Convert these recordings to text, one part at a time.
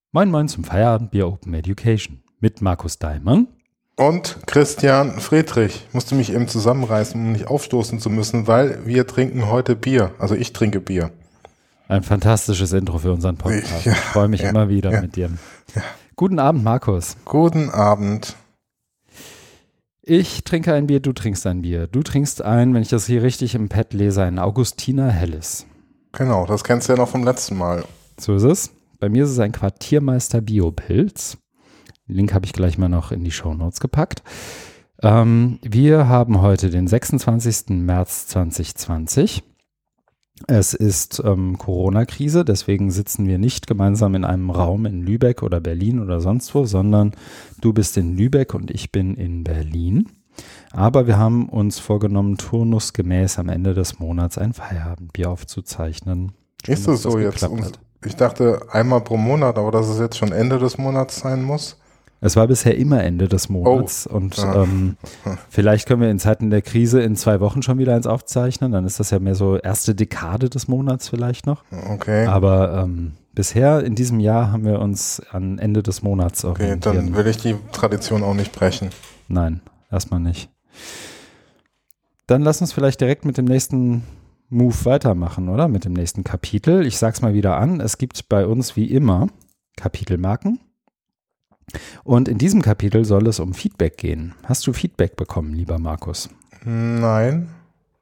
Moin Moin zum Feierabendbier Open Education mit Markus Daimann und Christian Friedrich. Ich musste mich eben zusammenreißen, um nicht aufstoßen zu müssen, weil wir trinken heute Bier. Also ich trinke Bier. Ein fantastisches Intro für unseren Podcast. Ich freue mich immer wieder mit dir. Ja. Guten Abend, Markus. Guten Abend. Ich trinke ein Bier, du trinkst ein Bier. Du trinkst ein, wenn ich das hier richtig im Pad lese, ein Augustiner Helles. Genau, das kennst du ja noch vom letzten Mal. So ist es. Bei mir ist es ein Quartiermeister Biopilz. Den Link habe ich gleich mal noch in die Shownotes gepackt. Wir haben heute den 26. März 2020. Es ist Corona-Krise, deswegen sitzen wir nicht gemeinsam in einem Raum in Lübeck oder Berlin oder sonst wo, sondern du bist in Lübeck und ich bin in Berlin. Aber wir haben uns vorgenommen, turnusgemäß am Ende des Monats ein Feierabendbier aufzuzeichnen. Ist das so jetzt? Ich dachte einmal pro Monat, aber dass es jetzt schon Ende des Monats sein muss? Es war bisher immer Ende des Monats und vielleicht können wir in Zeiten der Krise in 2 Wochen schon wieder eins aufzeichnen. Dann ist das ja mehr so erste Dekade des Monats vielleicht noch. Okay. Aber bisher in diesem Jahr haben wir uns an Ende des Monats orientiert. Okay, dann will ich die Tradition auch nicht brechen. Nein, erstmal nicht. Dann lass uns vielleicht direkt mit dem nächsten Move weitermachen, oder? Mit dem nächsten Kapitel. Ich sag's mal wieder an. Es gibt bei uns wie immer Kapitelmarken. Und in diesem Kapitel soll es um Feedback gehen. Hast du Feedback bekommen, lieber Markus? Nein.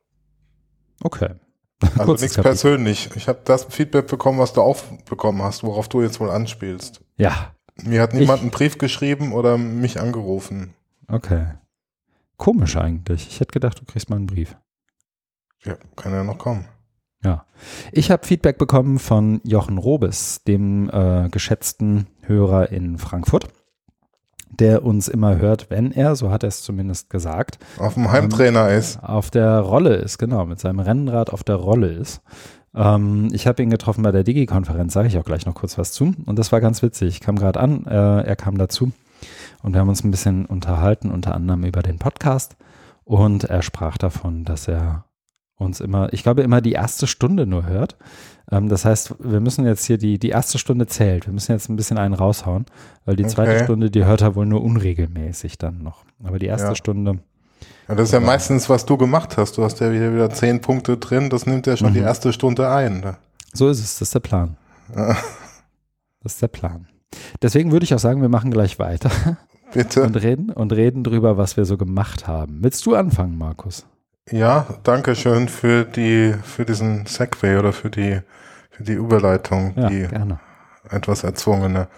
Okay. Also nichts persönlich. Ich habe das Feedback bekommen, was du auch bekommen hast, worauf du jetzt wohl anspielst. Ja. Mir hat niemand einen Brief geschrieben oder mich angerufen. Okay. Komisch eigentlich. Ich hätte gedacht, du kriegst mal einen Brief. Ja, kann ja noch kommen. Ja. Ich habe Feedback bekommen von Jochen Robes, dem geschätzten Hörer in Frankfurt, der uns immer hört, wenn er, so hat er es zumindest gesagt, auf dem Heimtrainer ist. Auf der Rolle ist, genau, mit seinem Rennrad auf der Rolle ist. Ich habe ihn getroffen bei der Digi-Konferenz, sage ich auch gleich noch kurz was zu. Und das war ganz witzig. Ich kam gerade an, er kam dazu und wir haben uns ein bisschen unterhalten, unter anderem über den Podcast. Und er sprach davon, dass er uns immer, ich glaube immer die erste Stunde nur hört. Das heißt, wir müssen jetzt hier die erste Stunde zählt. Wir müssen jetzt ein bisschen einen raushauen, weil die zweite Stunde, die hört er wohl nur unregelmäßig dann noch. Aber die erste Stunde. Ja, das ist ja meistens, was du gemacht hast. Du hast ja wieder 10 Punkte drin. Das nimmt ja schon die erste Stunde ein. So ist es. Das ist der Plan. Das ist der Plan. Deswegen würde ich auch sagen, wir machen gleich weiter. Bitte. Und reden drüber, was wir so gemacht haben. Willst du anfangen, Markus? Ja, danke schön für diesen Segway oder für die Überleitung, die gerne. Etwas erzwungene.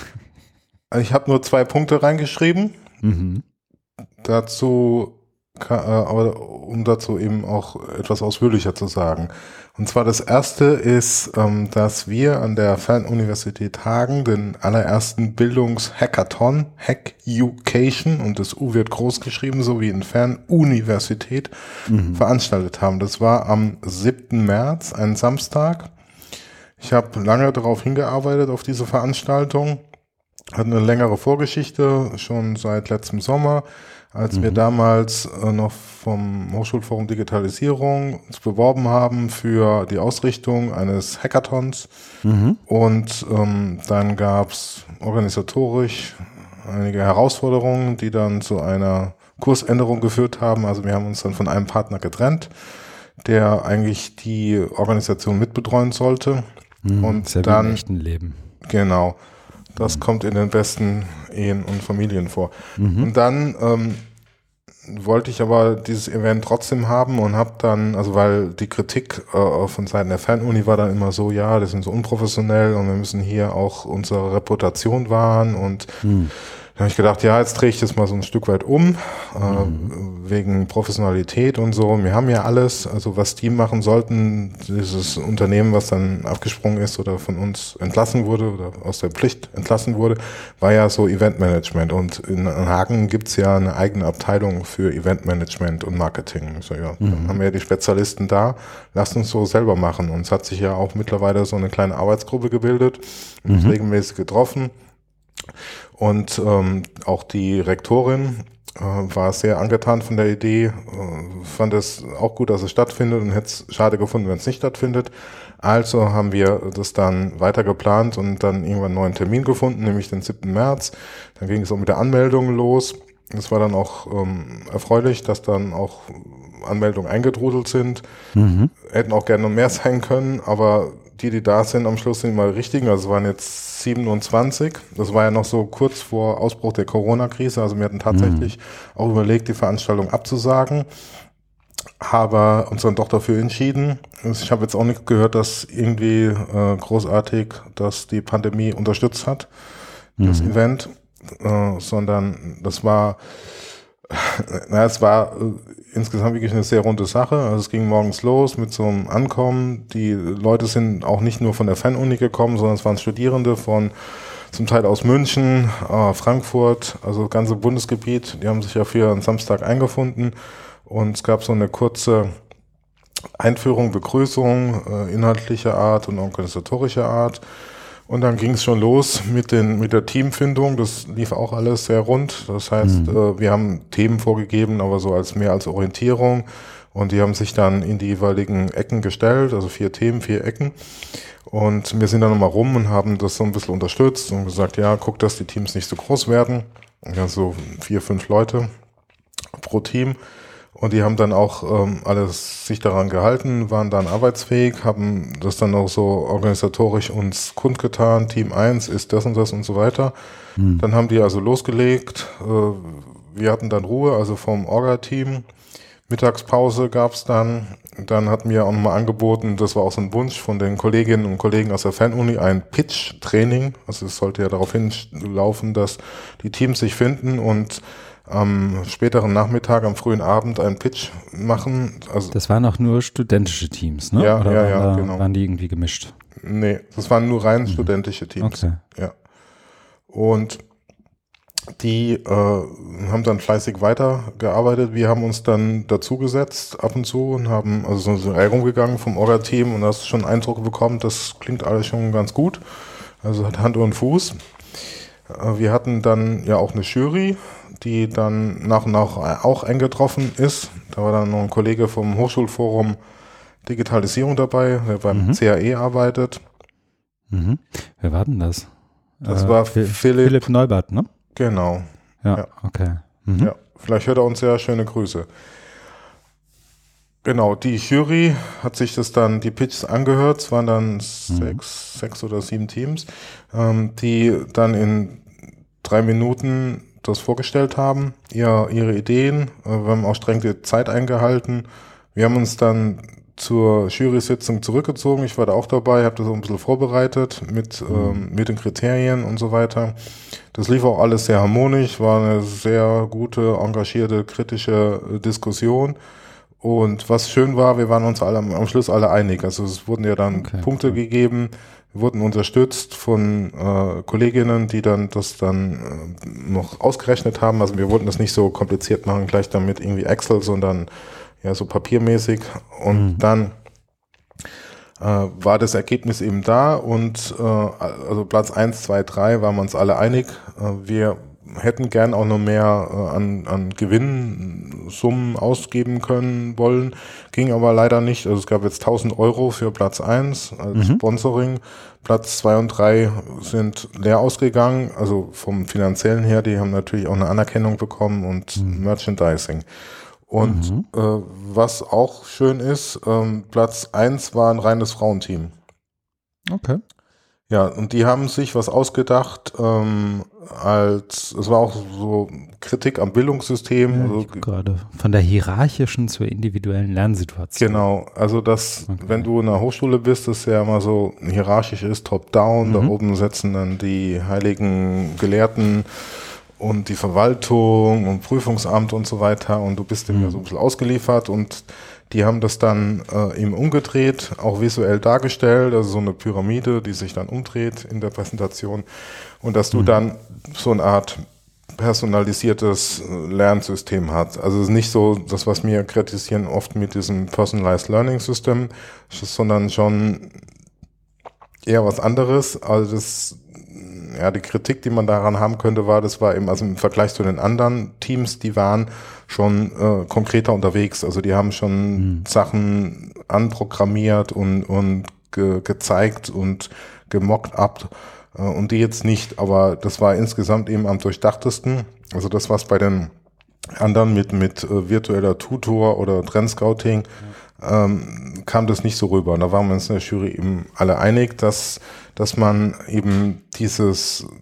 Ich habe nur 2 Punkte reingeschrieben. Dazu, aber um dazu eben auch etwas ausführlicher zu sagen. Und zwar das erste ist, dass wir an der Fernuniversität Hagen den allerersten Bildungshackathon, Hackucation, und das U wird groß geschrieben, so wie in Fernuniversität, veranstaltet haben. Das war am 7. März, ein Samstag. Ich habe lange darauf hingearbeitet, auf diese Veranstaltung. Hat eine längere Vorgeschichte, schon seit letztem Sommer, als wir damals noch vom Hochschulforum Digitalisierung uns beworben haben für die Ausrichtung eines Hackathons. Und dann gab es organisatorisch einige Herausforderungen, die dann zu einer Kursänderung geführt haben. Also wir haben uns dann von einem Partner getrennt, der eigentlich die Organisation mitbetreuen sollte. Und sehr dann im echten Leben. Genau. Das kommt in den besten Ehen und Familien vor. Und dann wollte ich aber dieses Event trotzdem haben und habe dann, also weil die Kritik von Seiten der Fernuni war dann immer so, ja, das sind so unprofessionell und wir müssen hier auch unsere Reputation wahren und dann habe ich gedacht, ja, jetzt drehe ich das mal so ein Stück weit um, wegen Professionalität und so. Wir haben ja alles, also was die machen sollten, dieses Unternehmen, was dann abgesprungen ist oder von uns entlassen wurde oder aus der Pflicht entlassen wurde, war ja so Eventmanagement. Und in Hagen gibt's ja eine eigene Abteilung für Eventmanagement und Marketing. So, ja, dann haben wir ja die Spezialisten da, lasst uns so selber machen. Und es hat sich ja auch mittlerweile so eine kleine Arbeitsgruppe gebildet, uns regelmäßig getroffen. Und auch die Rektorin war sehr angetan von der Idee, fand es auch gut, dass es stattfindet und hätte es schade gefunden, wenn es nicht stattfindet. Also haben wir das dann weiter geplant und dann irgendwann einen neuen Termin gefunden, nämlich den 7. März. Dann ging es auch mit der Anmeldung los. Es war dann auch erfreulich, dass dann auch Anmeldungen eingetrudelt sind. Hätten auch gerne noch mehr sein können, aber die da sind am Schluss sind immer die richtigen. Also es waren jetzt 27. Das war ja noch so kurz vor Ausbruch der Corona-Krise. Also wir hatten tatsächlich auch überlegt, die Veranstaltung abzusagen, aber uns dann doch dafür entschieden. Ich habe jetzt auch nicht gehört, dass irgendwie großartig, dass die Pandemie unterstützt hat, das Event, sondern das war, es war insgesamt wirklich eine sehr runde Sache. Also es ging morgens los mit so einem Ankommen. Die Leute sind auch nicht nur von der Fernuni gekommen, sondern es waren Studierende von zum Teil aus München, Frankfurt, also das ganze Bundesgebiet. Die haben sich ja für einen Samstag eingefunden und es gab so eine kurze Einführung, Begrüßung, inhaltlicher Art und organisatorischer Art. Und dann ging es schon los mit der Teamfindung. Das lief auch alles sehr rund. Das heißt, wir haben Themen vorgegeben, aber so mehr als Orientierung. Und die haben sich dann in die jeweiligen Ecken gestellt, also 4 Themen, 4 Ecken. Und wir sind dann nochmal rum und haben das so ein bisschen unterstützt und gesagt, ja, guck, dass die Teams nicht so groß werden. Ja, so 4, 5 Leute pro Team. Und die haben dann auch alles sich daran gehalten, waren dann arbeitsfähig, haben das dann auch so organisatorisch uns kundgetan, Team 1 ist das und so weiter. Dann haben die also losgelegt, wir hatten dann Ruhe, also vom Orga-Team. Mittagspause gab's dann hatten wir auch nochmal angeboten, das war auch so ein Wunsch von den Kolleginnen und Kollegen aus der Fernuni, ein Pitch-Training. Also es sollte ja darauf hinlaufen, dass die Teams sich finden und am späteren Nachmittag, am frühen Abend einen Pitch machen. Also das waren auch nur studentische Teams, ne? Ja, Oder genau. Waren die irgendwie gemischt? Nee, das waren nur rein studentische Teams. Okay. Ja. Und die haben dann fleißig weitergearbeitet. Wir haben uns dann dazugesetzt ab und zu und haben also so herumgegangen vom Orga-Team und hast schon Eindruck bekommen, das klingt alles schon ganz gut. Also hat Hand und Fuß. Wir hatten dann ja auch eine Jury, die dann nach und nach auch eingetroffen ist. Da war dann noch ein Kollege vom Hochschulforum Digitalisierung dabei, der beim CAE arbeitet. Wer war denn das? Das war Philipp Neubert, ne? Genau. Ja. Okay. Ja, vielleicht hört er uns ja, schöne Grüße. Genau, die Jury hat sich die Pitches angehört. Es waren dann 6 oder 7 Teams, die dann in 3 Minuten das vorgestellt haben, ihre Ideen. Wir haben auch streng die Zeit eingehalten. Wir haben uns dann zur Jury-Sitzung zurückgezogen. Ich war da auch dabei, habe das auch ein bisschen vorbereitet mit den Kriterien und so weiter. Das lief auch alles sehr harmonisch, war eine sehr gute, engagierte, kritische Diskussion. Und was schön war, wir waren uns am Schluss alle einig. Also es wurden ja dann Punkte gegeben, wir wurden unterstützt von Kolleginnen, die dann das dann noch ausgerechnet haben. Also wir wollten das nicht so kompliziert machen, gleich damit irgendwie Excel, sondern ja so papiermäßig. Und dann war das Ergebnis eben da und also Platz 1, 2, 3 waren wir uns alle einig. Wir hätten gern auch noch mehr an Gewinnsummen ausgeben können wollen, ging aber leider nicht. Also es gab jetzt 1.000 Euro für Platz 1 als Sponsoring. Platz 2 und 3 sind leer ausgegangen, also vom Finanziellen her, die haben natürlich auch eine Anerkennung bekommen und Merchandising. Und was auch schön ist, Platz 1 war ein reines Frauenteam. Okay. Ja, und die haben sich was ausgedacht, es war auch so Kritik am Bildungssystem. Ja, also gerade von der hierarchischen zur individuellen Lernsituation. Genau, also wenn du in einer Hochschule bist, das ja immer so hierarchisch ist, top-down, da oben sitzen dann die heiligen Gelehrten und die Verwaltung und Prüfungsamt und so weiter und du bist dem ja so ein bisschen ausgeliefert und die haben das dann eben umgedreht, auch visuell dargestellt, also so eine Pyramide, die sich dann umdreht in der Präsentation und dass du dann so eine Art personalisiertes Lernsystem hast. Also es ist nicht so das, was wir kritisieren oft mit diesem Personalized Learning System, sondern schon eher was anderes. Also die Kritik, die man daran haben könnte, das war eben, also im Vergleich zu den anderen Teams, die waren schon konkreter unterwegs. Also die haben schon Sachen anprogrammiert und gezeigt und gemockt-upt und die jetzt nicht, aber das war insgesamt eben am durchdachtesten. Also das, was bei den anderen mit virtueller Tutor oder Trendscouting kam das nicht so rüber. Und da waren wir uns in der Jury eben alle einig, dass man eben diese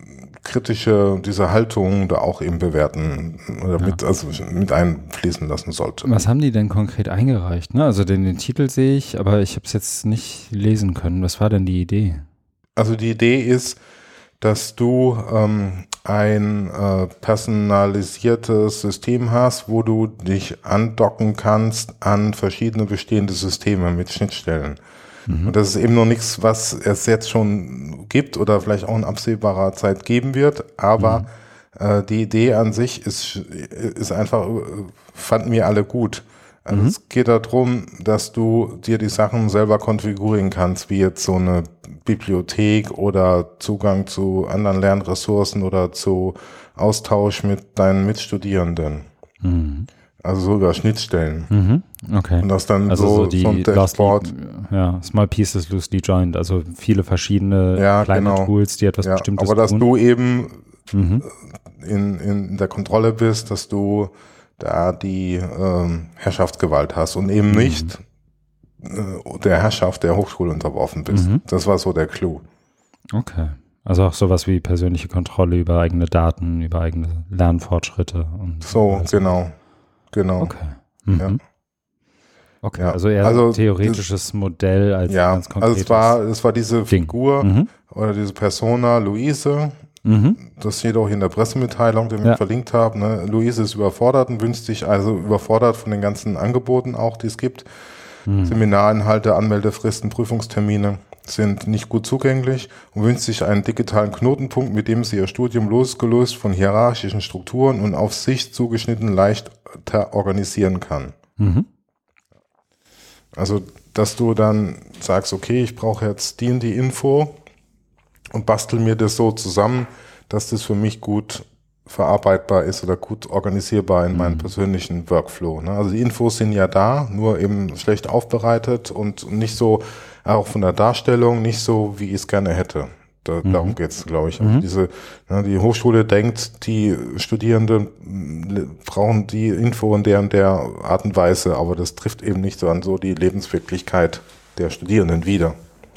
Haltung da auch eben bewerten oder mit einfließen lassen sollte. Was haben die denn konkret eingereicht? Ne? Also den Titel sehe ich, aber ich habe es jetzt nicht lesen können. Was war denn die Idee? Also die Idee ist, dass du ein personalisiertes System hast, wo du dich andocken kannst an verschiedene bestehende Systeme mit Schnittstellen. Und das ist eben noch nichts, was es jetzt schon gibt oder vielleicht auch in absehbarer Zeit geben wird, aber die Idee an sich ist einfach, fanden wir alle gut. Also es geht darum, dass du dir die Sachen selber konfigurieren kannst, wie jetzt so eine Bibliothek oder Zugang zu anderen Lernressourcen oder zu Austausch mit deinen Mitstudierenden. Also so über Schnittstellen. Okay. Und das dann also so ein Dashboard. Small Pieces loosely joined, also viele verschiedene kleine Tools, die etwas Bestimmtes tun. Aber dass du eben in der Kontrolle bist, dass du da die Herrschaftsgewalt hast und eben nicht der Herrschaft der Hochschule unterworfen bist. Das war so der Clou. Okay. Also auch sowas wie persönliche Kontrolle über eigene Daten, über eigene Lernfortschritte. Und so, genau. Okay. Ja. Okay, also eher ein theoretisches Modell als ganz konkretes. Also es war diese Figur oder diese Persona, Luise. Das steht auch in der Pressemitteilung, die wir verlinkt haben. Ne? Luise ist überfordert und wünscht sich überfordert von den ganzen Angeboten auch, die es gibt. Seminarinhalte, Anmeldefristen, Prüfungstermine sind nicht gut zugänglich und wünscht sich einen digitalen Knotenpunkt, mit dem sie ihr Studium losgelöst von hierarchischen Strukturen und auf sich zugeschnitten leichter organisieren kann. Also, dass du dann sagst, okay, ich brauche jetzt die und die Info und bastel mir das so zusammen, dass das für mich gut verarbeitbar ist oder gut organisierbar in meinem persönlichen Workflow. Ne? Also die Infos sind ja da, nur eben schlecht aufbereitet und nicht so, auch von der Darstellung, nicht so, wie ich es gerne hätte. Darum geht es, glaube ich. Also die Hochschule denkt, die Studierenden brauchen die Info in der und der Art und Weise, aber das trifft eben nicht so an so die Lebenswirklichkeit der Studierenden wider.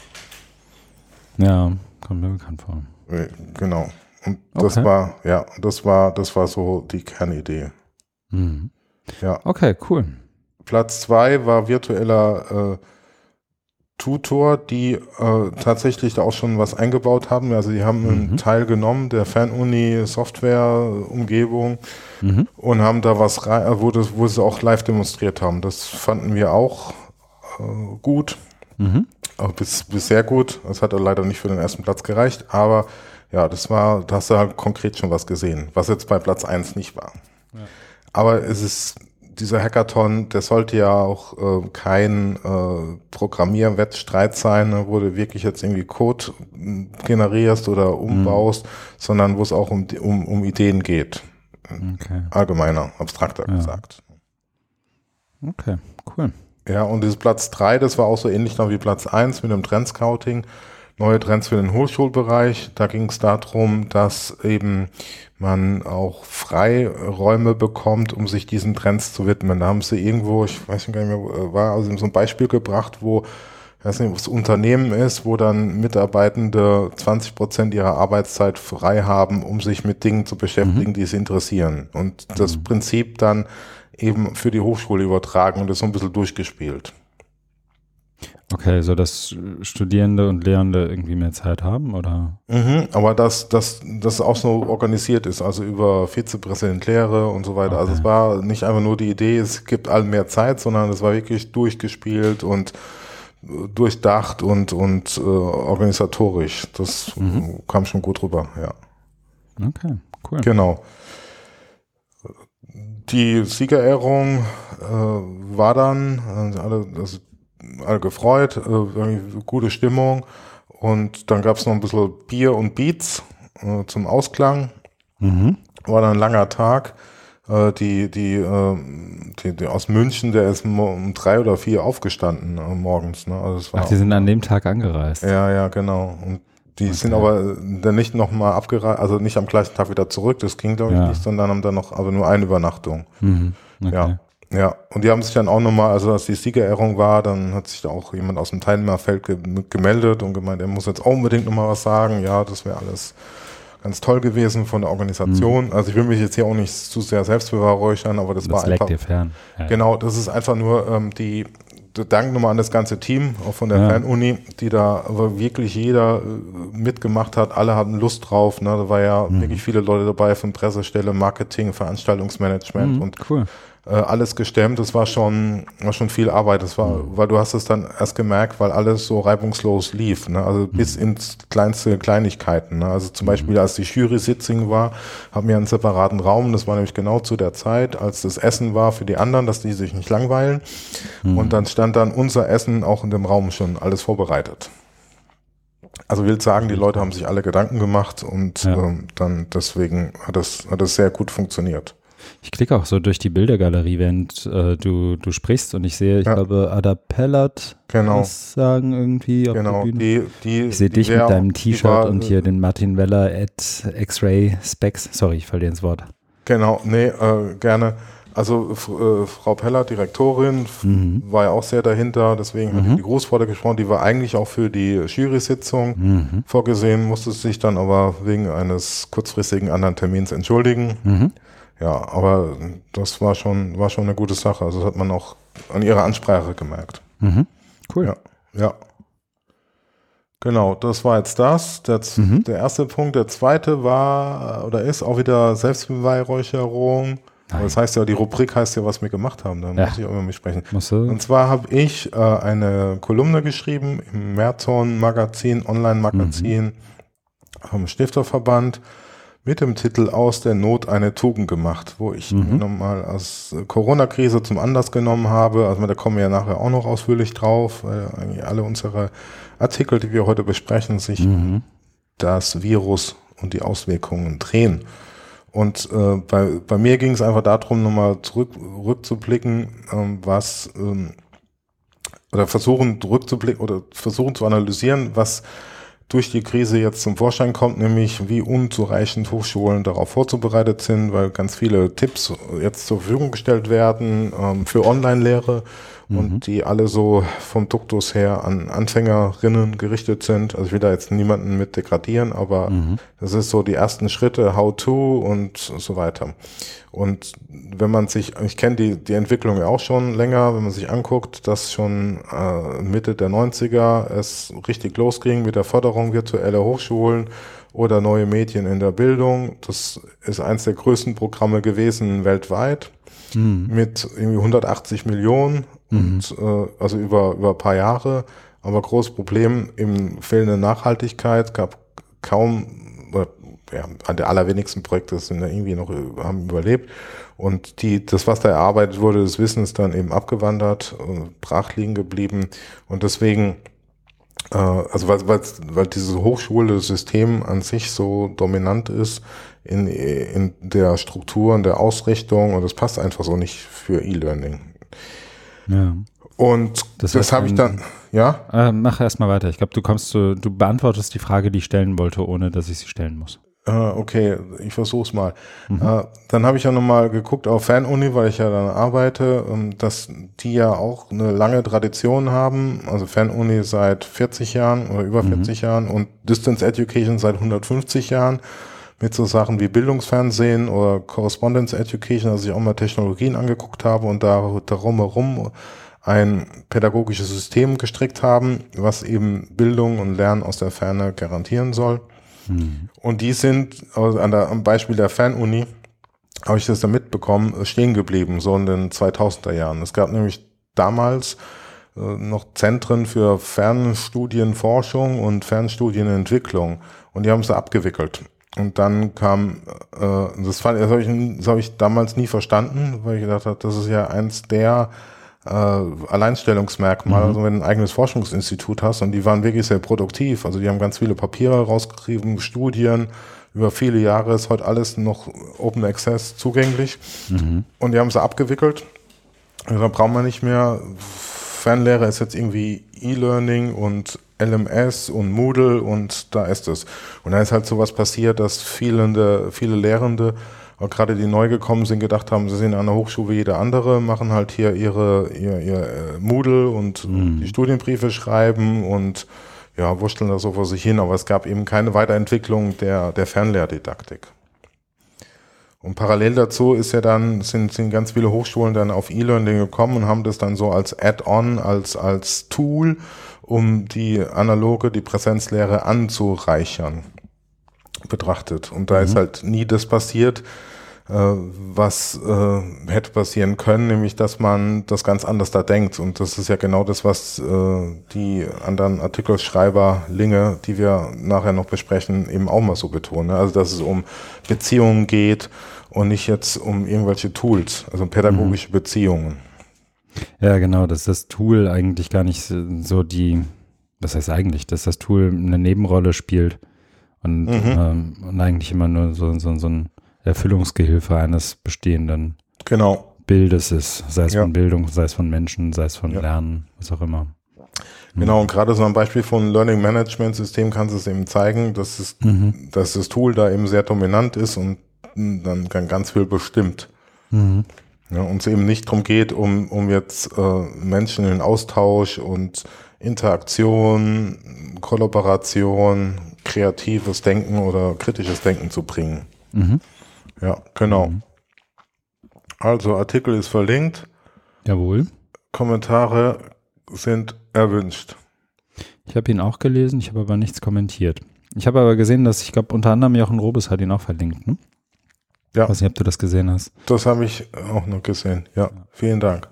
Ja, kommt mir bekannt vor. Genau. Und das war so die Kernidee. Ja. Okay, cool. Platz 2 war virtueller Tutor, die tatsächlich da auch schon was eingebaut haben. Also die haben einen Teil genommen der Fernuni Software-Umgebung und haben da was rein, wo sie auch live demonstriert haben. Das fanden wir auch gut. Auch bis sehr gut. Das hat leider nicht für den ersten Platz gereicht, aber ja, da hast du halt konkret schon was gesehen, was jetzt bei Platz 1 nicht war. Ja. Aber dieser Hackathon, der sollte ja auch kein Programmierwettstreit sein, ne, wo du wirklich jetzt irgendwie Code generierst oder umbaust, sondern wo es auch um Ideen geht. Okay. Allgemeiner, abstrakter gesagt. Okay, cool. Ja, und dieses Platz 3, das war auch so ähnlich noch wie Platz 1 mit dem Trendscouting. Neue Trends für den Hochschulbereich. Da ging es darum, dass eben man auch Freiräume bekommt, um sich diesen Trends zu widmen. Da haben sie irgendwo, ich weiß nicht gar nicht mehr, war also so ein Beispiel gebracht, wo, ich weiß nicht, was Unternehmen ist, wo dann Mitarbeitende 20% ihrer Arbeitszeit frei haben, um sich mit Dingen zu beschäftigen, die sie interessieren. Und das Prinzip dann eben für die Hochschule übertragen und das so ein bisschen durchgespielt. Okay, so dass Studierende und Lehrende irgendwie mehr Zeit haben, oder? Aber dass auch so organisiert ist, also über Vizepräsidentlehre und so weiter. Okay. Also es war nicht einfach nur die Idee, es gibt allen mehr Zeit, sondern es war wirklich durchgespielt und durchdacht und organisatorisch. Das kam schon gut rüber, ja. Okay, cool. Genau. Die Siegerehrung war dann, alle gefreut, gute Stimmung und dann gab es noch ein bisschen Bier und Beats zum Ausklang. War dann ein langer Tag, die aus München, der ist um 3 oder 4 aufgestanden morgens. Ne? Also es war die sind an dem Tag angereist. Ja, genau. Und die sind aber dann nicht nochmal abgereist, also nicht am gleichen Tag wieder zurück, das ging glaube ich nicht, sondern haben dann noch, aber nur eine Übernachtung. Okay. Ja. Und die haben sich dann auch nochmal, also als die Siegerehrung war, dann hat sich da auch jemand aus dem Teilnehmerfeld gemeldet und gemeint, er muss jetzt unbedingt nochmal was sagen. Ja, das wäre alles ganz toll gewesen von der Organisation. Also ich will mich jetzt hier auch nicht zu sehr selbst beweihräuchern, aber das war einfach. Dir fern. Ja. Genau, das ist einfach nur Dank nochmal an das ganze Team, auch von der Fernuni, die da aber wirklich jeder mitgemacht hat. Alle hatten Lust drauf. Ne? Da war ja wirklich viele Leute dabei von Pressestelle, Marketing, Veranstaltungsmanagement und cool. Alles gestemmt. Das war schon viel Arbeit. Das war, weil du hast es dann erst gemerkt, weil alles so reibungslos lief. Ne? Also bis ins kleinste Kleinigkeiten. Ne? Also zum Beispiel, als die Jury-Sitzung war, haben wir einen separaten Raum. Das war nämlich genau zu der Zeit, als das Essen war für die anderen, dass die sich nicht langweilen. Und dann stand dann unser Essen auch in dem Raum schon alles vorbereitet. Also will sagen, die Leute haben sich alle Gedanken gemacht und dann deswegen hat das sehr gut funktioniert. Ich klicke auch so durch die Bildergalerie, während du sprichst und ich sehe, ich glaube, Ada Pellert was sagen irgendwie auf der Bühne. Ich sehe dich mit deinem T-Shirt und hier den Martin Weller at X-Ray Specs. Sorry, ich falle dir ins Wort. Genau, gerne. Also Frau Pellert, Direktorin, war ja auch sehr dahinter, deswegen hat die Großvater gesprochen, die war eigentlich auch für die Jury-Sitzung vorgesehen, musste sich dann aber wegen eines kurzfristigen anderen Termins entschuldigen. Ja, aber das war schon eine gute Sache. Also das hat man auch an ihrer Ansprache gemerkt. Cool. Ja. Genau, das war jetzt das. Der erste Punkt. Der zweite war oder ist auch wieder Selbstbeweihräucherung. Aber das heißt ja, die Rubrik heißt ja, was wir gemacht haben. Da muss ich auch über mich sprechen. Und zwar habe ich eine Kolumne geschrieben im Merzhorn-Magazin, Online-Magazin vom Stifterverband, mit dem Titel Aus der Not eine Tugend gemacht, wo ich nochmal aus Corona-Krise zum Anlass genommen habe, also da kommen wir ja nachher auch noch ausführlich drauf, weil eigentlich alle unsere Artikel, die wir heute besprechen, sich das Virus und die Auswirkungen drehen. Und bei mir ging es einfach darum, nochmal rückzublicken, versuchen zu analysieren, was durch die Krise jetzt zum Vorschein kommt, nämlich wie unzureichend Hochschulen darauf vorzubereitet sind, weil ganz viele Tipps jetzt zur Verfügung gestellt werden für Online-Lehre und die alle so vom Duktus her an Anfängerinnen gerichtet sind. Also ich will da jetzt niemanden mit degradieren, aber das ist so die ersten Schritte, how to und so weiter. Und wenn man sich, ich kenne die Entwicklung ja auch schon länger, wenn man sich anguckt, dass schon Mitte der 90er es richtig losging mit der Förderung virtueller Hochschulen oder neue Medien in der Bildung. Das ist eins der größten Programme gewesen weltweit mit irgendwie 180 Millionen und also über ein paar Jahre. Aber großes Problem im fehlenden Nachhaltigkeit, gab kaum an der allerwenigsten Projekte sind da irgendwie noch, haben überlebt. Und das, was da erarbeitet wurde, das Wissen ist dann eben abgewandert, brach liegen geblieben. Und deswegen, also weil dieses Hochschulsystem an sich so dominant ist in der Struktur und der Ausrichtung, und das passt einfach so nicht für E-Learning. Ja. Und das habe ich dann, mach erstmal weiter. Ich glaube, du beantwortest die Frage, die ich stellen wollte, ohne dass ich sie stellen muss. Okay, ich versuch's mal. Dann habe ich ja nochmal geguckt auf Fernuni, weil ich ja dann arbeite, dass die ja auch eine lange Tradition haben. Also Fernuni seit 40 Jahren oder über 40 Jahren und Distance Education seit 150 Jahren mit so Sachen wie Bildungsfernsehen oder Correspondence Education, also ich auch mal Technologien angeguckt habe und darum herum ein pädagogisches System gestrickt haben, was eben Bildung und Lernen aus der Ferne garantieren soll. Und die sind, also am Beispiel der Fernuni, habe ich das da mitbekommen, stehen geblieben, so in den 2000er Jahren. Es gab nämlich damals noch Zentren für Fernstudienforschung und Fernstudienentwicklung und die haben sie abgewickelt. Und dann kam, das habe ich damals nie verstanden, weil ich gedacht habe, das ist ja eins der Alleinstellungsmerkmal, also wenn du ein eigenes Forschungsinstitut hast und die waren wirklich sehr produktiv, also die haben ganz viele Papiere rausgeschrieben, Studien über viele Jahre, ist heute alles noch Open Access zugänglich. Und die haben sie abgewickelt. Also da brauchen wir nicht mehr. Fernlehre ist jetzt irgendwie E-Learning und LMS und Moodle und da ist es. Und da ist halt sowas passiert, dass viele Lehrende, auch gerade die neu gekommen sind, gedacht haben, sie sind an der Hochschule wie jeder andere, machen halt hier ihr Moodle und die Studienbriefe schreiben und ja, wursteln da so vor sich hin. Aber es gab eben keine Weiterentwicklung der Fernlehrdidaktik. Und parallel dazu ist ja dann, sind ganz viele Hochschulen dann auf E-Learning gekommen und haben das dann so als Add-on, als Tool, um die Präsenzlehre anzureichern, betrachtet. Und da ist halt nie das passiert, was hätte passieren können, nämlich dass man das ganz anders da denkt. Und das ist ja genau das, was die anderen Artikelschreiberlinge, die wir nachher noch besprechen, eben auch mal so betonen. Also dass es um Beziehungen geht und nicht jetzt um irgendwelche Tools, also pädagogische Beziehungen. Ja, genau, dass das Tool eigentlich gar nicht so was heißt eigentlich, dass das Tool eine Nebenrolle spielt und eigentlich immer nur so ein Erfüllungsgehilfe eines bestehenden Bildes ist, sei es von Bildung, sei es von Menschen, sei es von Lernen, was auch immer. Genau, und gerade so ein Beispiel von Learning Management System kann es eben zeigen, dass das Tool da eben sehr dominant ist und dann ganz viel bestimmt. Ja, und es eben nicht darum geht, um jetzt Menschen in Austausch und Interaktion, Kollaboration, kreatives Denken oder kritisches Denken zu bringen. Ja, genau. Also Artikel ist verlinkt. Jawohl. Kommentare sind erwünscht. Ich habe ihn auch gelesen, ich habe aber nichts kommentiert. Ich habe aber gesehen, dass, ich glaube, unter anderem Jochen Robes hat ihn auch verlinkt, ne? Ja. Ich weiß nicht, ob du das gesehen hast. Das habe ich auch noch gesehen. Ja, vielen Dank.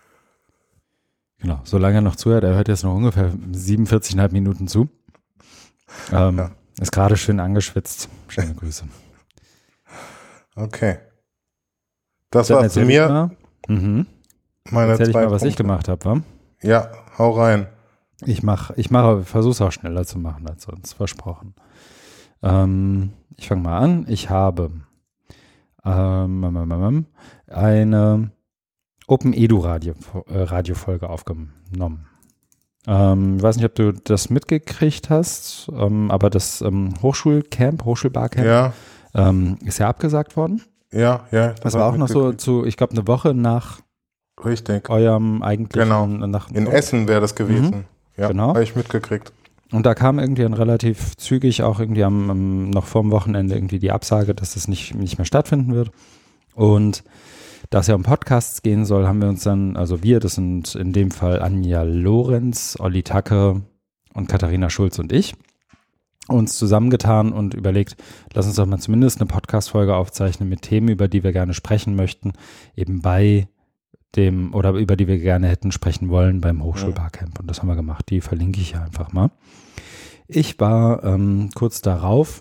Genau, solange er noch zuhört, er hört jetzt noch ungefähr 47,5 Minuten zu. Ist gerade schön angeschwitzt. Schöne Grüße. Okay. Das war zu mir. Meine erzähl ich mal, was ich gemacht habe, wa? Ja, hau rein. Ich versuche es auch schneller zu machen als sonst, versprochen. Ich fange mal an. Ich habe eine Open Edu Radiofolge aufgenommen. Ich weiß nicht, ob du das mitgekriegt hast, aber das Hochschulbarcamp ist ja abgesagt worden. Ja. Das war auch noch so ich glaube, eine Woche nach eurem eigentlichen. Genau. In Essen wäre das gewesen. Ja, genau. Habe ich mitgekriegt. Und da kam irgendwie dann relativ zügig auch irgendwie noch vorm Wochenende irgendwie die Absage, dass das nicht mehr stattfinden wird. Und da es ja um Podcasts gehen soll, haben wir uns dann, also das sind in dem Fall Anja Lorenz, Olli Tacke und Katharina Schulz und ich, uns zusammengetan und überlegt, lass uns doch mal zumindest eine Podcast-Folge aufzeichnen mit Themen, über die wir gerne sprechen möchten, eben oder über die wir gerne hätten sprechen wollen beim Hochschulbarcamp. Und das haben wir gemacht. Die verlinke ich hier einfach mal. Ich war kurz darauf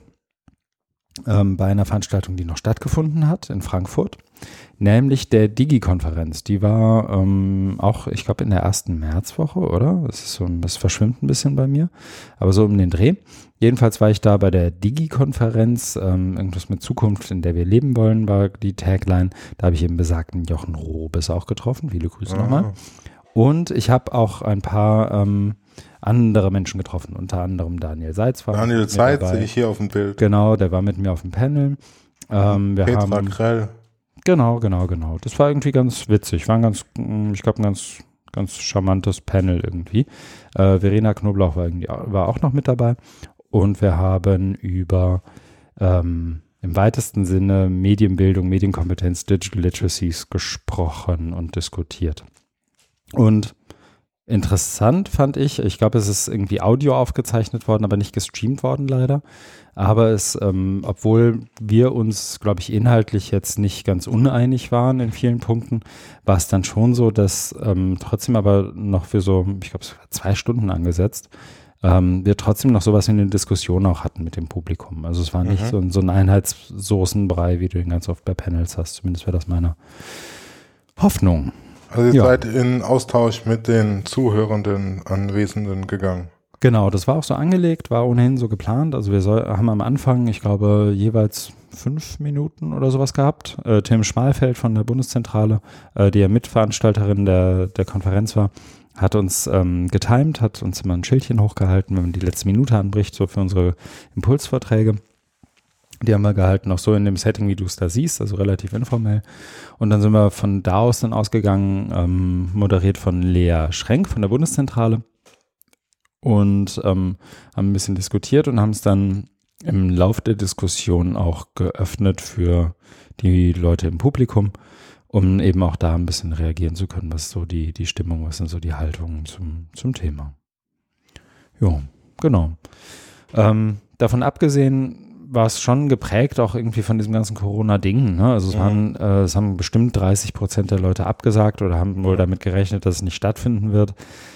bei einer Veranstaltung, die noch stattgefunden hat in Frankfurt, nämlich der Digi-Konferenz. Die war auch, ich glaube, in der ersten Märzwoche, oder? Das verschwimmt ein bisschen bei mir, aber so um den Dreh. Jedenfalls war ich da bei der Digi-Konferenz, irgendwas mit Zukunft, in der wir leben wollen, war die Tagline. Da habe ich eben besagten Jochen Robes auch getroffen. Viele Grüße nochmal. Und ich habe auch ein paar andere Menschen getroffen, unter anderem Daniel Seitz. Daniel Seitz sehe ich hier auf dem Bild. Genau, der war mit mir auf dem Panel. Petra Krell. Genau. Das war irgendwie ganz witzig. War ein ganz charmantes Panel irgendwie. Verena Knoblauch war auch noch mit dabei. Und wir haben über im weitesten Sinne Medienbildung, Medienkompetenz, Digital Literacies gesprochen und diskutiert. Und interessant fand ich glaube, es ist irgendwie Audio aufgezeichnet worden, aber nicht gestreamt worden leider. Aber obwohl wir uns, glaube ich, inhaltlich jetzt nicht ganz uneinig waren in vielen Punkten, war es dann schon so, dass trotzdem aber noch für so, ich glaube, es war 2 Stunden angesetzt, wir trotzdem noch sowas wie eine Diskussion auch hatten mit dem Publikum. Also es war nicht so ein Einheitssoßenbrei, wie du ihn ganz oft bei Panels hast. Zumindest wäre das meine Hoffnung. Also ihr seid in Austausch mit den zuhörenden Anwesenden gegangen. Genau, das war auch so angelegt, war ohnehin so geplant. Also wir haben am Anfang, ich glaube, jeweils 5 Minuten oder sowas gehabt. Tim Schmalfeld von der Bundeszentrale, die ja Mitveranstalterin der Konferenz war, hat uns getimed, hat uns immer ein Schildchen hochgehalten, wenn man die letzte Minute anbricht, so für unsere Impulsvorträge. Die haben wir gehalten, auch so in dem Setting, wie du es da siehst, also relativ informell. Und dann sind wir von da aus dann ausgegangen, moderiert von Lea Schrenk von der Bundeszentrale. Und haben ein bisschen diskutiert und haben es dann im Lauf der Diskussion auch geöffnet für die Leute im Publikum, um eben auch da ein bisschen reagieren zu können, was ist so die Stimmung, was sind so die Haltungen zum Thema. Ja, genau. Davon abgesehen war es schon geprägt auch irgendwie von diesem ganzen Corona-Ding. Ne? Also es haben bestimmt 30% der Leute abgesagt oder haben wohl damit gerechnet, dass es nicht stattfinden wird.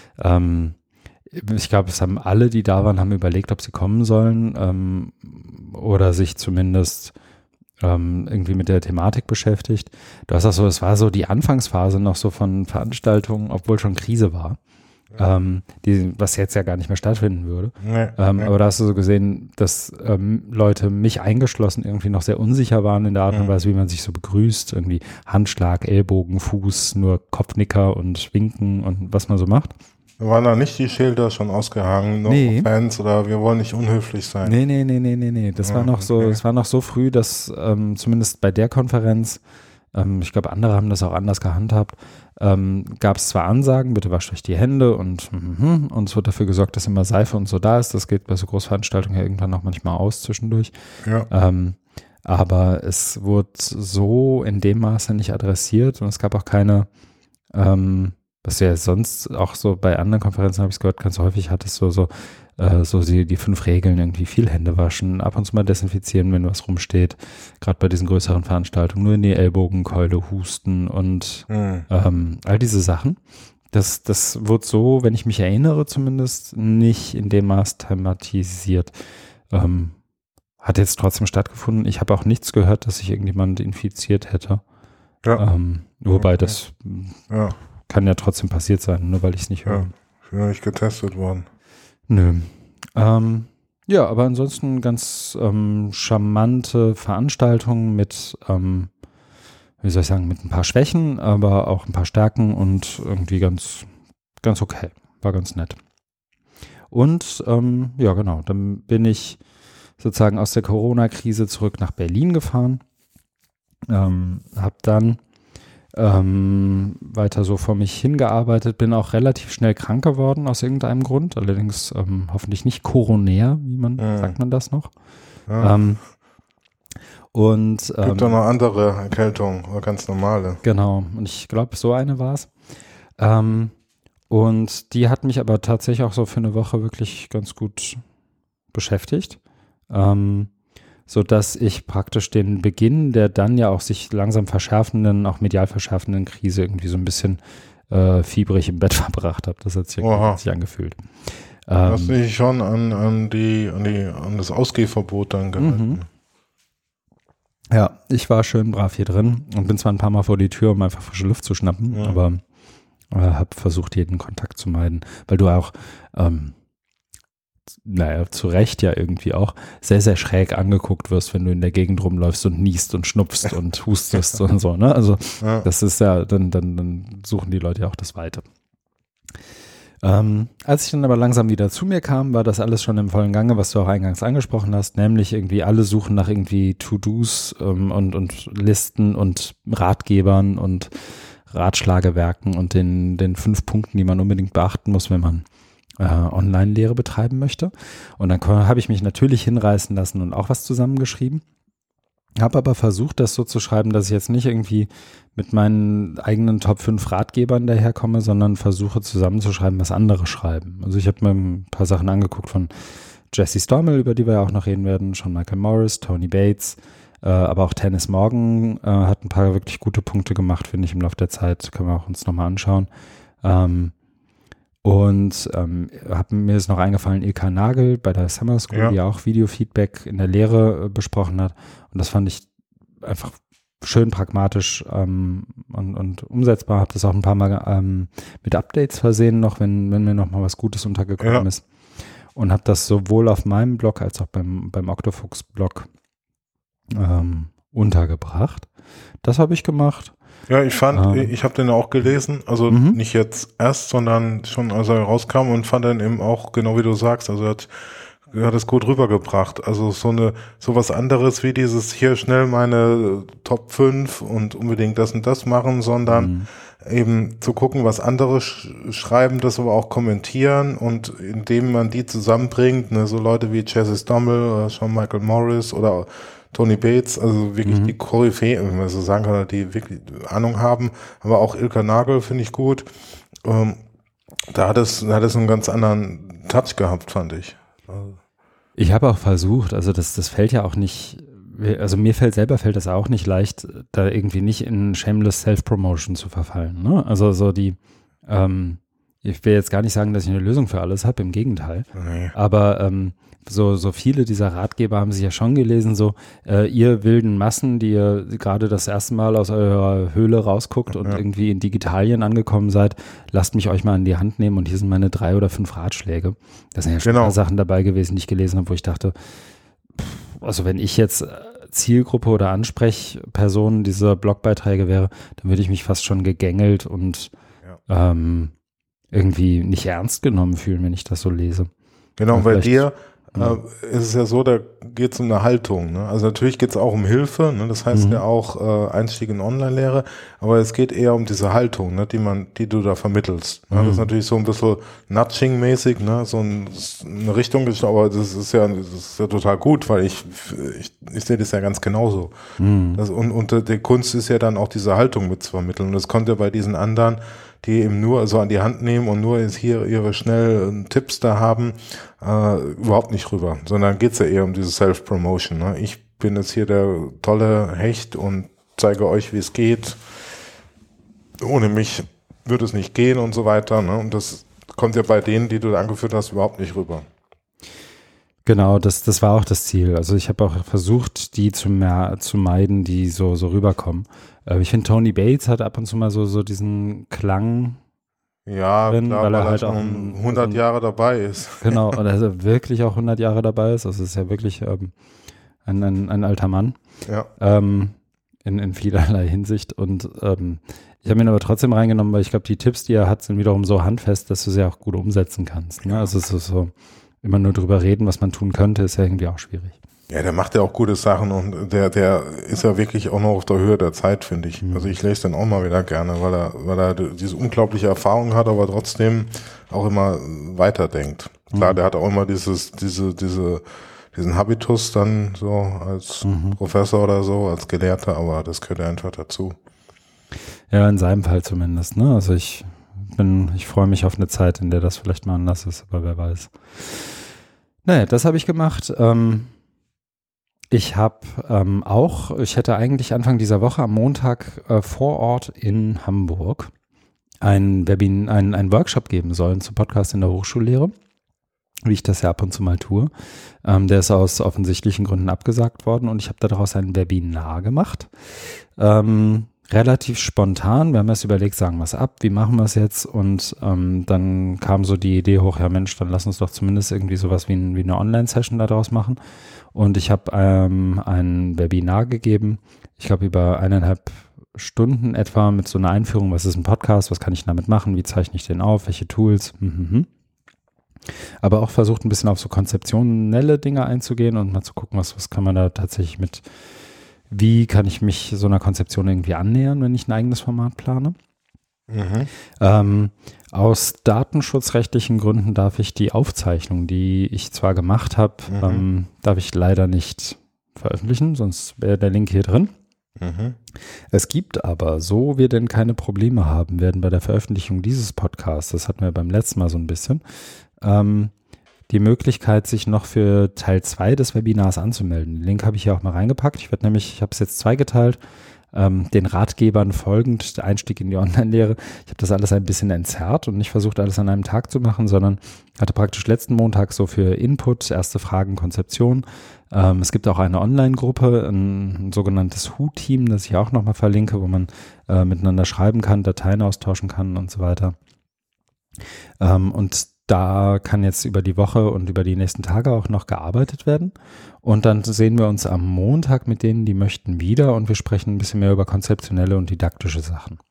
Ich glaube, es haben alle, die da waren, haben überlegt, ob sie kommen sollen oder sich zumindest irgendwie mit der Thematik beschäftigt. Du hast auch so, es war so die Anfangsphase noch so von Veranstaltungen, obwohl schon Krise war. Was jetzt ja gar nicht mehr stattfinden würde. Aber da hast du so gesehen, dass Leute, mich eingeschlossen, irgendwie noch sehr unsicher waren in der Art und Weise, wie man sich so begrüßt. Irgendwie Handschlag, Ellbogen, Fuß, nur Kopfnicker und Winken und was man so macht. Waren da nicht die Schilder schon ausgehangen, no Fans oder wir wollen nicht unhöflich sein? Nee. Das war noch so, es war noch so früh, dass zumindest bei der Konferenz, ich glaube, andere haben das auch anders gehandhabt, gab es zwar Ansagen, bitte wascht euch die Hände und es wird dafür gesorgt, dass immer Seife und so da ist. Das geht bei so Großveranstaltungen ja irgendwann noch manchmal aus zwischendurch. Ja. Aber es wurde so in dem Maße nicht adressiert und es gab auch keine, was du ja sonst auch so bei anderen Konferenzen, habe ich es gehört, ganz häufig hattest so die 5 Regeln, irgendwie viel Hände waschen, ab und zu mal desinfizieren, wenn was rumsteht, gerade bei diesen größeren Veranstaltungen, nur in die Ellbogenkeule husten und all diese Sachen. Das wird so, wenn ich mich erinnere zumindest, nicht in dem Maß thematisiert. Hat jetzt trotzdem stattgefunden. Ich habe auch nichts gehört, dass sich irgendjemand infiziert hätte. Ja. Wobei das kann ja trotzdem passiert sein, nur weil ich es nicht höre. Ich bin nicht getestet worden. Nö. Ja, aber ansonsten ganz charmante Veranstaltungen mit, wie soll ich sagen, mit ein paar Schwächen, aber auch ein paar Stärken und irgendwie ganz okay. War ganz nett. Und ja, genau, dann bin ich sozusagen aus der Corona-Krise zurück nach Berlin gefahren, habe dann weiter so vor mich hingearbeitet, bin auch relativ schnell krank geworden aus irgendeinem Grund, allerdings hoffentlich nicht koronär, sagt man das noch? Ja. Und gibt auch noch andere Erkältungen, oder ganz normale. Genau, und ich glaube, so eine war es. Und die hat mich aber tatsächlich auch so für eine Woche wirklich ganz gut beschäftigt. So dass ich praktisch den Beginn der dann ja auch sich langsam verschärfenden, auch medial verschärfenden Krise irgendwie so ein bisschen fiebrig im Bett verbracht habe. Das hat sich angefühlt. Hast du dich schon an das Ausgehverbot dann gehalten? Ja, ich war schön brav hier drin und bin zwar ein paar Mal vor die Tür, um einfach frische Luft zu schnappen, aber habe versucht, jeden Kontakt zu meiden, weil du auch zu Recht ja irgendwie auch sehr, sehr schräg angeguckt wirst, wenn du in der Gegend rumläufst und niest und schnupfst und hustest und so, ne? Also das ist ja, dann suchen die Leute ja auch das Weite. Als ich dann aber langsam wieder zu mir kam, war das alles schon im vollen Gange, was du auch eingangs angesprochen hast, nämlich irgendwie alle suchen nach irgendwie To-Dos und Listen und Ratgebern und Ratschlagewerken und den 5 Punkten, die man unbedingt beachten muss, wenn man Online-Lehre betreiben möchte. Und dann habe ich mich natürlich hinreißen lassen und auch was zusammengeschrieben. Habe aber versucht, das so zu schreiben, dass ich jetzt nicht irgendwie mit meinen eigenen Top 5 Ratgebern daherkomme, sondern versuche zusammenzuschreiben, was andere schreiben. Also ich habe mir ein paar Sachen angeguckt von Jessie Stommel, über die wir ja auch noch reden werden, schon Michael Morris, Tony Bates, aber auch Tennis Morgan hat ein paar wirklich gute Punkte gemacht, finde ich, im Laufe der Zeit. Können wir auch uns nochmal anschauen. Mir ist noch eingefallen, Ilka Nagel bei der Summer School, die auch Videofeedback in der Lehre besprochen hat. Und das fand ich einfach schön pragmatisch und umsetzbar. Habe das auch ein paar Mal mit Updates versehen noch, wenn mir noch mal was Gutes untergekommen ist. und habe das sowohl auf meinem Blog als auch beim Octofuchs-Blog untergebracht. Das habe ich gemacht. Ja, ich habe den auch gelesen, also nicht jetzt erst, sondern schon als er rauskam und fand den eben auch, genau wie du sagst, also er hat es gut rübergebracht. Also sowas anderes wie dieses hier schnell meine Top 5 und unbedingt das und das machen, sondern eben zu gucken, was andere schreiben, das aber auch kommentieren und indem man die zusammenbringt, ne, so Leute wie Chazzy Stommel oder Sean Michael Morris oder Tony Bates, also wirklich die Koryphäe, wenn man so sagen kann, die wirklich Ahnung haben, aber auch Ilka Nagel finde ich gut. Da hat es einen ganz anderen Touch gehabt, fand ich. Ich habe auch versucht, also das fällt ja auch nicht, also mir fällt das auch nicht leicht, da irgendwie nicht in shameless Self-Promotion zu verfallen. Ne? Also so ich will jetzt gar nicht sagen, dass ich eine Lösung für alles habe, im Gegenteil. Nee. Aber so viele dieser Ratgeber haben sich ja schon gelesen, so ihr wilden Massen, die ihr gerade das erste Mal aus eurer Höhle rausguckt und irgendwie in Digitalien angekommen seid, lasst mich euch mal in die Hand nehmen und hier sind meine 3 oder 5 Ratschläge. Da sind ja schon ein paar Sachen dabei gewesen, die ich gelesen habe, wo ich dachte, also wenn ich jetzt Zielgruppe oder Ansprechperson dieser Blogbeiträge wäre, dann würde ich mich fast schon gegängelt und irgendwie nicht ernst genommen fühlen, wenn ich das so lese. Genau, bei dir ist es ja so, da geht es um eine Haltung. Ne? Also natürlich geht es auch um Hilfe, ne? Das heißt ja auch Einstieg in Online-Lehre, aber es geht eher um diese Haltung, ne? die du da vermittelst. Ne? Das ist natürlich so ein bisschen Nudging-mäßig, ne? So eine Richtung, aber das ist ja total gut, weil ich sehe das ja ganz genauso. Und die Kunst ist ja dann auch diese Haltung mit zu vermitteln. Und das kommt ja bei diesen anderen, die eben nur so an die Hand nehmen und nur jetzt hier ihre schnellen Tipps da haben, überhaupt nicht rüber, sondern geht's ja eher um diese Self-Promotion. Ne? Ich bin jetzt hier der tolle Hecht und zeige euch, wie es geht. Ohne mich würde es nicht gehen und so weiter. Ne? Und das kommt ja bei denen, die du angeführt hast, überhaupt nicht rüber. Genau, das war auch das Ziel. Also ich habe auch versucht, die zu meiden, die so rüberkommen. Ich finde, Tony Bates hat ab und zu mal so diesen Klang drin, klar, weil er halt auch 100 Jahre dabei ist. Genau, und dass er wirklich auch 100 Jahre dabei ist. Also es ist ja wirklich ein alter Mann in vielerlei Hinsicht. Und ich habe ihn aber trotzdem reingenommen, weil ich glaube, die Tipps, die er hat, sind wiederum so handfest, dass du sie auch gut umsetzen kannst. Ne? Also es ist so, immer nur drüber reden, was man tun könnte, ist ja irgendwie auch schwierig. Ja, der macht ja auch gute Sachen und der ist ja wirklich auch noch auf der Höhe der Zeit, finde ich. Also ich lese den auch mal wieder gerne, weil er diese unglaubliche Erfahrung hat, aber trotzdem auch immer weiterdenkt. Klar, der hat auch immer diesen Habitus dann so als Professor oder so, als Gelehrter, aber das gehört einfach dazu. Ja, in seinem Fall zumindest, ne? Also ich freue mich auf eine Zeit, in der das vielleicht mal anders ist, aber wer weiß. Naja, das habe ich gemacht. Ich hätte eigentlich Anfang dieser Woche am Montag vor Ort in Hamburg einen Workshop geben sollen zu Podcast in der Hochschullehre, wie ich das ja ab und zu mal tue. Der ist aus offensichtlichen Gründen abgesagt worden und ich habe daraus ein Webinar gemacht. Relativ spontan, wir haben erst überlegt, sagen wir es ab, wie machen wir es jetzt und dann kam so die Idee hoch, ja Mensch, dann lass uns doch zumindest irgendwie sowas wie eine Online-Session daraus machen und ich habe ein Webinar gegeben, ich glaube über 1,5 Stunden etwa mit so einer Einführung, was ist ein Podcast, was kann ich damit machen, wie zeichne ich den auf, welche Tools, aber auch versucht ein bisschen auf so konzeptionelle Dinge einzugehen und mal zu gucken, was kann man da tatsächlich wie kann ich mich so einer Konzeption irgendwie annähern, wenn ich ein eigenes Format plane? Aus datenschutzrechtlichen Gründen darf ich die Aufzeichnung, die ich zwar gemacht habe, darf ich leider nicht veröffentlichen, sonst wäre der Link hier drin. Es gibt aber, so wir denn keine Probleme haben werden bei der Veröffentlichung dieses Podcasts, das hatten wir beim letzten Mal so ein bisschen, die Möglichkeit, sich noch für Teil 2 des Webinars anzumelden. Den Link habe ich hier auch mal reingepackt. Ich habe es jetzt zweigeteilt, den Ratgebern folgend, der Einstieg in die Online-Lehre. Ich habe das alles ein bisschen entzerrt und nicht versucht, alles an einem Tag zu machen, sondern hatte praktisch letzten Montag so für Input, erste Fragen, Konzeption. Es gibt auch eine Online-Gruppe, ein sogenanntes Who-Team, das ich auch nochmal verlinke, wo man miteinander schreiben kann, Dateien austauschen kann und so weiter. Und da kann jetzt über die Woche und über die nächsten Tage auch noch gearbeitet werden. Und dann sehen wir uns am Montag mit denen, die möchten, wieder und wir sprechen ein bisschen mehr über konzeptionelle und didaktische Sachen.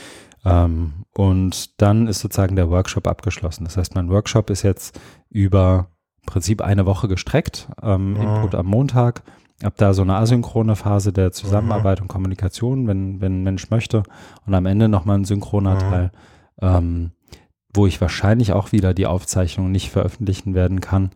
Und dann ist sozusagen der Workshop abgeschlossen. Das heißt, mein Workshop ist jetzt über im Prinzip eine Woche gestreckt. Input am Montag, ab da so eine asynchrone Phase der Zusammenarbeit und Kommunikation, wenn ein Mensch möchte. Und am Ende nochmal ein synchroner Teil, wo ich wahrscheinlich auch wieder die Aufzeichnung nicht veröffentlichen werden kann,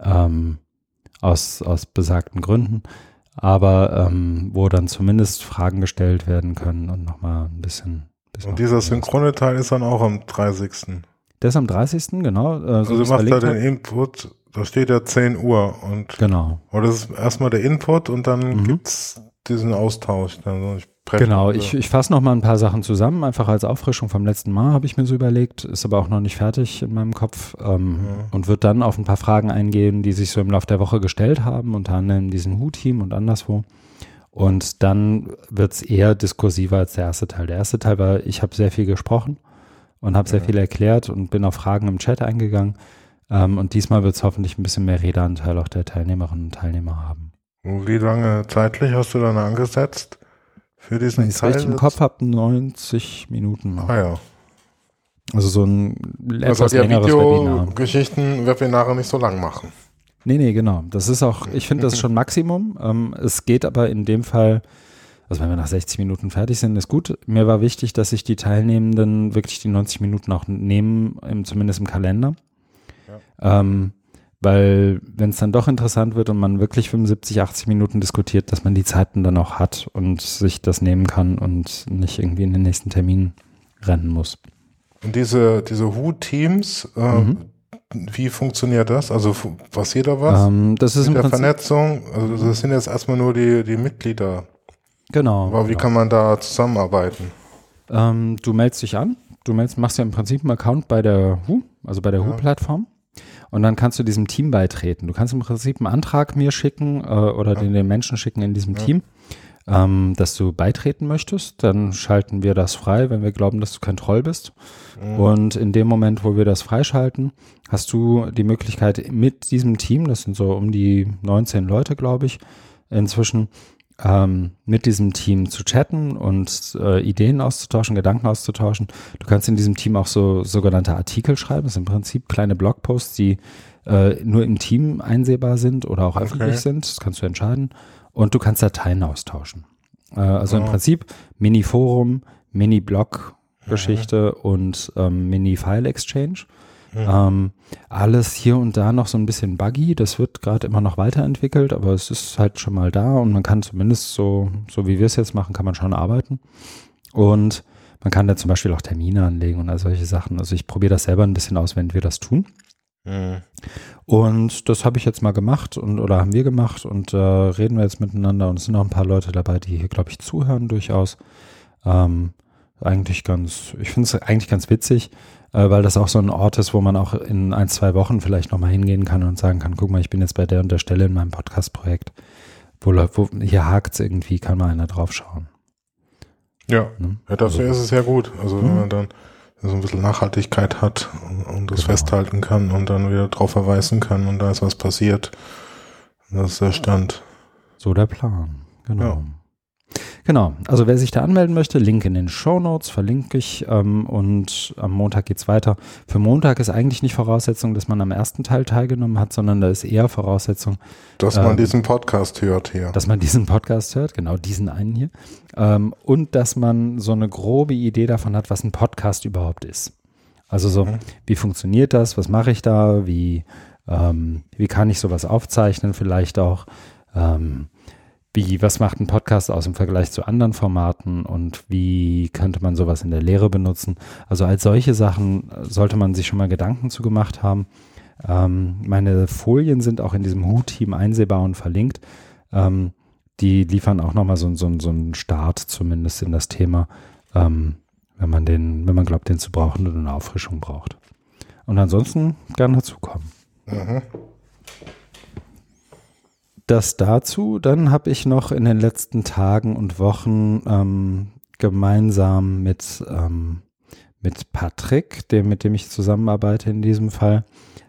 aus besagten Gründen, aber wo dann zumindest Fragen gestellt werden können und nochmal ein bisschen. Und dieser synchrone Teil ist dann auch am 30. Der ist am 30. genau. Also du machst da den Input, da steht ja 10 Uhr und genau. Oder das ist erstmal der Input und dann gibt's diesen Austausch. Also genau, ich fasse noch mal ein paar Sachen zusammen, einfach als Auffrischung vom letzten Mal, habe ich mir so überlegt, ist aber auch noch nicht fertig in meinem Kopf und wird dann auf ein paar Fragen eingehen, die sich so im Laufe der Woche gestellt haben, unter anderem in diesem Who-Team und anderswo. Und dann wird es eher diskursiver als der erste Teil. Der erste Teil war, ich habe sehr viel gesprochen und habe sehr viel erklärt und bin auf Fragen im Chat eingegangen. Und diesmal wird es hoffentlich ein bisschen mehr Redeanteil auch der Teilnehmerinnen und Teilnehmer haben. Wie lange zeitlich hast du dann angesetzt für diesen Wenn ich es richtig im Kopf habe, 90 Minuten noch. Ah ja. Also so ein etwas ja längeres Webinar. Webinare nicht so lang machen. Nee, genau. Das ist auch, ich finde, das ist schon Maximum. Es geht aber in dem Fall, also wenn wir nach 60 Minuten fertig sind, ist gut. Mir war wichtig, dass sich die Teilnehmenden wirklich die 90 Minuten auch nehmen, zumindest im Kalender. Ja. Weil wenn es dann doch interessant wird und man wirklich 75, 80 Minuten diskutiert, dass man die Zeiten dann auch hat und sich das nehmen kann und nicht irgendwie in den nächsten Termin rennen muss. Und diese Who-Teams, wie funktioniert das? Also passiert da was? Das ist mit im der Prinzip Vernetzung? Also das sind jetzt erstmal nur die Mitglieder. Genau. Aber wie kann man da zusammenarbeiten? Du meldest dich an. Machst ja im Prinzip einen Account bei der Who, also bei der Who-Plattform. Und dann kannst du diesem Team beitreten. Du kannst im Prinzip einen Antrag mir schicken oder den Menschen schicken in diesem Team, dass du beitreten möchtest. Dann schalten wir das frei, wenn wir glauben, dass du kein Troll bist. Und in dem Moment, wo wir das freischalten, hast du die Möglichkeit mit diesem Team, das sind so um die 19 Leute, glaube ich, inzwischen, mit diesem Team zu chatten und Ideen auszutauschen, Gedanken auszutauschen. Du kannst in diesem Team auch so sogenannte Artikel schreiben. Das sind im Prinzip kleine Blogposts, die nur im Team einsehbar sind oder auch öffentlich sind. Das kannst du entscheiden. Und du kannst Dateien austauschen. Also im Prinzip Mini-Forum, Mini-Blog-Geschichte und Mini-File-Exchange. Alles hier und da noch so ein bisschen buggy, das wird gerade immer noch weiterentwickelt, aber es ist halt schon mal da und man kann zumindest so wie wir es jetzt machen, kann man schon arbeiten und man kann da zum Beispiel auch Termine anlegen und all solche Sachen. Also ich probiere das selber ein bisschen aus, wenn wir das tun. Und das habe ich jetzt mal gemacht oder haben wir gemacht und reden wir jetzt miteinander und es sind noch ein paar Leute dabei, die hier, glaube ich, zuhören durchaus. Ich finde es eigentlich ganz witzig, weil das auch so ein Ort ist, wo man auch in 1-2 Wochen vielleicht nochmal hingehen kann und sagen kann, guck mal, ich bin jetzt bei der und der Stelle in meinem Podcast-Projekt. Wo hier hakt es irgendwie, kann mal einer drauf schauen. Ja, dafür ist es ja gut. Also wenn man dann so ein bisschen Nachhaltigkeit hat und das festhalten kann und dann wieder drauf verweisen kann und da ist was passiert. Das ist der Stand. So der Plan, genau. Ja. Genau, also wer sich da anmelden möchte, Link in den Shownotes, verlinke ich und am Montag geht's weiter. Für Montag ist eigentlich nicht Voraussetzung, dass man am ersten Teil teilgenommen hat, sondern da ist eher Voraussetzung, dass man diesen Podcast hört hier. Dass man diesen Podcast hört, genau diesen einen hier. Und dass man so eine grobe Idee davon hat, was ein Podcast überhaupt ist. Also so, wie funktioniert das, was mache ich da, wie kann ich sowas aufzeichnen, vielleicht auch was macht ein Podcast aus im Vergleich zu anderen Formaten und wie könnte man sowas in der Lehre benutzen? Also als solche Sachen sollte man sich schon mal Gedanken zu gemacht haben. Meine Folien sind auch in diesem Who-Team einsehbar und verlinkt. Die liefern auch nochmal so einen Start zumindest in das Thema, wenn man glaubt, den zu brauchen und eine Auffrischung braucht. Und ansonsten gerne dazukommen. Das dazu, dann habe ich noch in den letzten Tagen und Wochen gemeinsam mit mit Patrick, mit dem ich zusammenarbeite in diesem Fall,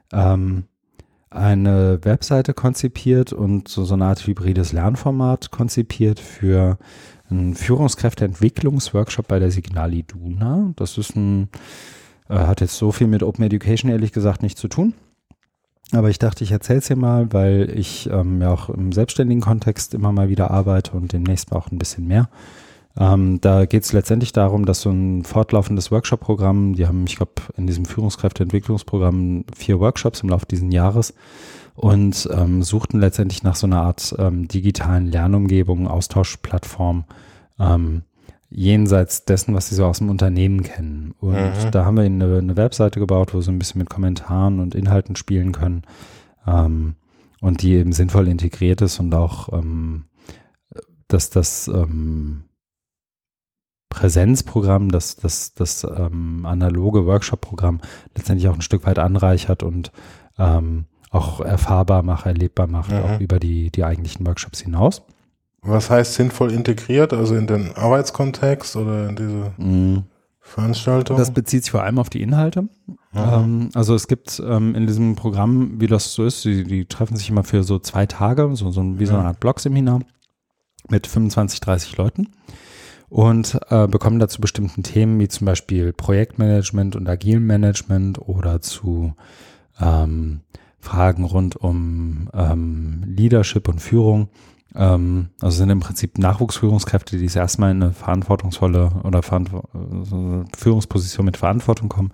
eine Webseite konzipiert und so eine Art hybrides Lernformat konzipiert für einen Führungskräfteentwicklungsworkshop bei der Signal Iduna. Das ist hat jetzt so viel mit Open Education ehrlich gesagt nichts zu tun. Aber ich dachte, ich erzähle es dir mal, weil ich ja auch im selbstständigen Kontext immer mal wieder arbeite und demnächst auch ein bisschen mehr. Da geht es letztendlich darum, dass so ein fortlaufendes Workshop-Programm, die haben, ich glaube, in diesem Führungskräfteentwicklungsprogramm 4 Workshops im Laufe dieses Jahres und suchten letztendlich nach so einer Art digitalen Lernumgebung, Austauschplattform, jenseits dessen, was sie so aus dem Unternehmen kennen. Und da haben wir ihnen eine Webseite gebaut, wo sie ein bisschen mit Kommentaren und Inhalten spielen können und die eben sinnvoll integriert ist und auch, dass das Präsenzprogramm, das analoge Workshop-Programm letztendlich auch ein Stück weit anreichert und auch erfahrbar macht, erlebbar macht, auch über die eigentlichen Workshops hinaus. Was heißt sinnvoll integriert? Also in den Arbeitskontext oder in diese Veranstaltung? Das bezieht sich vor allem auf die Inhalte. Also es gibt in diesem Programm, wie das so ist, die treffen sich immer für so 2 Tage, wie so eine Art Blog-Seminar mit 25, 30 Leuten. Und bekommen dazu bestimmten Themen, wie zum Beispiel Projektmanagement und Agilem Management oder zu Fragen rund um Leadership und Führung. Also sind im Prinzip Nachwuchsführungskräfte, die das erstmal in eine verantwortungsvolle oder Führungsposition mit Verantwortung kommen.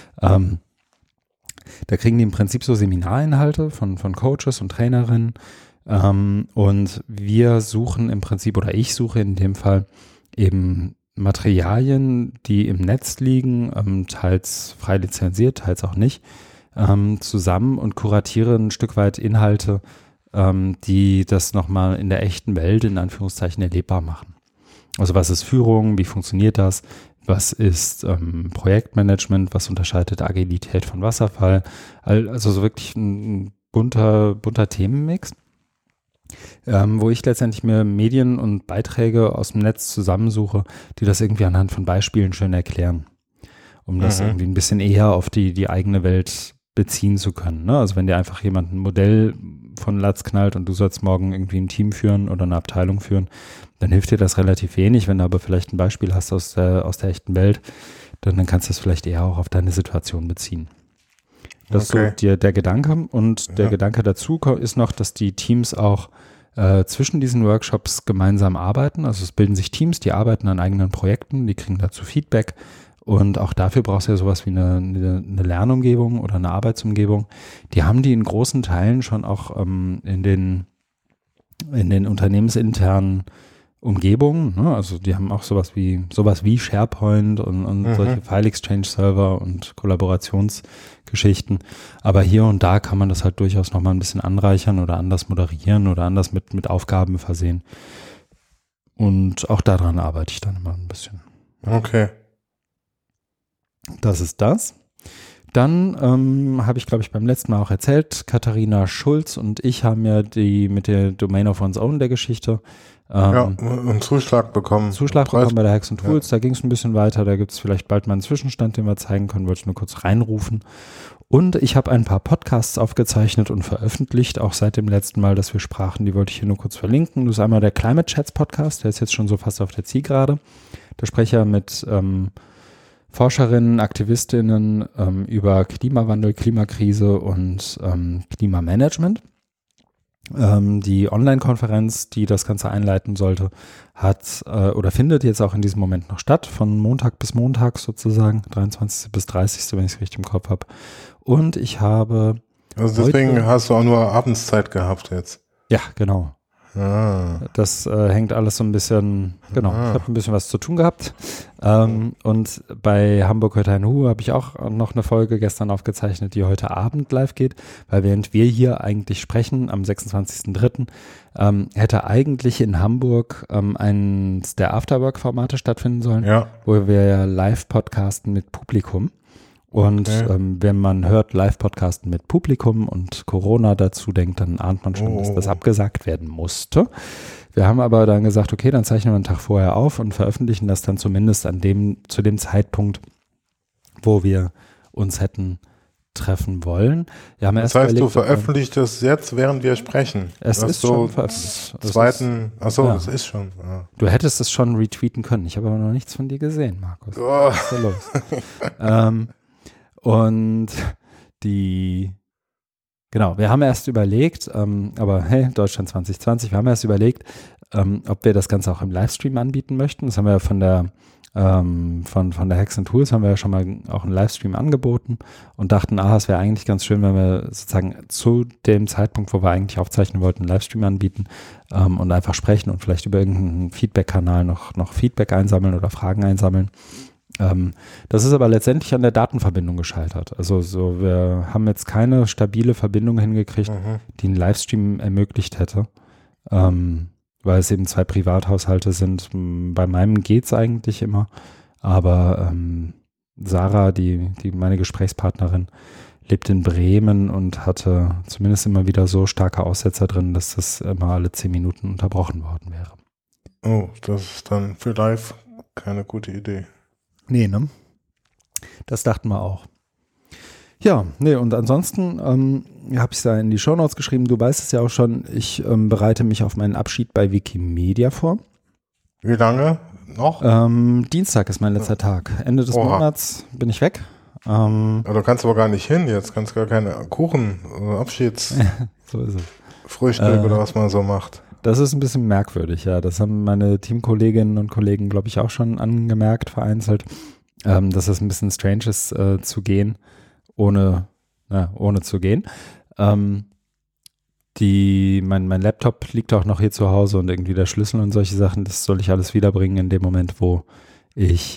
Da kriegen die im Prinzip so Seminarinhalte von Coaches und Trainerinnen. Und wir suchen im Prinzip, oder ich suche in dem Fall, eben Materialien, die im Netz liegen, teils frei lizenziert, teils auch nicht, zusammen und kuratiere ein Stück weit Inhalte, die das nochmal in der echten Welt in Anführungszeichen erlebbar machen. Also was ist Führung, wie funktioniert das, was ist Projektmanagement, was unterscheidet Agilität von Wasserfall, also so wirklich ein bunter Themenmix. Wo ich letztendlich mir Medien und Beiträge aus dem Netz zusammensuche, die das irgendwie anhand von Beispielen schön erklären, um das irgendwie ein bisschen eher auf die eigene Welt beziehen zu können. Ne? Also wenn dir einfach jemand ein Modell von Latz knallt und du sollst morgen irgendwie ein Team führen oder eine Abteilung führen, dann hilft dir das relativ wenig. Wenn du aber vielleicht ein Beispiel hast aus der echten Welt, dann kannst du das vielleicht eher auch auf deine Situation beziehen. Das ist so der Gedanke. Und der Gedanke dazu ist noch, dass die Teams auch zwischen diesen Workshops gemeinsam arbeiten. Also es bilden sich Teams, die arbeiten an eigenen Projekten, die kriegen dazu Feedback. Und auch dafür brauchst du ja sowas wie eine Lernumgebung oder eine Arbeitsumgebung. Die haben die in großen Teilen schon auch in den unternehmensinternen Umgebungen. Ne? Also die haben auch sowas wie SharePoint und solche File-Exchange-Server und Kollaborationsgeschichten. Aber hier und da kann man das halt durchaus nochmal ein bisschen anreichern oder anders moderieren oder anders mit Aufgaben versehen. Und auch daran arbeite ich dann immer ein bisschen. Okay. Das ist das. Dann habe ich, glaube ich, beim letzten Mal auch erzählt, Katharina Schulz und ich haben ja mit der Domain of One's Own der Geschichte einen Zuschlag bekommen. Bei der Hacks and Tools. Da ging es ein bisschen weiter. Da gibt es vielleicht bald mal einen Zwischenstand, den wir zeigen können. Wollte ich nur kurz reinrufen. Und ich habe ein paar Podcasts aufgezeichnet und veröffentlicht, auch seit dem letzten Mal, dass wir sprachen. Die wollte ich hier nur kurz verlinken. Das ist einmal der Climate Chats Podcast. Der ist jetzt schon so fast auf der Zielgerade. Da spreche ich mit Forscherinnen, Aktivistinnen über Klimawandel, Klimakrise und Klimamanagement. Die Online-Konferenz, die das Ganze einleiten sollte, findet jetzt auch in diesem Moment noch statt, von Montag bis Montag sozusagen, 23. bis 30., wenn ich es richtig im Kopf habe. Und ich habe... Also deswegen hast du auch nur Abendszeit gehabt jetzt. Ja, genau. Das hängt alles so ein bisschen, ich habe ein bisschen was zu tun gehabt. Und bei Hamburg hört ein Hu habe ich auch noch eine Folge gestern aufgezeichnet, die heute Abend live geht, weil während wir hier eigentlich sprechen, am 26.03., hätte eigentlich in Hamburg eins der Afterwork-Formate stattfinden sollen, wo wir ja live podcasten mit Publikum. Und wenn man hört Live-Podcasten mit Publikum und Corona dazu denkt, dann ahnt man schon, dass das abgesagt werden musste. Wir haben aber dann gesagt, okay, dann zeichnen wir einen Tag vorher auf und veröffentlichen das dann zumindest zu dem Zeitpunkt, wo wir uns hätten treffen wollen. Wir haben Das heißt, du veröffentlichst es jetzt, während wir sprechen. Es ist schon veröffentlicht. Das ist schon. Ja. Du hättest es schon retweeten können. Ich habe aber noch nichts von dir gesehen, Markus. Was ist da los? Und genau, wir haben erst überlegt, aber hey, Deutschland 2020, wir haben erst überlegt, ob wir das Ganze auch im Livestream anbieten möchten. Das haben wir ja von der Hacks and Tools haben wir ja schon mal auch einen Livestream angeboten und dachten, es wäre eigentlich ganz schön, wenn wir sozusagen zu dem Zeitpunkt, wo wir eigentlich aufzeichnen wollten, einen Livestream anbieten und einfach sprechen und vielleicht über irgendeinen Feedback-Kanal noch Feedback einsammeln oder Fragen einsammeln. Das ist aber letztendlich an der Datenverbindung gescheitert. Also wir haben jetzt keine stabile Verbindung hingekriegt, die einen Livestream ermöglicht hätte. Weil es eben 2 Privathaushalte sind. Bei meinem geht's eigentlich immer, aber Sarah, die meine Gesprächspartnerin, lebt in Bremen und hatte zumindest immer wieder so starke Aussetzer drin, dass das immer alle 10 Minuten unterbrochen worden wäre. Oh, das ist dann für live keine gute Idee. Nee, ne? Das dachten wir auch. Ja, nee, und ansonsten habe ich es da in die Shownotes geschrieben. Du weißt es ja auch schon, ich bereite mich auf meinen Abschied bei Wikimedia vor. Wie lange noch? Dienstag ist mein letzter Tag. Ende des Monats bin ich weg. Du kannst aber gar nicht hin jetzt. Kannst gar keine Kuchen, so ist es. Frühstück oder was man so macht. Das ist ein bisschen merkwürdig, ja. Das haben meine Teamkolleginnen und Kollegen, glaube ich, auch schon angemerkt, vereinzelt, dass es ein bisschen strange ist, zu gehen. Ohne zu gehen. Mein Laptop liegt auch noch hier zu Hause und irgendwie der Schlüssel und solche Sachen, das soll ich alles wiederbringen in dem Moment, wo ich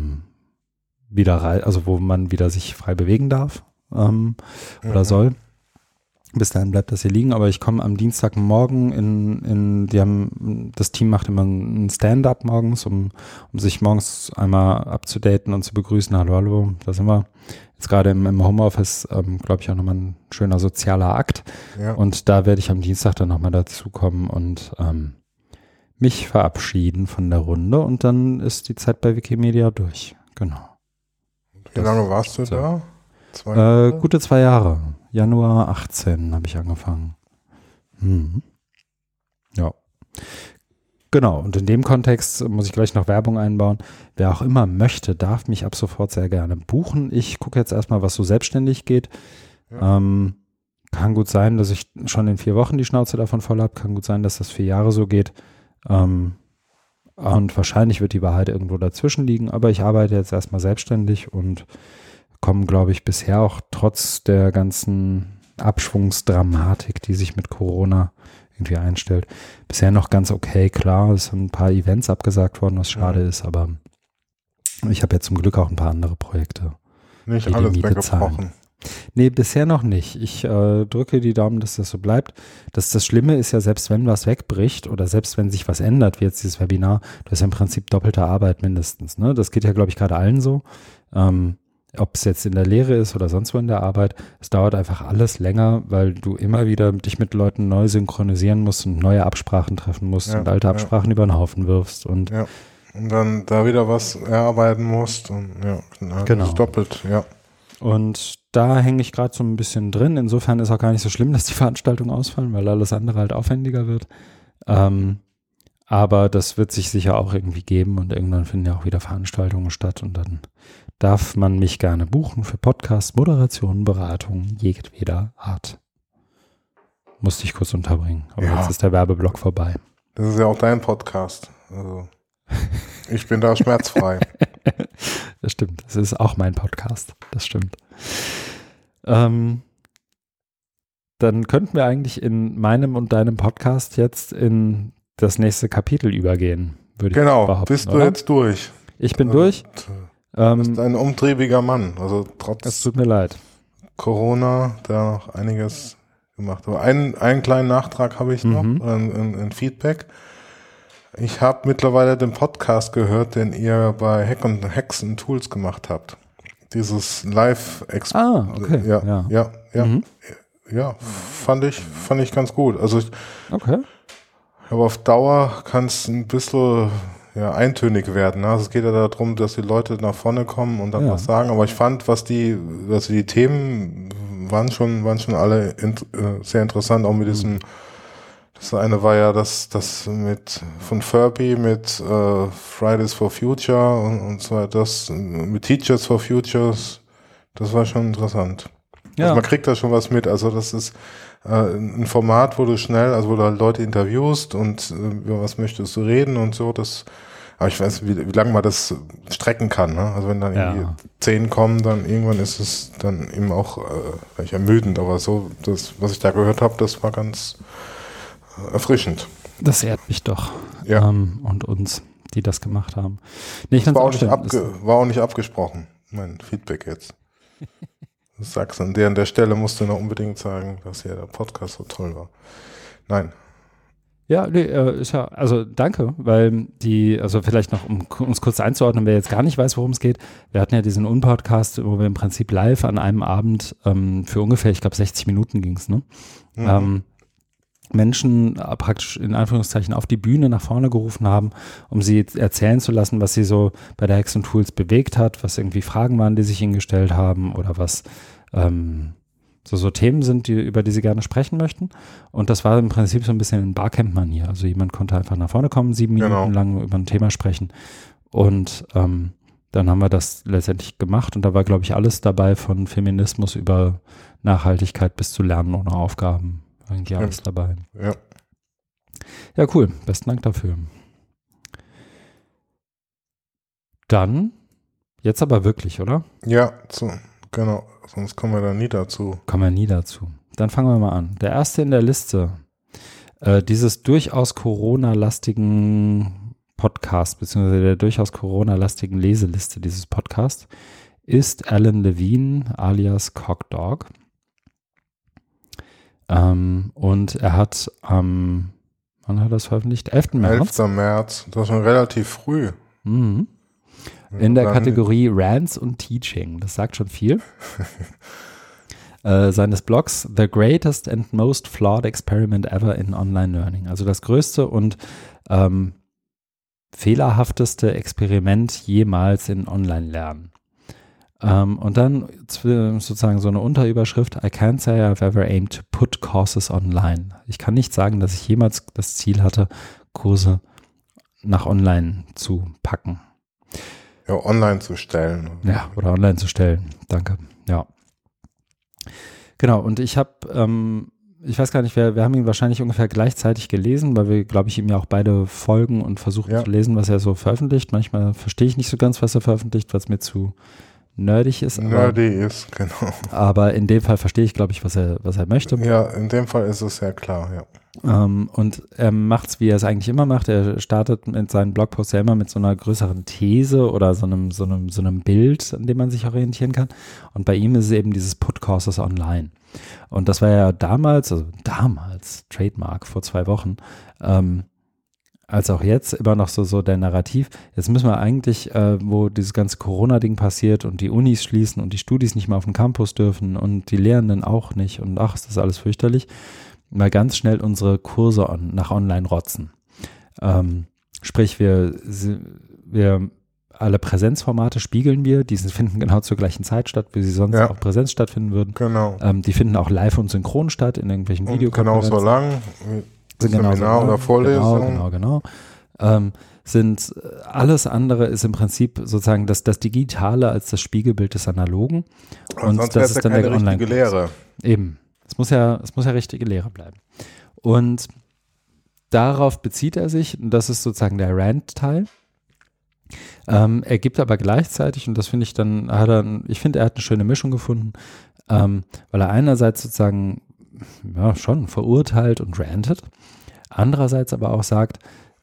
wo man wieder sich frei bewegen darf oder soll. Bis dahin bleibt das hier liegen, aber ich komme am Dienstagmorgen das Team macht immer ein Stand-up morgens, um sich morgens einmal abzudaten und zu begrüßen. Hallo, da sind wir. Jetzt gerade im Homeoffice, glaube ich, auch nochmal ein schöner sozialer Akt. Ja. Und da werde ich am Dienstag dann nochmal dazukommen und mich verabschieden von der Runde und dann ist die Zeit bei Wikimedia durch. Genau. Wie lange warst du da? 2 Jahre? Gute 2 Jahre. Januar 18 habe ich angefangen. Ja. Genau, und in dem Kontext muss ich gleich noch Werbung einbauen. Wer auch immer möchte, darf mich ab sofort sehr gerne buchen. Ich gucke jetzt erstmal, was so selbstständig geht. Ja. Kann gut sein, dass ich schon in 4 Wochen die Schnauze davon voll habe. Kann gut sein, dass das 4 Jahre so geht. Und wahrscheinlich wird die Wahrheit irgendwo dazwischen liegen. Aber ich arbeite jetzt erstmal selbstständig und komme, glaube ich, bisher auch trotz der ganzen Abschwungsdramatik, die sich mit Corona irgendwie einstellt, bisher noch ganz okay. Klar, es sind ein paar Events abgesagt worden, was schade ist, aber ich habe ja zum Glück auch ein paar andere Projekte. Nicht alles weggebrochen. Nee, bisher noch nicht. Ich drücke die Daumen, dass das so bleibt. Das Schlimme ist ja, selbst wenn was wegbricht oder selbst wenn sich was ändert, wie jetzt dieses Webinar, das ist ja im Prinzip doppelte Arbeit mindestens. Ne? Das geht ja, glaube ich, gerade allen so. Ob es jetzt in der Lehre ist oder sonst wo in der Arbeit, es dauert einfach alles länger, weil du immer wieder dich mit Leuten neu synchronisieren musst und neue Absprachen treffen musst und alte Absprachen über den Haufen wirfst. Und dann da wieder was erarbeiten musst und genau. Doppelt, ja. Und da hänge ich gerade so ein bisschen drin. Insofern ist auch gar nicht so schlimm, dass die Veranstaltungen ausfallen, weil alles andere halt aufwendiger wird. Aber das wird sich sicher auch irgendwie geben und irgendwann finden ja auch wieder Veranstaltungen statt und dann darf man mich gerne buchen für Podcasts, Moderationen, Beratungen jedweder Art. Musste ich kurz unterbringen, aber jetzt ist der Werbeblock vorbei. Das ist ja auch dein Podcast. Also ich bin da schmerzfrei. Das stimmt, das ist auch mein Podcast, das stimmt. Dann könnten wir eigentlich in meinem und deinem Podcast jetzt in das nächste Kapitel übergehen, würde ich behaupten. Genau, bist du jetzt durch? Ich bin durch. Du bist ein umtriebiger Mann, also es tut mir leid. Corona, da noch einiges gemacht. Aber einen kleinen Nachtrag habe ich noch, ein Feedback. Ich habe mittlerweile den Podcast gehört, den ihr bei Hacks and Tools gemacht habt. Dieses Live-Expo. Okay. Ja, fand ich ganz gut. Also okay. Aber auf Dauer kann es ein bisschen eintönig werden. Ne? Also es geht ja darum, dass die Leute nach vorne kommen und dann was sagen. Aber ich fand, die Themen waren schon alle sehr interessant, auch mit diesem, das eine war ja das von Furby mit Fridays for Future und so das mit Teachers for Futures, das war schon interessant. Ja. Also man kriegt da schon was mit, also das ist ein Format, wo du halt Leute interviewst und über was möchtest du reden und so, aber ich weiß, wie lange man das strecken kann, ne? Also wenn dann irgendwie 10 kommen, dann irgendwann ist es dann eben auch vielleicht ermüdend, aber so, das, was ich da gehört habe, das war ganz erfrischend. Das ehrt mich doch. Und uns, die das gemacht haben. Nee, das war auch nicht abgesprochen, mein Feedback jetzt. Du sagst an der Stelle musst du noch unbedingt sagen, dass ja der Podcast so toll war. Nein. Ja, nee, also danke, weil also vielleicht noch, um uns kurz einzuordnen, wer jetzt gar nicht weiß, worum es geht, wir hatten ja diesen Unpodcast, wo wir im Prinzip live an einem Abend für ungefähr, ich glaube 60 Minuten ging's, ne? Menschen praktisch in Anführungszeichen auf die Bühne nach vorne gerufen haben, um sie erzählen zu lassen, was sie so bei der Hexen Tools bewegt hat, was irgendwie Fragen waren, die sich ihnen gestellt haben oder was so Themen sind, über die sie gerne sprechen möchten. Und das war im Prinzip so ein bisschen in Barcamp-Manier. Also jemand konnte einfach nach vorne kommen, 7 Minuten lang über ein Thema sprechen. Und dann haben wir das letztendlich gemacht und da war, glaube ich, alles dabei von Feminismus über Nachhaltigkeit bis zu Lernen ohne Aufgaben. Eigentlich alles dabei. Ja. Ja, cool. Besten Dank dafür. Dann, jetzt aber wirklich, oder? Ja, genau. Sonst kommen wir da nie dazu. Dann fangen wir mal an. Der erste in der Liste dieses durchaus Corona-lastigen Podcast, beziehungsweise der durchaus Corona-lastigen Leseliste dieses Podcasts, ist Alan Levine alias Cockdog. Und er hat wann hat er das veröffentlicht? 11. März. 11. März, das ist schon relativ früh. Mhm. In der Kategorie Rants und Teaching, das sagt schon viel. Seines Blogs The Greatest and Most Flawed Experiment Ever in Online Learning. Also das größte und fehlerhafteste Experiment jemals in Online-Lernen. Und dann sozusagen so eine Unterüberschrift, I can't say I've ever aimed to put courses online. Ich kann nicht sagen, dass ich jemals das Ziel hatte, Kurse nach online zu packen. Ja, online zu stellen. Ja, oder online zu stellen. Danke. Ja. Genau, und ich habe, ich weiß gar nicht, wir haben ihn wahrscheinlich ungefähr gleichzeitig gelesen, weil wir, glaube ich, ihm ja auch beide folgen und versuchen zu lesen, was er so veröffentlicht. Manchmal verstehe ich nicht so ganz, was er veröffentlicht, was mir zu nerdig ist. Genau. Aber in dem Fall verstehe ich, glaube ich, was er möchte. Ja, in dem Fall ist es sehr klar, ja. Und er macht es, wie er es eigentlich immer macht. Er startet mit seinen Blogposts ja immer mit so einer größeren These oder so einem Bild, an dem man sich orientieren kann. Und bei ihm ist es eben dieses Put Courses online. Und das war ja damals, Trademark vor 2 Wochen, als auch jetzt immer noch so der Narrativ. Jetzt müssen wir eigentlich, wo dieses ganze Corona-Ding passiert und die Unis schließen und die Studis nicht mehr auf den Campus dürfen und die Lehrenden auch nicht und ach, ist das alles fürchterlich, mal ganz schnell unsere Kurse nach online rotzen. Sprich, wir alle Präsenzformate spiegeln wir, die finden genau zur gleichen Zeit statt, wie sie sonst auch Präsenz stattfinden würden. Genau. Die finden auch live und synchron statt in irgendwelchen Videokonferenzen. Genauso lang, Seminar oder Vorlesung. Genau. Sind alles andere ist im Prinzip sozusagen das Digitale als das Spiegelbild des Analogen. Und sonst das ist dann der richtige Lehre. Eben. Es muss ja richtige Lehre bleiben. Und darauf bezieht er sich, und das ist sozusagen der Rant-Teil. Er gibt aber gleichzeitig, und das finde ich dann, ich finde, er hat eine schöne Mischung gefunden, weil er einerseits sozusagen schon verurteilt und rantet, andererseits aber auch sagt,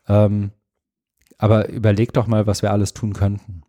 aber überleg doch mal, was wir alles tun könnten.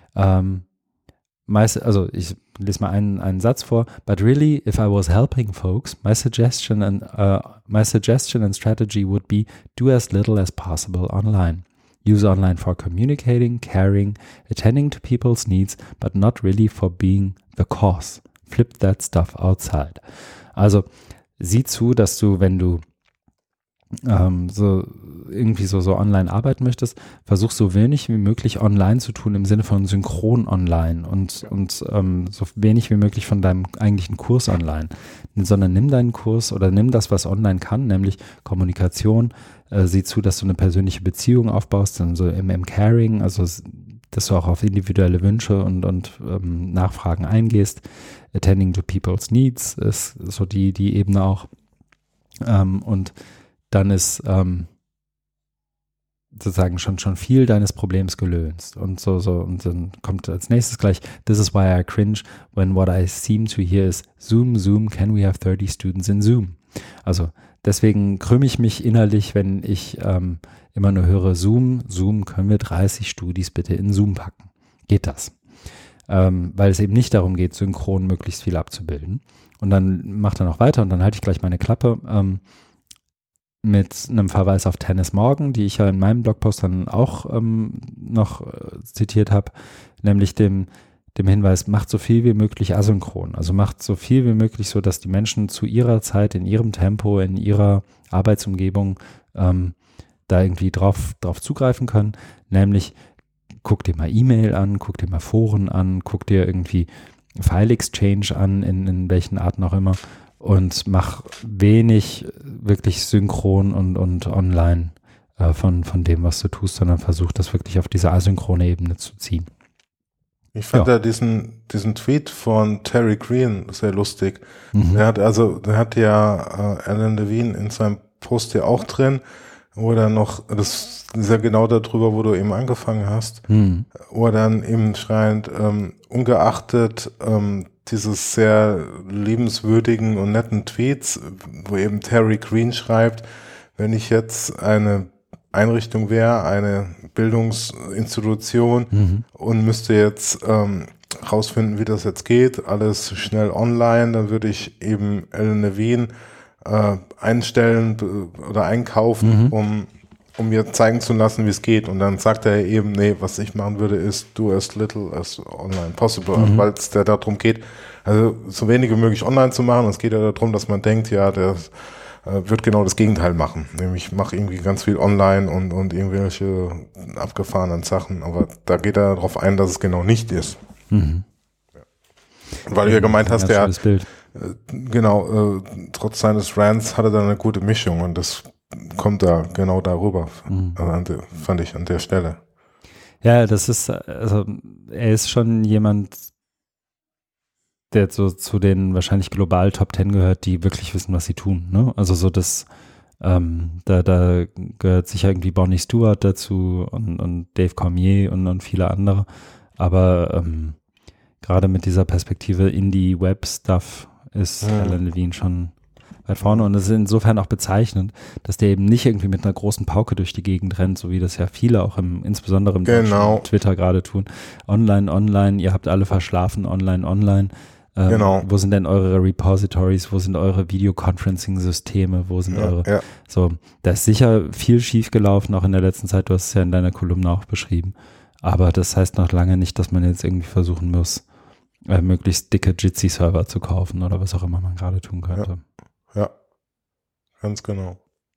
Ich lese mal einen Satz vor. But really, if I was helping folks, my suggestion and strategy would be do as little as possible online. Use online for communicating, caring, attending to people's needs, but not really for being the cause. Flip that stuff outside. Also sieh zu, dass du, wenn du so irgendwie so online arbeiten möchtest, versuch so wenig wie möglich online zu tun im Sinne von synchron online und so wenig wie möglich von deinem eigentlichen Kurs online, sondern nimm deinen Kurs oder nimm das, was online kann, nämlich Kommunikation, sieh zu, dass du eine persönliche Beziehung aufbaust, dann so im Caring, also dass du auch auf individuelle Wünsche und Nachfragen eingehst. Attending to people's needs ist so die Ebene auch. Und dann ist sozusagen schon viel deines Problems gelöst. Und und dann kommt als nächstes gleich, this is why I cringe when what I seem to hear is Zoom, can we have 30 students in Zoom? Also deswegen krümme ich mich innerlich, wenn ich immer nur höre, Zoom, können wir 30 Studis bitte in Zoom packen. Geht das? Weil es eben nicht darum geht, synchron möglichst viel abzubilden. Und dann macht er noch weiter und dann halte ich gleich meine Klappe mit einem Verweis auf Tennis Morgan, die ich ja in meinem Blogpost dann auch noch zitiert habe, nämlich dem Hinweis, macht so viel wie möglich asynchron. Also macht so viel wie möglich so, dass die Menschen zu ihrer Zeit, in ihrem Tempo, in ihrer Arbeitsumgebung da irgendwie drauf zugreifen können. Nämlich guck dir mal E-Mail an, guck dir mal Foren an, guck dir irgendwie File-Exchange an, in welchen Arten auch immer und mach wenig wirklich synchron und online von dem, was du tust, sondern versuch das wirklich auf diese asynchrone Ebene zu ziehen. Ich fand ja diesen Tweet von Terry Green sehr lustig. Mhm. Der hat ja Alan Levine in seinem Post ja auch drin, wo er dann noch, das ist ja genau darüber, wo du eben angefangen hast, wo er dann eben schreibt, ungeachtet dieses sehr liebenswürdigen und netten Tweets, wo eben Terry Green schreibt, wenn ich jetzt eine Einrichtung wäre, eine Bildungsinstitution und müsste jetzt rausfinden, wie das jetzt geht, alles schnell online, dann würde ich eben Alan Levine einstellen oder einkaufen, um mir zeigen zu lassen, wie es geht. Und dann sagt er eben, nee, was ich machen würde, ist do as little as online possible, weil es da darum geht, also so wenig wie möglich online zu machen. Und es geht ja darum, dass man denkt, ja, der wird genau das Gegenteil machen. Nämlich mache irgendwie ganz viel online und irgendwelche abgefahrenen Sachen. Aber da geht er darauf ein, dass es genau nicht ist. Mhm. Ja. Weil du ja gemeint hast, der Bild. Trotz seines Rants hatte er eine gute Mischung und das kommt da genau darüber, fand ich an der Stelle. Ja, das ist, also er ist schon jemand, der so zu den wahrscheinlich global Top 10 gehört, die wirklich wissen, was sie tun. Ne? Also so das, da gehört sicher irgendwie Bonnie Stewart dazu und Dave Cormier und viele andere. Aber gerade mit dieser Perspektive Indie-Web-Stuff ist Alan Levine schon weit vorne und es ist insofern auch bezeichnend, dass der eben nicht irgendwie mit einer großen Pauke durch die Gegend rennt, so wie das ja viele auch insbesondere im deutschen Twitter gerade tun. Online, ihr habt alle verschlafen, online. Wo sind denn eure Repositories, wo sind eure Videoconferencing-Systeme, wo sind eure, so, da ist sicher viel schief gelaufen, auch in der letzten Zeit, du hast es ja in deiner Kolumne auch beschrieben, aber das heißt noch lange nicht, dass man jetzt irgendwie versuchen muss, möglichst dicke Jitsi-Server zu kaufen oder was auch immer man gerade tun könnte. Ja, ganz genau.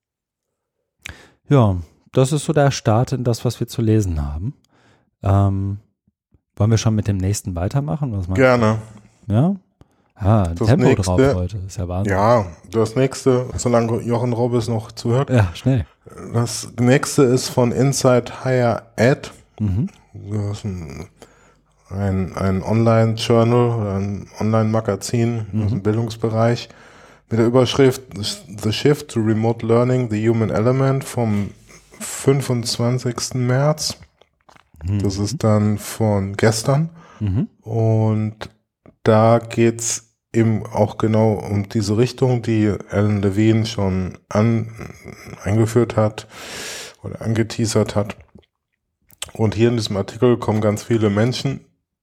Ja, das ist so der Start in das, was wir zu lesen haben. Wollen wir schon mit dem nächsten weitermachen? Was Gerne. Ja? Tempo nächste, drauf heute, ist ja Wahnsinn. Ja, das nächste, solange Jochen Robbes noch zuhört. Ja, schnell. Das nächste ist von Inside Higher Ed. Das ist ein Online-Journal oder ein Online-Magazin aus dem Bildungsbereich mit der Überschrift The Shift to Remote Learning, the Human Element vom 25. März. Das ist dann von gestern. Und da geht's eben auch genau um diese Richtung, die Alan Levine schon eingeführt hat oder angeteasert hat. Und hier in diesem Artikel kommen ganz viele Menschen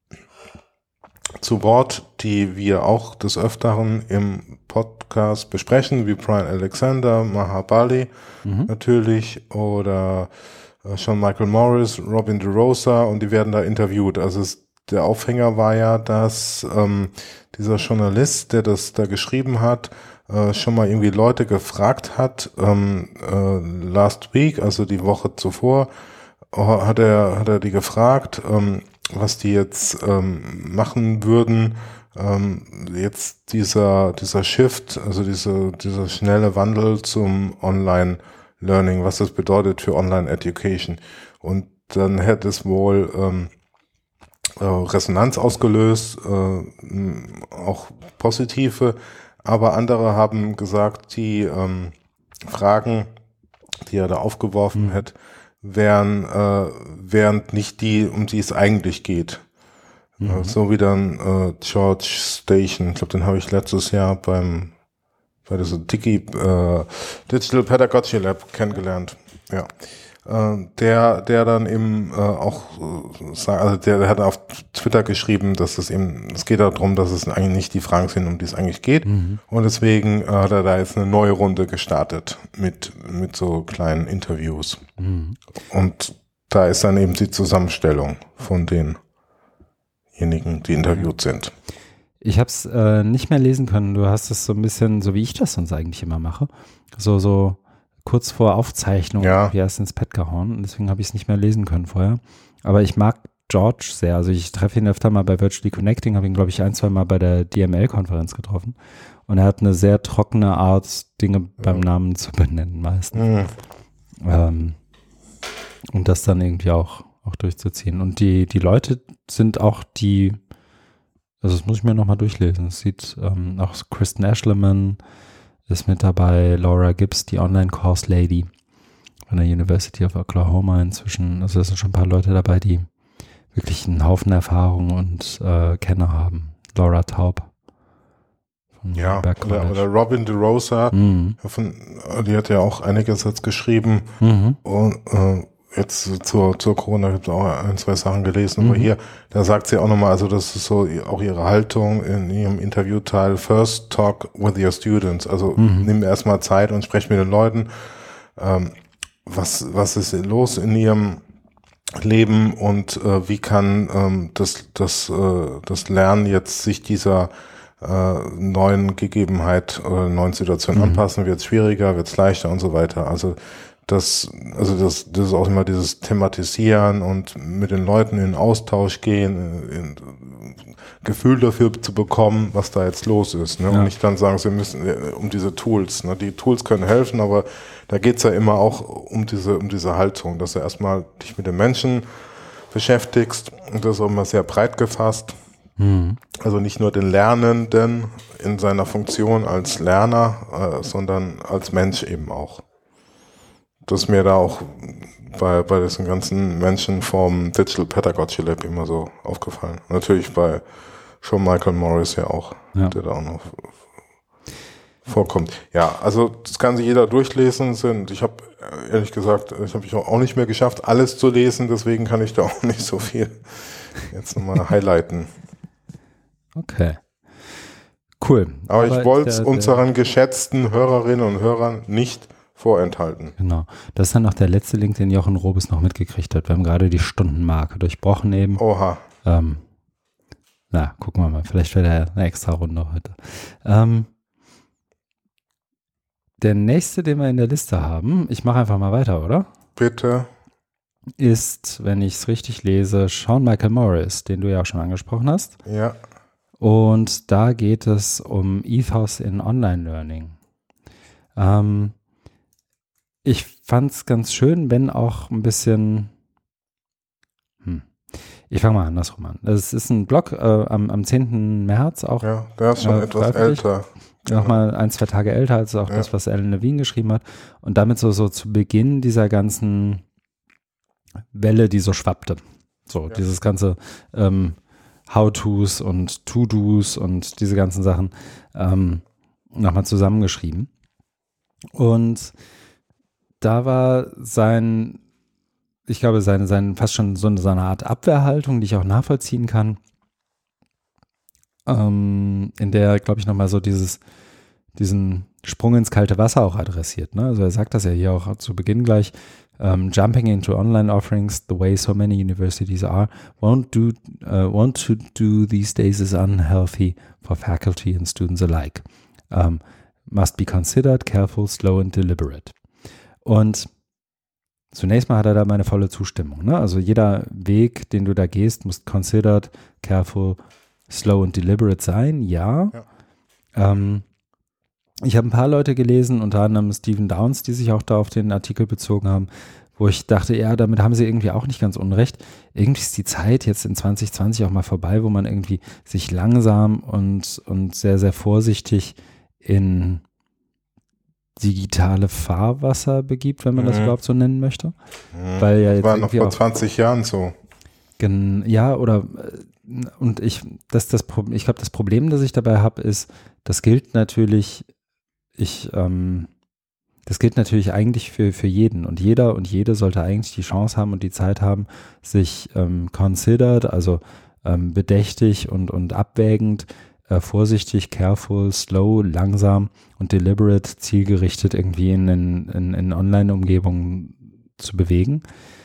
zu Wort, die wir auch des Öfteren im Podcast besprechen, wie Brian Alexander, Maha Bali natürlich oder Sean Michael Morris, Robin DeRosa und die werden da interviewt. Also der Aufhänger war ja, dass dieser Journalist, der das da geschrieben hat, schon mal irgendwie Leute gefragt hat, last week, also die Woche zuvor, hat er die gefragt, was die jetzt machen würden, jetzt dieser Shift, also dieser schnelle Wandel zum Online-Learning, was das bedeutet für Online-Education. Und dann hätte es wohl Resonanz ausgelöst, auch positive, aber andere haben gesagt, die Fragen, die er da aufgeworfen hat, wären nicht die, um die es eigentlich geht. So wie dann George Station, ich glaube, den habe ich letztes Jahr bei diesem Digital Pedagogy Lab kennengelernt. Ja. Der dann eben auch also der hat auf Twitter geschrieben, dass es geht darum, dass es eigentlich nicht die Fragen sind, um die es eigentlich geht. Und deswegen hat er da jetzt eine neue Runde gestartet mit so kleinen Interviews. Und da ist dann eben die Zusammenstellung von denjenigen, die interviewt sind. Ich habe es nicht mehr lesen können. Du hast es so ein bisschen, so wie ich das sonst eigentlich immer mache, so kurz vor Aufzeichnung erst ins Pad gehauen und deswegen habe ich es nicht mehr lesen können vorher. Aber ich mag George sehr. Also ich treffe ihn öfter mal bei Virtually Connecting, habe ihn, glaube ich, 1-2 Mal bei der DML-Konferenz getroffen. Und er hat eine sehr trockene Art, Dinge beim Namen zu benennen meistens. Und das dann irgendwie auch durchzuziehen. Und die Leute sind auch also das muss ich mir nochmal durchlesen. Es sieht auch Kristen Ashleman ist mit dabei, Laura Gibbs, die Online-Course-Lady von der University of Oklahoma inzwischen. Also da sind schon ein paar Leute dabei, die wirklich einen Haufen Erfahrung und Kenner haben. Laura Taub. Oder Robin DeRosa, die hat ja auch einiges jetzt geschrieben. Und jetzt zur Corona gibt es auch 1-2 Sachen gelesen, aber hier, da sagt sie auch nochmal, also das ist so auch ihre Haltung in ihrem Interviewteil, first talk with your students, also nimm erstmal Zeit und sprech mit den Leuten, was ist los in ihrem Leben und wie kann das Lernen jetzt sich dieser neuen Gegebenheit oder neuen Situation anpassen, wird es schwieriger, wird es leichter und so weiter, also das ist auch immer dieses Thematisieren und mit den Leuten in Austausch gehen, Gefühl dafür zu bekommen, was da jetzt los ist. Ne? Und nicht dann sagen, sie müssen um diese Tools. Ne? Die Tools können helfen, aber da geht's ja immer auch um diese Haltung, dass du erstmal dich mit den Menschen beschäftigst und das ist auch immer sehr breit gefasst. Also nicht nur den Lernenden in seiner Funktion als Lerner, sondern als Mensch eben auch. Das ist mir da auch bei diesen ganzen Menschen vom Digital Pedagogy Lab immer so aufgefallen. Natürlich bei Sean Michael Morris ja auch, der da auch noch vorkommt. Ja, also das kann sich jeder durchlesen. Ich habe ehrlich gesagt, ich habe auch nicht mehr geschafft, alles zu lesen, deswegen kann ich da auch nicht so viel jetzt nochmal highlighten. Okay. Cool. Aber ich wollte es unseren geschätzten Hörerinnen und Hörern nicht vorenthalten. Genau. Das ist dann noch der letzte Link, den Jochen Robes noch mitgekriegt hat. Wir haben gerade die Stundenmarke durchbrochen eben. Oha. Gucken wir mal. Vielleicht wird er eine extra Runde heute. Der nächste, den wir in der Liste haben, ich mache einfach mal weiter, oder? Bitte. Ist, wenn ich es richtig lese, Sean Michael Morris, den du ja auch schon angesprochen hast. Ja. Und da geht es um Ethos in Online-Learning. Ich fand es ganz schön, wenn auch ein bisschen, ich fange mal andersrum an. Es ist ein Blog am 10. März auch. Ja, der ist schon etwas älter. Nochmal 1-2 Tage älter als auch das, was Alan Levine geschrieben hat. Und damit so zu Beginn dieser ganzen Welle, die so schwappte. So, dieses ganze How-Tos und To-Dos und diese ganzen Sachen nochmal zusammengeschrieben. Und da war seine fast schon so eine Art Abwehrhaltung, die ich auch nachvollziehen kann, in der, glaube ich, nochmal so diesen Sprung ins kalte Wasser auch adressiert. Ne? Also er sagt das ja hier auch zu Beginn gleich, jumping into online offerings the way so many universities want to do these days is unhealthy for faculty and students alike. must be considered, careful, slow and deliberate. Und zunächst mal hat er da meine volle Zustimmung. Ne? Also jeder Weg, den du da gehst, muss considered, careful, slow and deliberate sein, ja. Ich habe ein paar Leute gelesen, unter anderem Stephen Downes, die sich auch da auf den Artikel bezogen haben, wo ich dachte, ja, damit haben sie irgendwie auch nicht ganz unrecht. Irgendwie ist die Zeit jetzt in 2020 auch mal vorbei, wo man irgendwie sich langsam und sehr, sehr vorsichtig in digitale Fahrwasser begibt, wenn man das überhaupt so nennen möchte. Weil ja jetzt war noch vor 20 Jahren so. Ja, oder und ich glaube, das Problem, das ich dabei habe, ist, das gilt natürlich eigentlich für jeden und jeder und jede sollte eigentlich die Chance haben und die Zeit haben, sich considered, also bedächtig und abwägend, vorsichtig, careful, slow, langsam und deliberate, zielgerichtet irgendwie in Online-Umgebungen zu bewegen.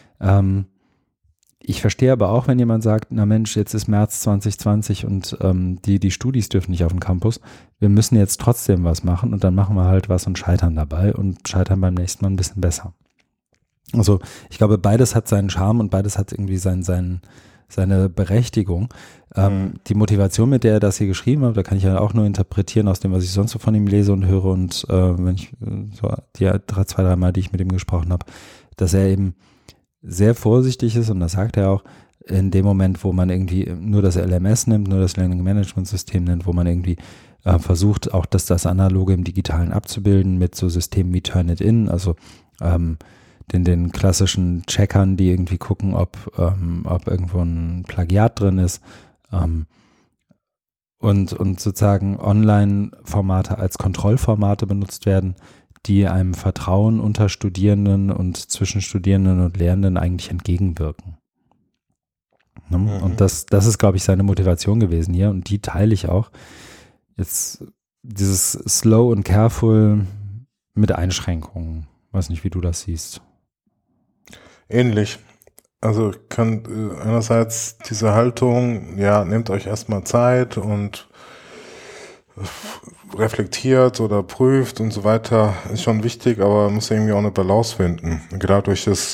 Ich verstehe aber auch, wenn jemand sagt, na Mensch, jetzt ist März 2020 und die Studis dürfen nicht auf den Campus. Wir müssen jetzt trotzdem was machen und dann machen wir halt was und scheitern dabei und scheitern beim nächsten Mal ein bisschen besser. Also ich glaube, beides hat seinen Charme und beides hat irgendwie seine Berechtigung. Die Motivation, mit der er das hier geschrieben hat, da kann ich ja auch nur interpretieren aus dem, was ich sonst so von ihm lese und höre und wenn ich so die 2-3 Mal, die ich mit ihm gesprochen habe, dass er eben sehr vorsichtig ist und das sagt er auch, in dem Moment, wo man irgendwie nur das LMS nimmt, nur das Learning Management System nimmt, wo man irgendwie versucht, auch das Analoge im Digitalen abzubilden mit so Systemen wie Turnitin, also den klassischen Checkern, die irgendwie gucken, ob irgendwo ein Plagiat drin ist und sozusagen Online-Formate als Kontrollformate benutzt werden, die einem Vertrauen unter Studierenden und zwischen Studierenden und Lehrenden eigentlich entgegenwirken. Ne? Und das ist, glaube ich, seine Motivation gewesen hier und die teile ich auch. Jetzt dieses Slow und Careful mit Einschränkungen. Weiß nicht, wie du das siehst. Ähnlich. Also kann einerseits diese Haltung, ja, nehmt euch erstmal Zeit und reflektiert oder prüft und so weiter, ist schon wichtig, aber man muss irgendwie auch eine Balance finden. Gerade durch das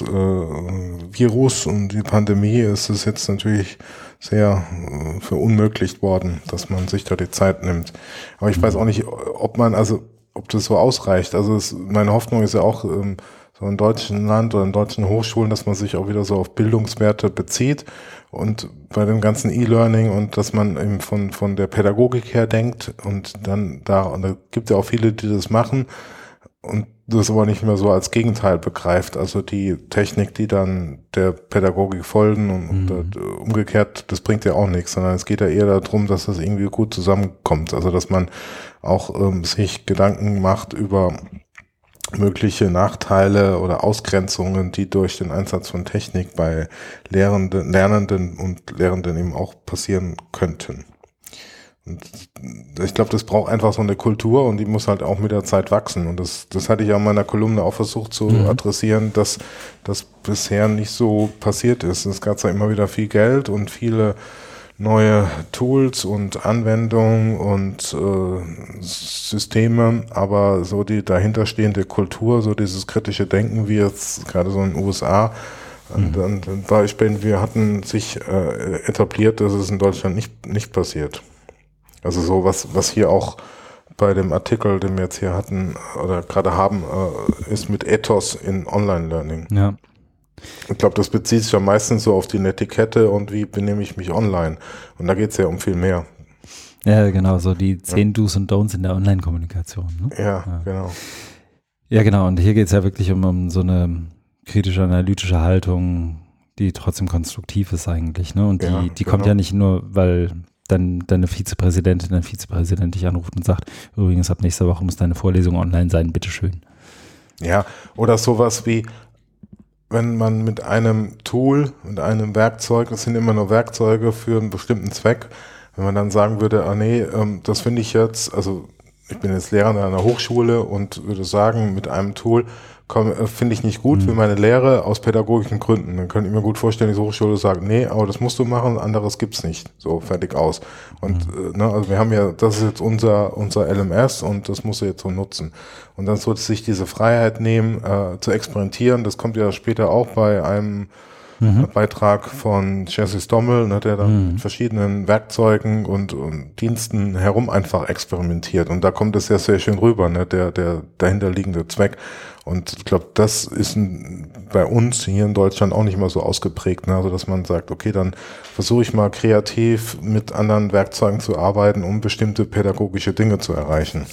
Virus und die Pandemie ist es jetzt natürlich sehr verunmöglicht worden, dass man sich da die Zeit nimmt. Aber ich weiß auch nicht, ob das so ausreicht. Also meine Hoffnung ist ja auch, so in deutschen Land oder in deutschen Hochschulen, dass man sich auch wieder so auf Bildungswerte bezieht und bei dem ganzen E-Learning und dass man eben von der Pädagogik her denkt und dann und da gibt es ja auch viele, die das machen und das aber nicht mehr so als Gegenteil begreift, also die Technik, die dann der Pädagogik folgen und umgekehrt, das bringt ja auch nichts, sondern es geht ja eher darum, dass das irgendwie gut zusammenkommt, also dass man auch sich Gedanken macht über mögliche Nachteile oder Ausgrenzungen, die durch den Einsatz von Technik bei Lernenden und Lehrenden eben auch passieren könnten. Und ich glaube, das braucht einfach so eine Kultur und die muss halt auch mit der Zeit wachsen. Und das hatte ich ja in meiner Kolumne auch versucht zu adressieren, dass das bisher nicht so passiert ist. Es gab zwar immer wieder viel Geld und viele neue Tools und Anwendungen und Systeme, aber so die dahinterstehende Kultur, so dieses kritische Denken, wie jetzt gerade so in den USA, dann Beispiel, wir hatten sich etabliert, dass es in Deutschland nicht passiert. Also so was hier auch bei dem Artikel, den wir jetzt hier hatten oder gerade haben, ist mit Ethos in Online-Learning. Ja. Ich glaube, das bezieht sich ja meistens so auf die Netiquette und wie benehme ich mich online. Und da geht es ja um viel mehr. Ja, genau, so die 10 Do's und Don'ts in der Online-Kommunikation. Ne? Ja, genau. Ja, genau, und hier geht es ja wirklich um so eine kritische, analytische Haltung, die trotzdem konstruktiv ist eigentlich. Ne? Und die kommt ja nicht nur, weil dann deine Vizepräsidentin, dein Vizepräsident dich anruft und sagt, übrigens ab nächster Woche muss deine Vorlesung online sein, bitteschön. Ja, oder sowas wie, wenn man mit einem Tool, mit einem Werkzeug, das sind immer nur Werkzeuge für einen bestimmten Zweck, wenn man dann sagen würde, das finde ich jetzt, also ich bin jetzt Lehrer an einer Hochschule und würde sagen, mit einem Tool finde ich nicht gut für meine Lehre aus pädagogischen Gründen. Dann könnte ich mir gut vorstellen, diese Hochschule sagt, nee, aber das musst du machen, anderes gibt's nicht. So, fertig aus. Und also wir haben ja, das ist jetzt unser LMS und das musst du jetzt so nutzen. Und dann sollte sich diese Freiheit nehmen, zu experimentieren. Das kommt ja später auch bei einem Beitrag von Jesse Stommel, ne, der dann mit verschiedenen Werkzeugen und Diensten herum einfach experimentiert. Und da kommt es ja sehr schön rüber, ne, der dahinterliegende Zweck. Und ich glaube, das ist bei uns hier in Deutschland auch nicht mal so ausgeprägt, ne? Also dass man sagt, okay, dann versuche ich mal kreativ mit anderen Werkzeugen zu arbeiten, um bestimmte pädagogische Dinge zu erreichen.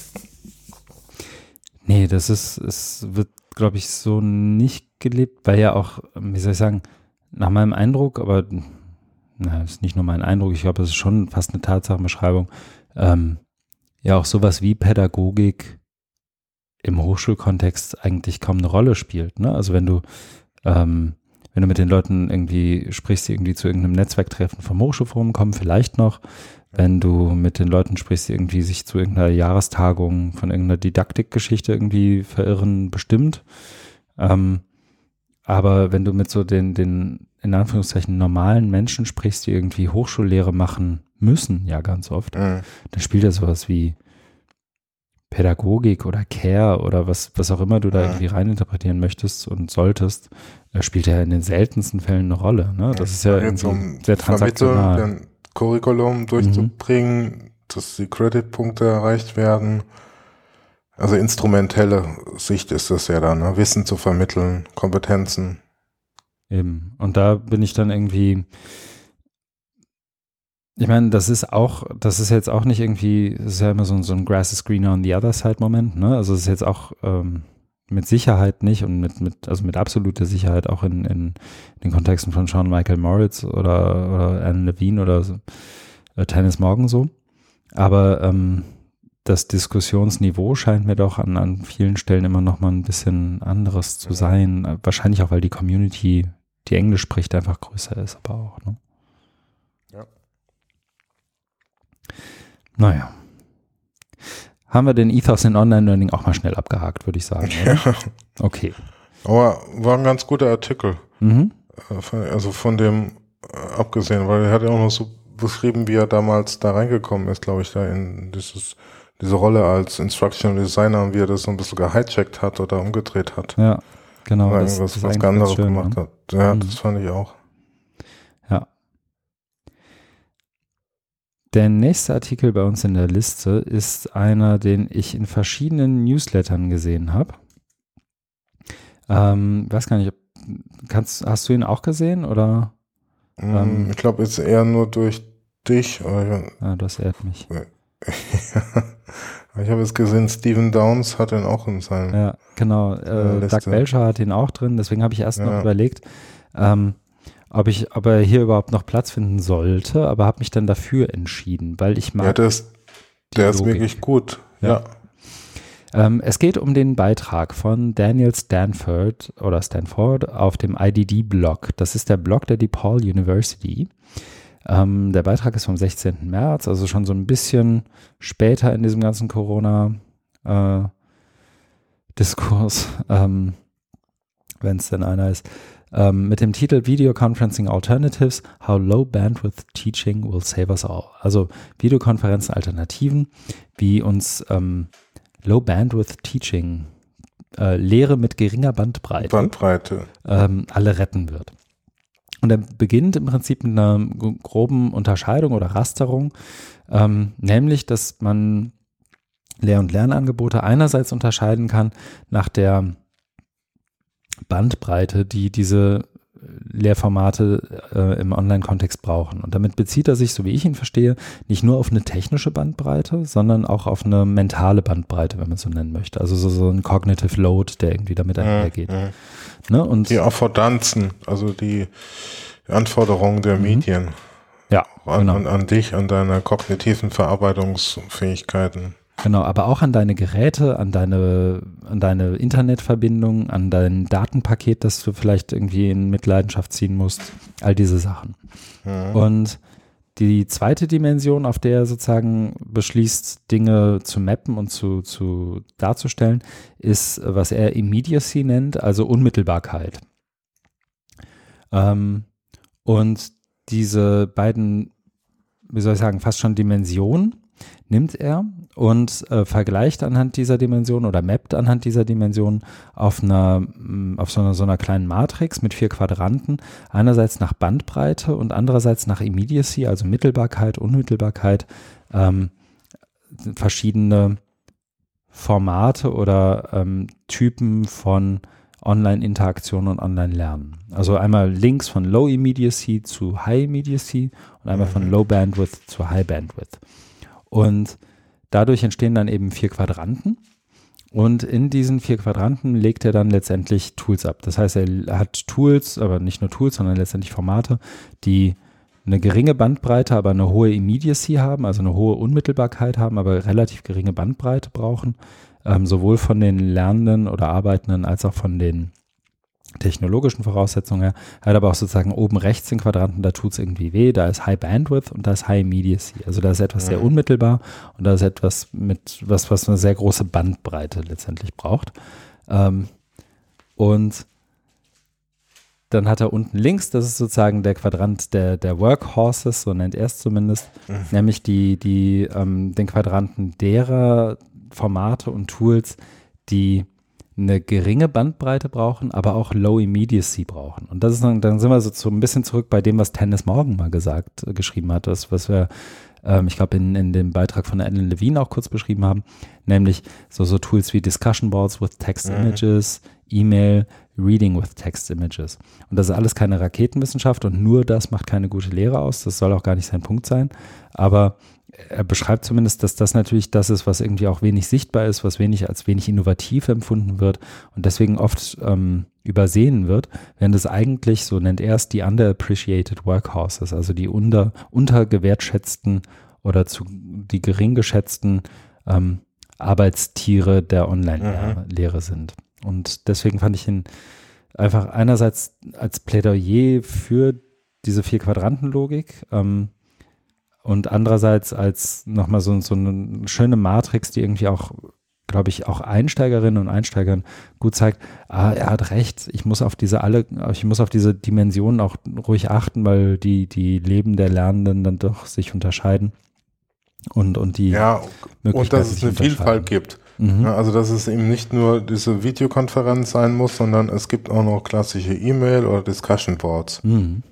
Nee, es wird, glaube ich, so nicht gelebt, weil ja auch, wie soll ich sagen, nach meinem Eindruck, aber das ist nicht nur mein Eindruck, ich glaube, das ist schon fast eine Tatsachenbeschreibung, ja auch sowas wie Pädagogik im Hochschulkontext eigentlich kaum eine Rolle spielt. Ne? Also wenn du mit den Leuten irgendwie sprichst, die irgendwie zu irgendeinem Netzwerktreffen vom Hochschulforum kommen, vielleicht noch, wenn du mit den Leuten sprichst, die irgendwie sich zu irgendeiner Jahrestagung von irgendeiner Didaktikgeschichte irgendwie verirren, bestimmt. Aber wenn du mit so den in Anführungszeichen normalen Menschen sprichst, die irgendwie Hochschullehre machen müssen, ja ganz oft, dann spielt ja sowas wie Pädagogik oder Care oder was auch immer du da irgendwie reininterpretieren möchtest und solltest, spielt ja in den seltensten Fällen eine Rolle. Ne? Das ist ja irgendwie sehr transaktional. Ein Curriculum durchzubringen, dass die Creditpunkte erreicht werden. Also instrumentelle Sicht ist das ja dann, ne? Wissen zu vermitteln, Kompetenzen. Eben. Und da bin ich dann irgendwie, ich meine, das ist jetzt auch nicht irgendwie, das ist ja immer so ein Grass is greener on the other side Moment, ne? Also es ist jetzt auch mit Sicherheit nicht und mit absoluter Sicherheit auch in den Kontexten von Sean Michael Moritz oder Anne Levine oder so, Tennis Morgan so. Aber das Diskussionsniveau scheint mir doch an vielen Stellen immer noch mal ein bisschen anderes zu sein. Wahrscheinlich auch, weil die Community, die Englisch spricht, einfach größer ist, aber auch, ne? Ja. Naja. Haben wir den Ethos in Online-Learning auch mal schnell abgehakt, würde ich sagen. Oder? Ja. Okay. Aber war ein ganz guter Artikel. Also von dem abgesehen, weil er hat ja auch noch so beschrieben, wie er damals da reingekommen ist, glaube ich, da in diese Rolle als Instructional Designer und wie er das so ein bisschen gehijackt hat oder umgedreht hat. Ja, genau. Oder irgendwas was anderes schön, gemacht hat. Ja, das fand ich auch. Ja. Der nächste Artikel bei uns in der Liste ist einer, den ich in verschiedenen Newslettern gesehen habe. Weiß gar nicht, hast du ihn auch gesehen oder? Ich glaube, jetzt eher nur durch dich. Das ehrt mich. Ich habe jetzt gesehen, Stephen Downes hat ihn auch in seinem. Ja, genau. Doug Belcher hat ihn auch drin. Deswegen habe ich erst noch überlegt, ob er hier überhaupt noch Platz finden sollte, aber habe mich dann dafür entschieden, weil ich mag. Ja, der ist wirklich gut. Ja. Es geht um den Beitrag von Daniel Stanford auf dem IDD-Blog. Das ist der Blog der DePaul University. Der Beitrag ist vom 16. März, also schon so ein bisschen später in diesem ganzen Corona-Diskurs, wenn es denn einer ist, mit dem Titel Video Conferencing Alternatives, How Low Bandwidth Teaching Will Save Us All. Also Videokonferenzen Alternativen, wie uns Low Bandwidth Teaching, Lehre mit geringer Bandbreite. Alle retten wird. Und er beginnt im Prinzip mit einer groben Unterscheidung oder Rasterung, nämlich, dass man Lehr- und Lernangebote einerseits unterscheiden kann nach der Bandbreite, die diese Lehrformate im Online-Kontext brauchen. Und damit bezieht er sich, so wie ich ihn verstehe, nicht nur auf eine technische Bandbreite, sondern auch auf eine mentale Bandbreite, wenn man es so nennen möchte. Also so ein Cognitive Load, der irgendwie damit einhergeht. Ne? Und die Affordanzen, also die Anforderungen der Medien. Ja, an dich, an deine kognitiven Verarbeitungsfähigkeiten. Genau, aber auch an deine Geräte, an deine Internetverbindung, an dein Datenpaket, das du vielleicht irgendwie in Mitleidenschaft ziehen musst, all diese Sachen. Und die zweite Dimension, auf der er sozusagen beschließt, Dinge zu mappen und zu darzustellen, ist, was er Immediacy nennt, also Unmittelbarkeit. Und diese beiden, wie soll ich sagen, fast schon Dimensionen nimmt er und vergleicht anhand dieser Dimension oder mappt anhand dieser Dimension auf so einer kleinen Matrix mit 4 Quadranten, einerseits nach Bandbreite und andererseits nach Immediacy, also Mittelbarkeit, Unmittelbarkeit, verschiedene Formate oder Typen von Online-Interaktion und Online-Lernen. Also einmal Links von Low Immediacy zu High Immediacy und einmal von Low Bandwidth zu High Bandwidth. Und dadurch entstehen dann eben 4 Quadranten und in diesen 4 Quadranten legt er dann letztendlich Tools ab. Das heißt, er hat Tools, aber nicht nur Tools, sondern letztendlich Formate, die eine geringe Bandbreite, aber eine hohe Immediacy haben, also eine hohe Unmittelbarkeit haben, aber relativ geringe Bandbreite brauchen, sowohl von den Lernenden oder Arbeitenden als auch von den technologischen Voraussetzungen her. Er hat aber auch sozusagen oben rechts den Quadranten, da tut es irgendwie weh, da ist High Bandwidth und da ist High Immediacy. Also da ist etwas sehr unmittelbar und da ist etwas mit was eine sehr große Bandbreite letztendlich braucht. Und dann hat er unten links, das ist sozusagen der Quadrant der Workhorses, so nennt er es zumindest, nämlich den Quadranten derer Formate und Tools, die eine geringe Bandbreite brauchen, aber auch Low Immediacy brauchen. Und das ist dann sind wir so ein bisschen zurück bei dem, was Dennis Morgan mal geschrieben hat, was wir, ich glaube, in dem Beitrag von Alan Levine auch kurz beschrieben haben, nämlich so Tools wie Discussion Boards with Text Images, E-Mail, Reading with Text Images. Und das ist alles keine Raketenwissenschaft und nur das macht keine gute Lehre aus. Das soll auch gar nicht sein Punkt sein. Aber er beschreibt zumindest, dass das natürlich das ist, was irgendwie auch wenig sichtbar ist, was als wenig innovativ empfunden wird und deswegen oft übersehen wird, während es eigentlich, so nennt er es, die underappreciated workhorses, also die untergewertschätzten oder die gering geschätzten Arbeitstiere der Online-Lehre sind. Und deswegen fand ich ihn einfach einerseits als Plädoyer für diese 4-Quadranten-Logik und andererseits als nochmal so eine schöne Matrix, die irgendwie auch, glaube ich, auch Einsteigerinnen und Einsteigern gut zeigt, er hat recht, ich muss auf diese Dimensionen auch ruhig achten, weil die Leben der Lernenden dann doch sich unterscheiden und die Möglichkeiten und dass es eine Vielfalt gibt. Also dass es eben nicht nur diese Videokonferenz sein muss, sondern es gibt auch noch klassische E-Mail oder Discussion Boards.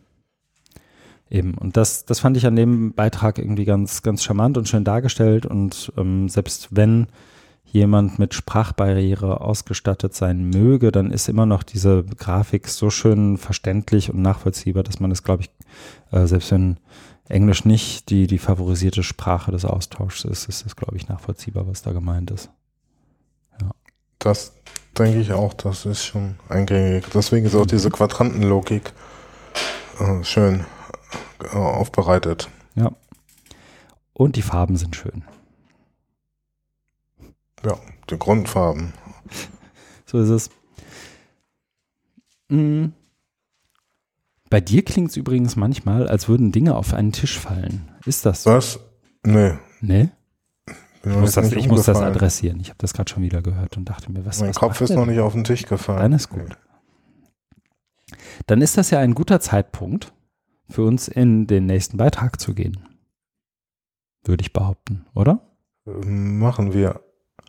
Eben, und das fand ich an dem Beitrag irgendwie ganz, ganz charmant und schön dargestellt und selbst wenn jemand mit Sprachbarriere ausgestattet sein möge, dann ist immer noch diese Grafik so schön verständlich und nachvollziehbar, dass man das, glaube ich, selbst wenn Englisch nicht die favorisierte Sprache des Austauschs ist es, glaube ich, nachvollziehbar, was da gemeint ist. Ja. Das denke ich auch, das ist schon eingängig. Deswegen ist auch diese Quadrantenlogik schön aufbereitet. Ja. Und die Farben sind schön. Ja, die Grundfarben. So ist es. Bei dir klingt es übrigens manchmal, als würden Dinge auf einen Tisch fallen. Ist das so? Was? Nee. Nee? Ich muss das adressieren. Ich habe das gerade schon wieder gehört und dachte mir, mein Kopf ist noch nicht auf den Tisch gefallen. Dann ist gut. Dann ist das ja ein guter Zeitpunkt für uns in den nächsten Beitrag zu gehen. Würde ich behaupten, oder? Machen wir.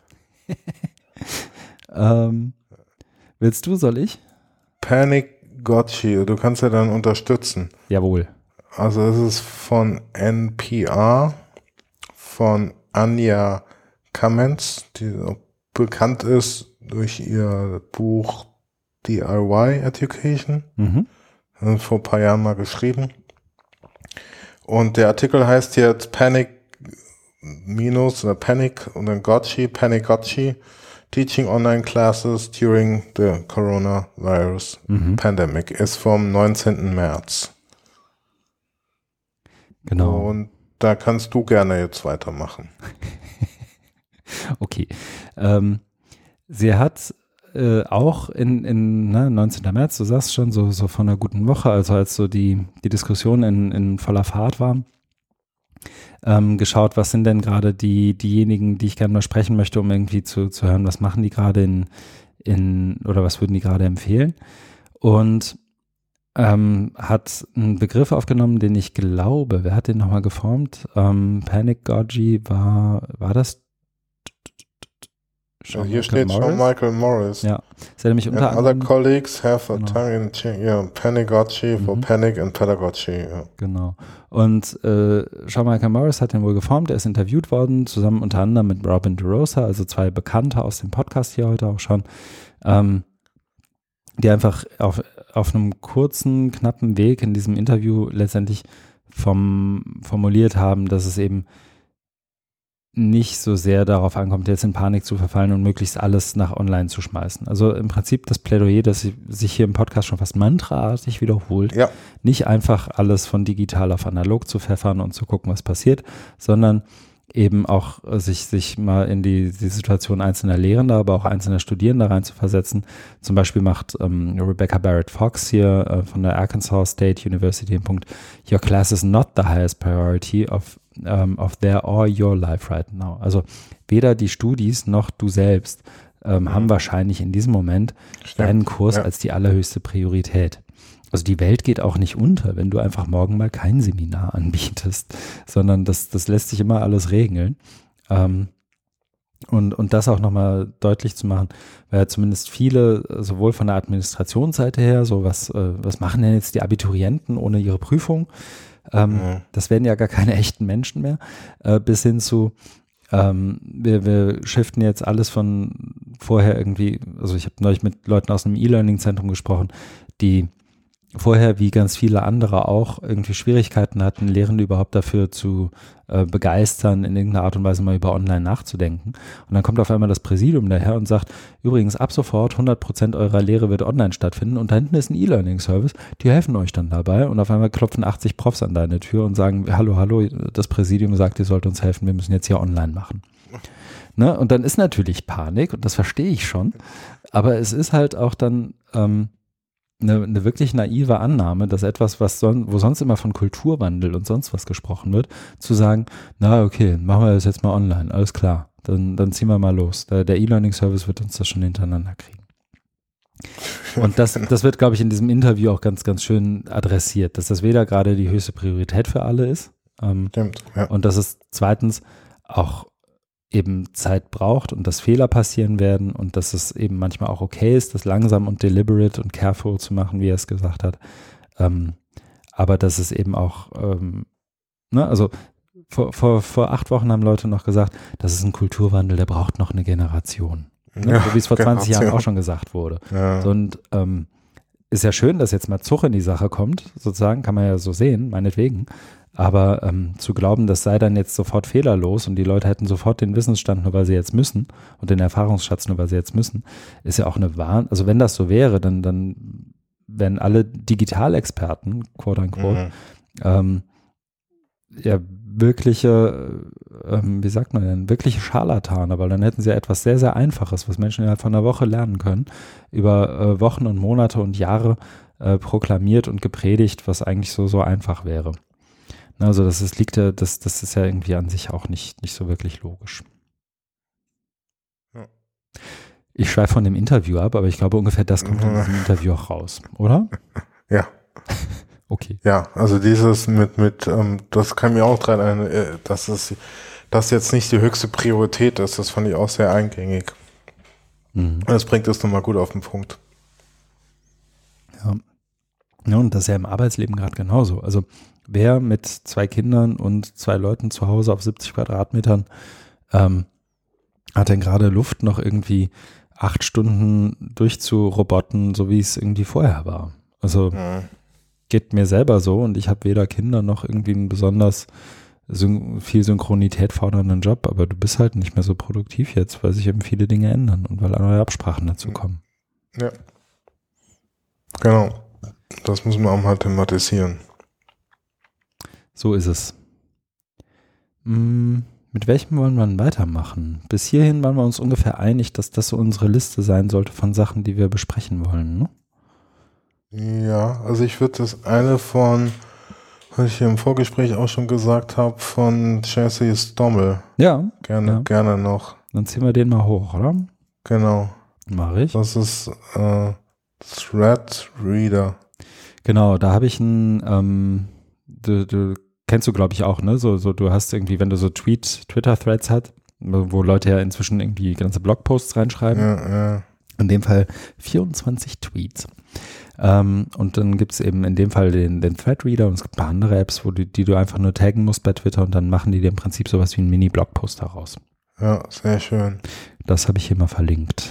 Willst du, soll ich? Panic Gotchi, du kannst ja dann unterstützen. Jawohl. Also es ist von NPR, von Anja Kamenz, die bekannt ist durch ihr Buch DIY Education. Vor ein paar Jahren mal geschrieben. Und der Artikel heißt jetzt Panic und dann Panic Gotchi, Teaching Online Classes During the Coronavirus Pandemic, ist vom 19. März. Genau. Und da kannst du gerne jetzt weitermachen. Okay. Sie hat auch in 19. März, du sagst schon, so von einer guten Woche, also als so die Diskussion in voller Fahrt war, geschaut, was sind denn gerade diejenigen, die ich gerne mal sprechen möchte, um irgendwie zu hören, was machen die gerade oder was würden die gerade empfehlen. Und hat einen Begriff aufgenommen, den ich glaube, wer hat den nochmal geformt? Panic Gorgy war das? Hier steht Sean Michael Morris. Ja, ist ja nämlich unter anderem. Other colleagues have a tongue in cheek, Panagogy for Panic and Pedagogy. Ja. Genau. Und Sean Michael Morris hat den wohl geformt, er ist interviewt worden, zusammen unter anderem mit Robin DeRosa, also zwei Bekannte aus dem Podcast hier heute auch schon, die einfach auf einem kurzen, knappen Weg in diesem Interview letztendlich formuliert haben, dass es eben nicht so sehr darauf ankommt, jetzt in Panik zu verfallen und möglichst alles nach online zu schmeißen. Also im Prinzip das Plädoyer, das sich hier im Podcast schon fast mantraartig wiederholt, nicht einfach alles von digital auf analog zu pfeffern und zu gucken, was passiert, sondern eben auch sich mal in die Situation einzelner Lehrender, aber auch einzelner Studierender rein zu versetzen. Zum Beispiel macht Rebecca Barrett Fox hier von der Arkansas State University den Punkt, your class is not the highest priority of their or your life right now. Also weder die Studis noch du selbst haben wahrscheinlich in diesem Moment deinen Kurs als die allerhöchste Priorität. Also die Welt geht auch nicht unter, wenn du einfach morgen mal kein Seminar anbietest, sondern das lässt sich immer alles regeln. Und das auch nochmal deutlich zu machen, weil ja zumindest viele, sowohl von der Administrationsseite her, so was machen denn jetzt die Abiturienten ohne ihre Prüfung? Das werden ja gar keine echten Menschen mehr, bis hin zu wir shiften jetzt alles von vorher irgendwie, also ich habe neulich mit Leuten aus einem E-Learning-Zentrum gesprochen, die vorher wie ganz viele andere auch irgendwie Schwierigkeiten hatten, Lehrende überhaupt dafür zu begeistern, in irgendeiner Art und Weise mal über online nachzudenken. Und dann kommt auf einmal das Präsidium daher und sagt, übrigens ab sofort 100% eurer Lehre wird online stattfinden und da hinten ist ein E-Learning-Service, die helfen euch dann dabei und auf einmal klopfen 80 Profs an deine Tür und sagen, hallo, das Präsidium sagt, ihr sollt uns helfen, wir müssen jetzt hier online machen. Ne? Und dann ist natürlich Panik und das verstehe ich schon, aber es ist halt auch dann eine wirklich naive Annahme, dass etwas, wo sonst immer von Kulturwandel und sonst was gesprochen wird, zu sagen, na okay, machen wir das jetzt mal online, alles klar, dann ziehen wir mal los. Der E-Learning-Service wird uns das schon hintereinander kriegen. Und das wird, glaube ich, in diesem Interview auch ganz, ganz schön adressiert, dass das weder gerade die höchste Priorität für alle ist Stimmt, ja. Und dass es zweitens auch eben Zeit braucht und dass Fehler passieren werden und dass es eben manchmal auch okay ist, das langsam und deliberate und careful zu machen, wie er es gesagt hat. Aber dass es eben auch, also vor 8 Wochen haben Leute noch gesagt, das ist ein Kulturwandel, der braucht noch eine Generation. Ja, so wie es vor 20 Jahren auch schon gesagt wurde. Ja. Und ist ja schön, dass jetzt mal Zug in die Sache kommt, sozusagen, kann man ja so sehen, meinetwegen. Aber zu glauben, das sei dann jetzt sofort fehlerlos und die Leute hätten sofort den Wissensstand, nur weil sie jetzt müssen und den Erfahrungsschatz, nur weil sie jetzt müssen, ist ja auch eine Wahnsinn. Also wenn das so wäre, dann wären alle Digitalexperten, quote unquote, ja wirkliche, wie sagt man denn, wirkliche Scharlatane, weil dann hätten sie ja etwas sehr, sehr Einfaches, was Menschen innerhalb von einer Woche lernen können, über Wochen und Monate und Jahre proklamiert und gepredigt, was eigentlich so einfach wäre. Also das ist ja irgendwie an sich auch nicht so wirklich logisch. Ja. Ich schweife von dem Interview ab, aber ich glaube ungefähr das kommt in diesem Interview auch raus, oder? Ja. Okay. Ja, also dieses das kann mir auch dran ein, dass das jetzt nicht die höchste Priorität ist, das fand ich auch sehr eingängig. Mhm. Das bringt es nochmal gut auf den Punkt. Ja, und das ist ja im Arbeitsleben gerade genauso. Also wer mit 2 Kindern und 2 Leuten zu Hause auf 70 Quadratmetern hat denn gerade Luft, noch irgendwie 8 Stunden durchzuroboten, so wie es irgendwie vorher war? Also geht mir selber so und ich habe weder Kinder noch irgendwie einen besonders viel Synchronität fordernden Job, aber du bist halt nicht mehr so produktiv jetzt, weil sich eben viele Dinge ändern und weil neue Absprachen dazu kommen. Ja. Genau. Das muss man auch mal thematisieren. So ist es. Mit welchem wollen wir denn weitermachen? Bis hierhin waren wir uns ungefähr einig, dass das so unsere Liste sein sollte von Sachen, die wir besprechen wollen, ne? Ja, also ich würde das eine von was ich hier im Vorgespräch auch schon gesagt habe, von Jesse Stommel. Ja. Gerne noch. Dann ziehen wir den mal hoch, oder? Genau. Mache ich. Das ist Threadreader. Genau, da habe ich einen, du kennst du, glaube ich, auch, ne? So, du hast irgendwie, wenn du so Twitter-Threads hast, wo Leute ja inzwischen irgendwie ganze Blogposts reinschreiben. Ja. In dem Fall 24 Tweets. Und dann gibt es eben in dem Fall den Threadreader und es gibt ein paar andere Apps, die du einfach nur taggen musst bei Twitter und dann machen die dir im Prinzip sowas wie einen Mini-Blogpost daraus. Ja, sehr schön. Das habe ich hier mal verlinkt.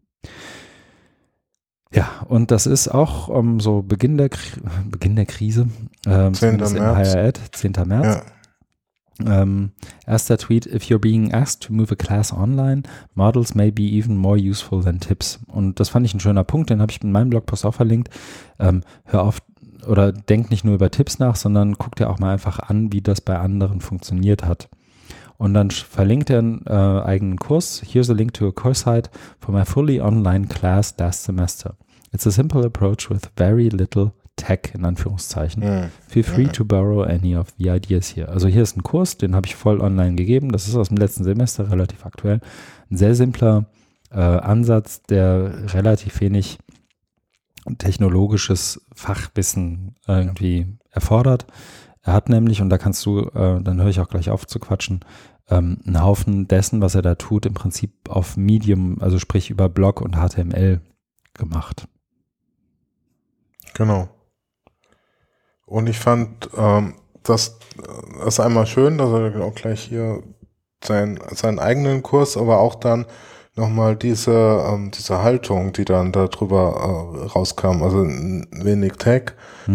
Ja, und das ist auch so Beginn der Krise. 10. März. Higher Ed, 10. März. Ja. Erster Tweet: If you're being asked to move a class online, models may be even more useful than tips. Und das fand ich ein schöner Punkt, den habe ich in meinem Blogpost auch verlinkt. Hör auf oder denk nicht nur über Tipps nach, sondern guck dir auch mal einfach an, wie das bei anderen funktioniert hat. Und dann verlinkt er einen eigenen Kurs. Here's a link to a course site for my fully online class last semester. It's a simple approach with very little tech, in Anführungszeichen. Feel free to borrow any of the ideas here. Also hier ist ein Kurs, den habe ich voll online gegeben. Das ist aus dem letzten Semester, relativ aktuell. Ein sehr simpler Ansatz, der relativ wenig technologisches Fachwissen irgendwie erfordert. Er hat nämlich, und da kannst du, dann höre ich auch gleich auf zu quatschen, einen Haufen dessen, was er da tut, im Prinzip auf Medium, also sprich über Blog und HTML gemacht. Genau. Und ich fand das einmal schön, dass er auch gleich hier seinen eigenen Kurs, aber auch dann nochmal diese Haltung, die dann darüber rauskam, also wenig Tech,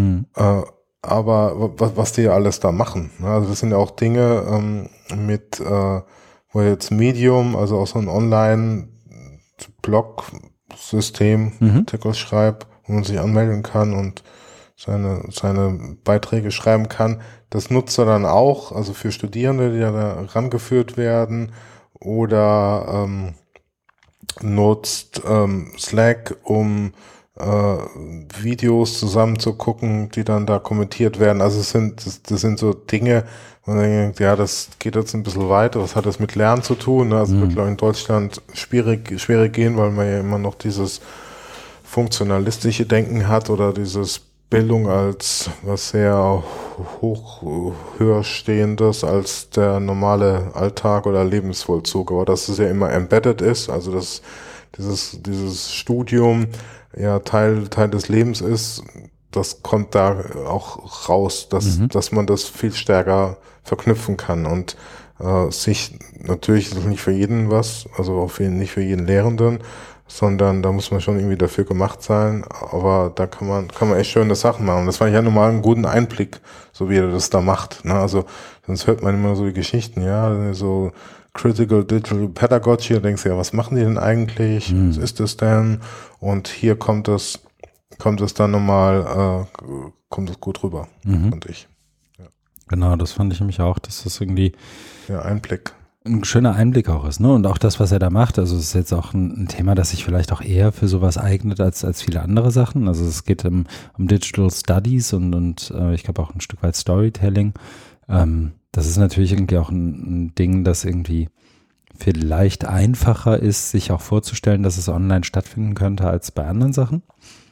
aber was die alles da machen. Ne? Also das sind ja auch Dinge wo jetzt Medium, also auch so ein Online-Blog-System, Artikel schreibt, wo man sich anmelden kann und seine Beiträge schreiben kann. Das nutzt er dann auch, also für Studierende, die da rangeführt werden, oder nutzt Slack, um Videos zusammen zu gucken, die dann da kommentiert werden. Also das sind so Dinge, wo man denkt, ja, das geht jetzt ein bisschen weiter. Was hat das mit Lernen zu tun? Also wird, glaube ich, in Deutschland schwierig gehen, weil man ja immer noch dieses funktionalistische Denken hat oder dieses Bildung als was sehr höher stehendes als der normale Alltag oder Lebensvollzug. Aber dass es ja immer embedded ist, also dass dieses Studium ja Teil des Lebens ist, das kommt da auch raus, dass man das viel stärker verknüpfen kann und sich natürlich nicht für jeden was, also auch nicht für jeden Lehrenden, sondern da muss man schon irgendwie dafür gemacht sein, aber da kann man echt schöne Sachen machen. Das fand ich ja nun mal einen guten Einblick, so wie er das da macht. Ne? Also sonst hört man immer so die Geschichten, ja, so Critical Digital Pedagogy, da denkst du ja, was machen die denn eigentlich? Was ist das denn? Und hier kommt es dann nochmal, kommt es gut rüber, fand ich. Ja. Genau, das fand ich nämlich auch, dass das irgendwie Einblick. Ein schöner Einblick auch ist, ne? Und auch das, was er da macht, also es ist jetzt auch ein Thema, das sich vielleicht auch eher für sowas eignet als viele andere Sachen. Also es geht um Digital Studies und ich glaube auch ein Stück weit Storytelling. Das ist natürlich irgendwie auch ein Ding, das irgendwie vielleicht einfacher ist, sich auch vorzustellen, dass es online stattfinden könnte als bei anderen Sachen.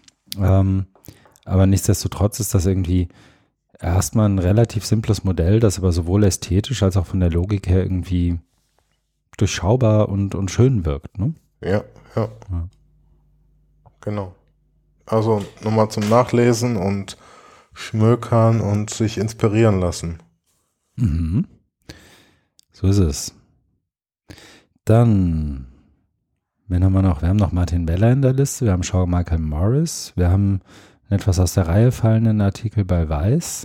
Aber nichtsdestotrotz ist das irgendwie erstmal ein relativ simples Modell, das aber sowohl ästhetisch als auch von der Logik her irgendwie durchschaubar und schön wirkt, ne? Ja. Genau. Also nochmal zum Nachlesen und schmökern und sich inspirieren lassen. So ist es. Dann, wen haben wir noch? Wir haben noch Martin Beller in der Liste, wir haben Sean Michael Morris, wir haben etwas aus der Reihe fallenden Artikel bei Weiß.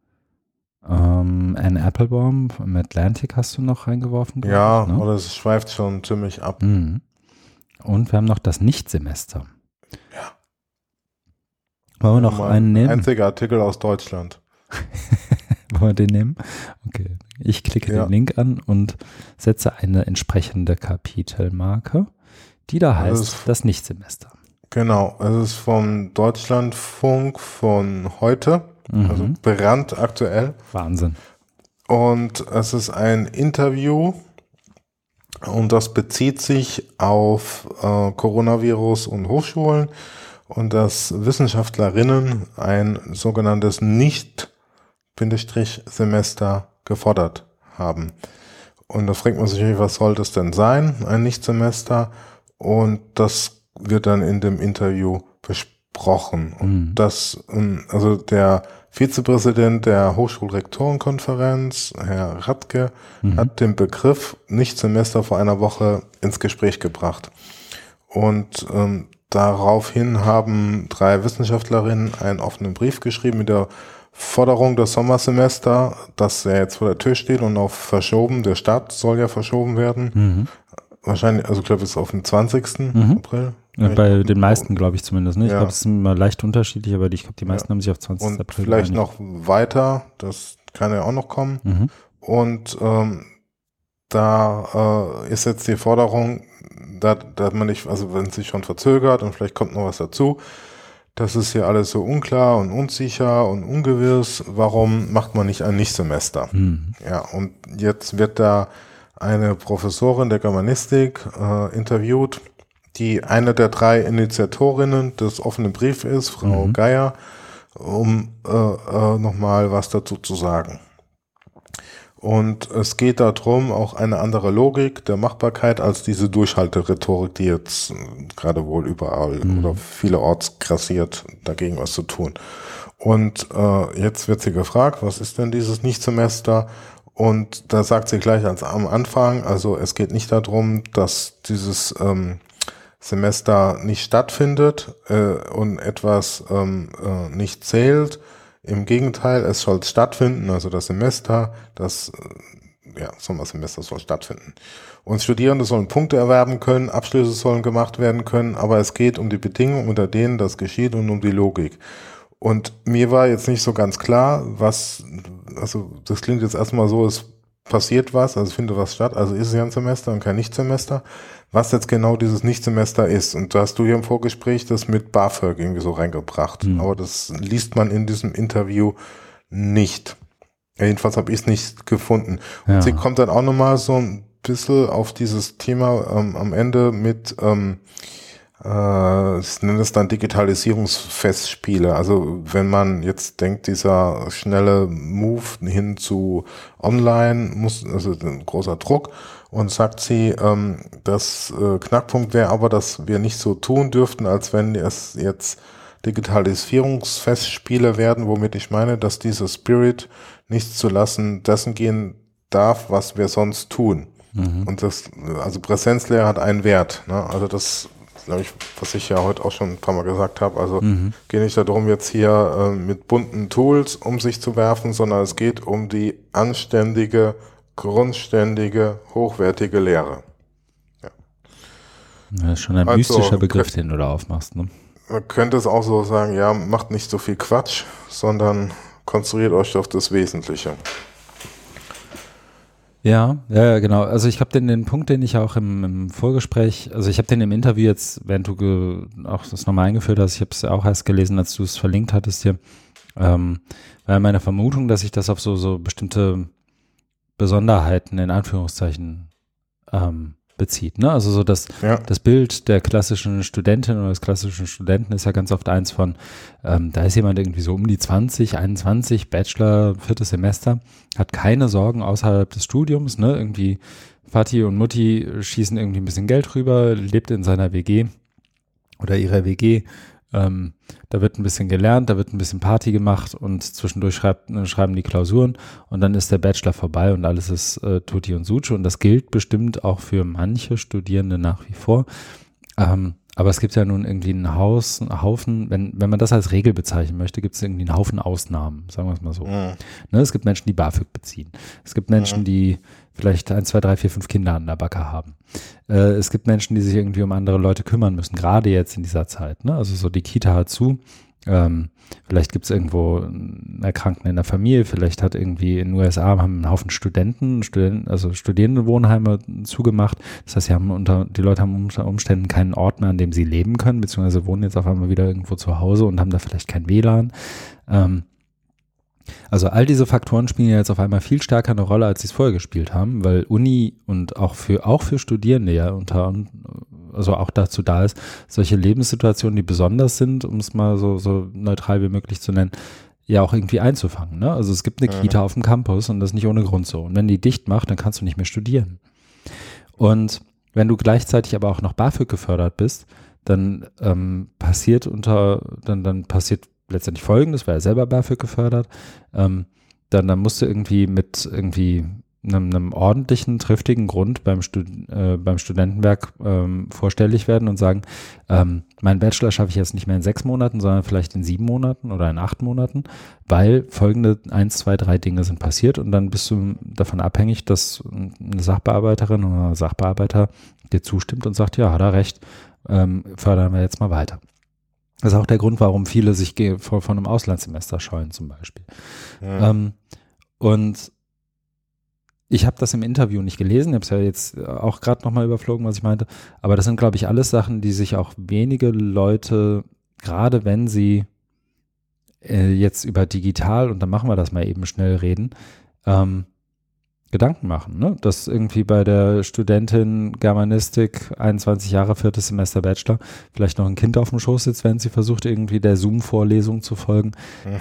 Anne Applebaum im Atlantic hast du noch reingeworfen. Ja, ne? Oder es schweift schon ziemlich ab. Und wir haben noch das Nichtsemester. Ja. Wollen wir noch einen nehmen? Einziger Artikel aus Deutschland. Wollen wir den nehmen? Okay. Ich klicke den Link an und setze eine entsprechende Kapitelmarke, die da heißt das Nichtsemester. Genau, es ist vom Deutschlandfunk von heute, also brandaktuell. Wahnsinn. Und es ist ein Interview und das bezieht sich auf Coronavirus und Hochschulen und dass Wissenschaftlerinnen ein sogenanntes Nicht-Semester gefordert haben. Und da fragt man sich, was soll das denn sein, ein Nicht-Semester? Und das wird dann in dem Interview besprochen. Und das, also der Vizepräsident der Hochschulrektorenkonferenz, Herr Radke, hat den Begriff Nicht-Semester vor einer Woche ins Gespräch gebracht. Und daraufhin haben 3 Wissenschaftlerinnen einen offenen Brief geschrieben mit der Forderung des Sommersemester, das ja jetzt vor der Tür steht und auch verschoben. Der Start soll ja verschoben werden. Wahrscheinlich, also ich glaube, es ist auf den 20. April. Ja, bei den meisten, glaube ich zumindest. Ne? Ich glaube, es ist immer leicht unterschiedlich, aber ich glaube, die meisten haben sich auf 20. Und April vielleicht geeinigt. noch weiter, das kann ja auch noch kommen. Und da ist jetzt die Forderung, dass man nicht, also wenn es sich schon verzögert und vielleicht kommt noch was dazu, das ist hier alles so unklar und unsicher und ungewiss, warum macht man nicht ein Nichtsemester? Ja, und jetzt wird da eine Professorin der Germanistik interviewt, die eine der 3 Initiatorinnen des offenen Briefs ist, Frau Geier, um nochmal was dazu zu sagen. Und es geht darum, auch eine andere Logik der Machbarkeit als diese Durchhalterhetorik, die jetzt gerade wohl überall oder vielerorts grassiert, dagegen was zu tun. Und jetzt wird sie gefragt, was ist denn dieses Nichtsemester? Und da sagt sie gleich am Anfang, also es geht nicht darum, dass dieses Semester nicht stattfindet und etwas nicht zählt. Im Gegenteil, es soll stattfinden, also das Semester, Sommersemester soll stattfinden. Und Studierende sollen Punkte erwerben können, Abschlüsse sollen gemacht werden können, aber es geht um die Bedingungen, unter denen das geschieht und um die Logik. Und mir war jetzt nicht so ganz klar, also das klingt jetzt erstmal so, es passiert was, also findet was statt, also ist es ja ein Semester und kein Nichtsemester, was jetzt genau dieses Nichtsemester ist. Und da hast du hier im Vorgespräch das mit BAföG irgendwie so reingebracht. Aber das liest man in diesem Interview nicht. Jedenfalls habe ich es nicht gefunden. Und sie kommt dann auch nochmal so ein bisschen auf dieses Thema am Ende mit, ich nenne es dann Digitalisierungsfestspiele. Also wenn man jetzt denkt, dieser schnelle Move hin zu Online also ein großer Druck, und sagt sie, das Knackpunkt wäre aber, dass wir nicht so tun dürften, als wenn es jetzt Digitalisierungsfestspiele werden, womit ich meine, dass dieser Spirit nichts zu lassen dessen gehen darf, was wir sonst tun. Und das, also Präsenzlehre hat einen Wert. Ne? Also das, glaube ich, was ich ja heute auch schon ein paar Mal gesagt habe. Also geht nicht darum, jetzt hier mit bunten Tools um sich zu werfen, sondern es geht um die anständige, grundständige, hochwertige Lehre. Ja. Das ist schon ein mystischer Begriff, den du da aufmachst. Ne? Man könnte es auch so sagen, ja, macht nicht so viel Quatsch, sondern konzentriert euch auf das Wesentliche. Ja, genau. Also ich habe den Punkt, den ich auch im Vorgespräch, also ich habe den im Interview jetzt, während du auch das nochmal eingeführt hast, ich habe es auch erst gelesen, als du es verlinkt hattest hier, war meine Vermutung, dass sich das auf so bestimmte Besonderheiten in Anführungszeichen bezieht. Ne? Also so das Bild der klassischen Studentin oder des klassischen Studenten ist ja ganz oft eins von, da ist jemand irgendwie so um die 20, 21, Bachelor, 4. Semester, hat keine Sorgen außerhalb des Studiums, ne? Irgendwie Vati und Mutti schießen irgendwie ein bisschen Geld rüber, lebt in seiner WG oder ihrer WG, da wird ein bisschen gelernt, da wird ein bisschen Party gemacht und zwischendurch schreiben die Klausuren und dann ist der Bachelor vorbei und alles ist Tutti und Suche und das gilt bestimmt auch für manche Studierende nach wie vor. Aber es gibt ja nun irgendwie einen Haufen, wenn man das als Regel bezeichnen möchte, gibt es irgendwie einen Haufen Ausnahmen, sagen wir es mal so. Ne, es gibt Menschen, die BAföG beziehen. Es gibt Menschen, die vielleicht 1, 2, 3, 4, 5 Kinder an der Backe haben. Es gibt Menschen, die sich irgendwie um andere Leute kümmern müssen, gerade jetzt in dieser Zeit. Ne? Also so die Kita hat zu. Vielleicht gibt es irgendwo einen Erkrankten in der Familie, vielleicht hat irgendwie in den USA haben einen Haufen also Studierendenwohnheime zugemacht. Das heißt, die Leute haben unter Umständen keinen Ort mehr, an dem sie leben können, beziehungsweise wohnen jetzt auf einmal wieder irgendwo zu Hause und haben da vielleicht kein WLAN. Also all diese Faktoren spielen ja jetzt auf einmal viel stärker eine Rolle, als sie es vorher gespielt haben, weil Uni und auch für Studierende ja also auch dazu da ist, solche Lebenssituationen, die besonders sind, um es mal so neutral wie möglich zu nennen, ja auch irgendwie einzufangen. Ne? Also es gibt eine Kita auf dem Campus und das ist nicht ohne Grund so. Und wenn die dicht macht, dann kannst du nicht mehr studieren. Und wenn du gleichzeitig aber auch noch BAföG gefördert bist, dann passiert letztendlich Folgendes, weil er selber BAföG gefördert, dann musst du irgendwie mit einem ordentlichen, triftigen Grund beim Studentenwerk vorstellig werden und sagen, meinen Bachelor schaffe ich jetzt nicht mehr in 6 Monaten, sondern vielleicht in 7 Monaten oder in 8 Monaten, weil folgende 1, 2, 3 Dinge sind passiert und dann bist du davon abhängig, dass eine Sachbearbeiterin oder ein Sachbearbeiter dir zustimmt und sagt, ja, hat er recht, fördern wir jetzt mal weiter. Das ist auch der Grund, warum viele sich von einem Auslandssemester scheuen zum Beispiel. Ja. Und ich habe das im Interview nicht gelesen, ich habe es ja jetzt auch gerade nochmal überflogen, was ich meinte, aber das sind, glaube ich, alles Sachen, die sich auch wenige Leute, gerade wenn sie jetzt über digital, und dann machen wir das mal eben schnell reden, Gedanken machen, ne? Dass irgendwie bei der Studentin Germanistik 21 Jahre, 4. Semester Bachelor, vielleicht noch ein Kind auf dem Schoß sitzt, wenn sie versucht, irgendwie der Zoom-Vorlesung zu folgen.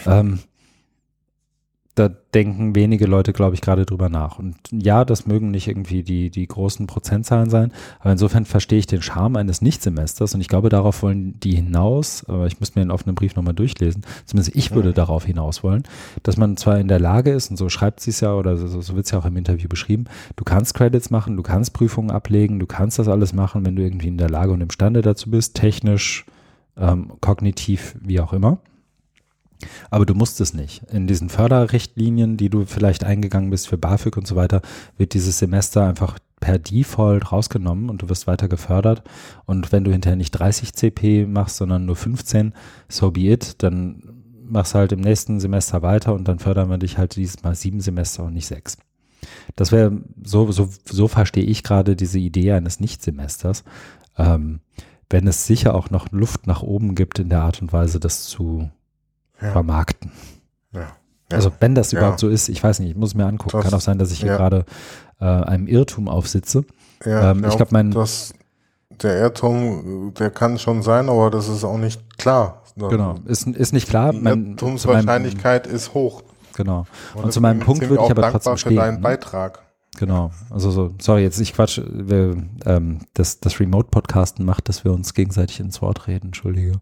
Da denken wenige Leute, glaube ich, gerade drüber nach. Und ja, das mögen nicht irgendwie die großen Prozentzahlen sein, aber insofern verstehe ich den Charme eines Nichtsemesters und ich glaube, darauf wollen die hinaus, aber ich müsste mir den offenen Brief nochmal durchlesen, zumindest ich würde darauf hinaus wollen, dass man zwar in der Lage ist, und so schreibt sie es ja, oder so wird es ja auch im Interview beschrieben, du kannst Credits machen, du kannst Prüfungen ablegen, du kannst das alles machen, wenn du irgendwie in der Lage und imstande dazu bist, technisch, kognitiv, wie auch immer. Aber du musst es nicht. In diesen Förderrichtlinien, die du vielleicht eingegangen bist für BAföG und so weiter, wird dieses Semester einfach per Default rausgenommen und du wirst weiter gefördert. Und wenn du hinterher nicht 30 CP machst, sondern nur 15, so be it, dann machst du halt im nächsten Semester weiter und dann fördern wir dich halt dieses Mal 7 Semester und nicht 6. Das wäre, so verstehe ich gerade diese Idee eines Nichtsemesters, wenn es sicher auch noch Luft nach oben gibt in der Art und Weise, das zu vermarkten. Ja. Also wenn das überhaupt so ist, ich weiß nicht, ich muss es mir angucken. Kann auch sein, dass ich hier gerade einem Irrtum aufsitze. Ja, ich glaube, der Irrtum, der kann schon sein, aber das ist auch nicht klar. Genau, ist nicht klar. Die Irrtumswahrscheinlichkeit ist hoch. Genau. Und zu meinem Punkt würde ich aber trotzdem stehen. Für deinen Beitrag. Genau. Also sorry, jetzt ich quatsch. Das Remote-Podcasten macht, dass wir uns gegenseitig ins Wort reden. Entschuldige.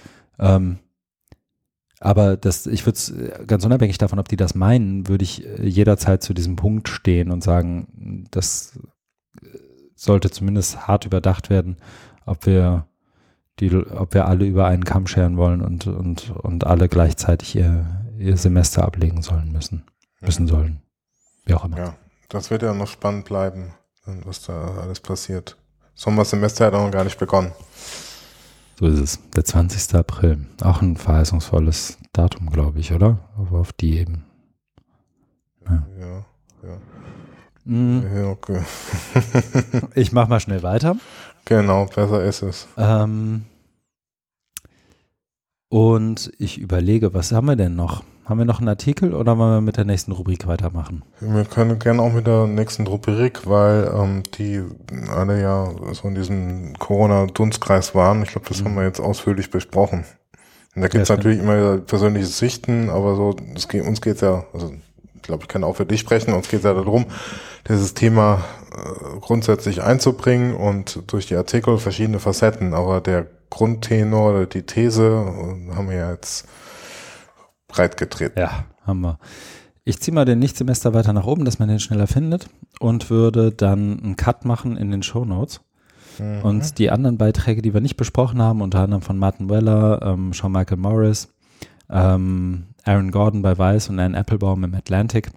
Aber ich würde es ganz unabhängig davon, ob die das meinen, würde ich jederzeit zu diesem Punkt stehen und sagen, das sollte zumindest hart überdacht werden, ob wir alle über einen Kamm scheren wollen und alle gleichzeitig ihr Semester ablegen sollen. Wie auch immer. Ja, das wird ja noch spannend bleiben, was da alles passiert. Sommersemester hat auch noch gar nicht begonnen. So ist es. Der 20. April. Auch ein verheißungsvolles Datum, glaube ich, oder? Aber auf die eben. Ja, okay. Ich mache mal schnell weiter. Genau, besser ist es. Und ich überlege, was haben wir denn noch? Haben wir noch einen Artikel oder wollen wir mit der nächsten Rubrik weitermachen? Wir können gerne auch mit der nächsten Rubrik, weil die alle ja so in diesem Corona-Dunstkreis waren. Ich glaube, das haben wir jetzt ausführlich besprochen. Und da gibt es natürlich immer persönliche Sichten, aber so, uns geht's ja, also ich glaube, ich kann auch für dich sprechen, uns geht's ja darum, dieses Thema grundsätzlich einzubringen und durch die Artikel verschiedene Facetten, aber der Grundtenor oder die These haben wir ja jetzt breit getreten. Ja, haben wir. Ich ziehe mal den Nichtsemester weiter nach oben, dass man den schneller findet und würde dann einen Cut machen in den Shownotes. Und die anderen Beiträge, die wir nicht besprochen haben, unter anderem von Martin Weller, Sean Michael Morris, Aaron Gordon bei Vice und Anne Applebaum im Atlantic,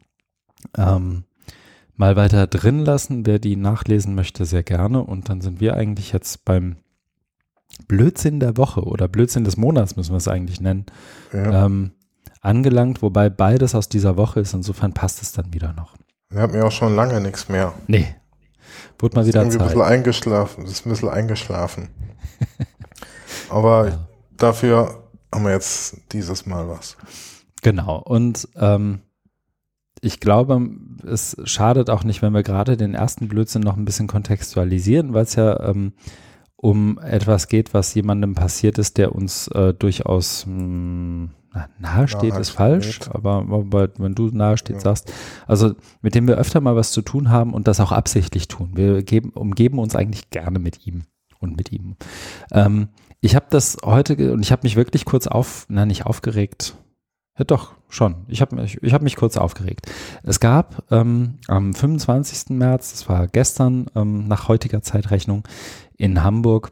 mal weiter drin lassen. Wer die nachlesen möchte, sehr gerne. Und dann sind wir eigentlich jetzt beim Blödsinn der Woche oder Blödsinn des Monats, müssen wir es eigentlich nennen, angelangt, wobei beides aus dieser Woche ist. Insofern passt es dann wieder noch. Wir haben ja auch schon lange nichts mehr. Nee. Wurde mal wieder Zeit. Ein bisschen eingeschlafen. Aber dafür haben wir jetzt dieses Mal was. Genau. Und ich glaube, es schadet auch nicht, wenn wir gerade den ersten Blödsinn noch ein bisschen kontextualisieren, weil es ja um etwas geht, was jemandem passiert ist, der uns durchaus nahe steht, ist falsch, aber wenn du nahe steht, sagst, also mit dem wir öfter mal was zu tun haben und das auch absichtlich tun. Wir umgeben uns eigentlich gerne mit ihm und mit ihm. Ich habe das heute, und ich habe mich wirklich kurz nicht aufgeregt. Ja, doch, schon. Ich hab mich kurz aufgeregt. Es gab am 25. März, das war gestern, nach heutiger Zeitrechnung, in Hamburg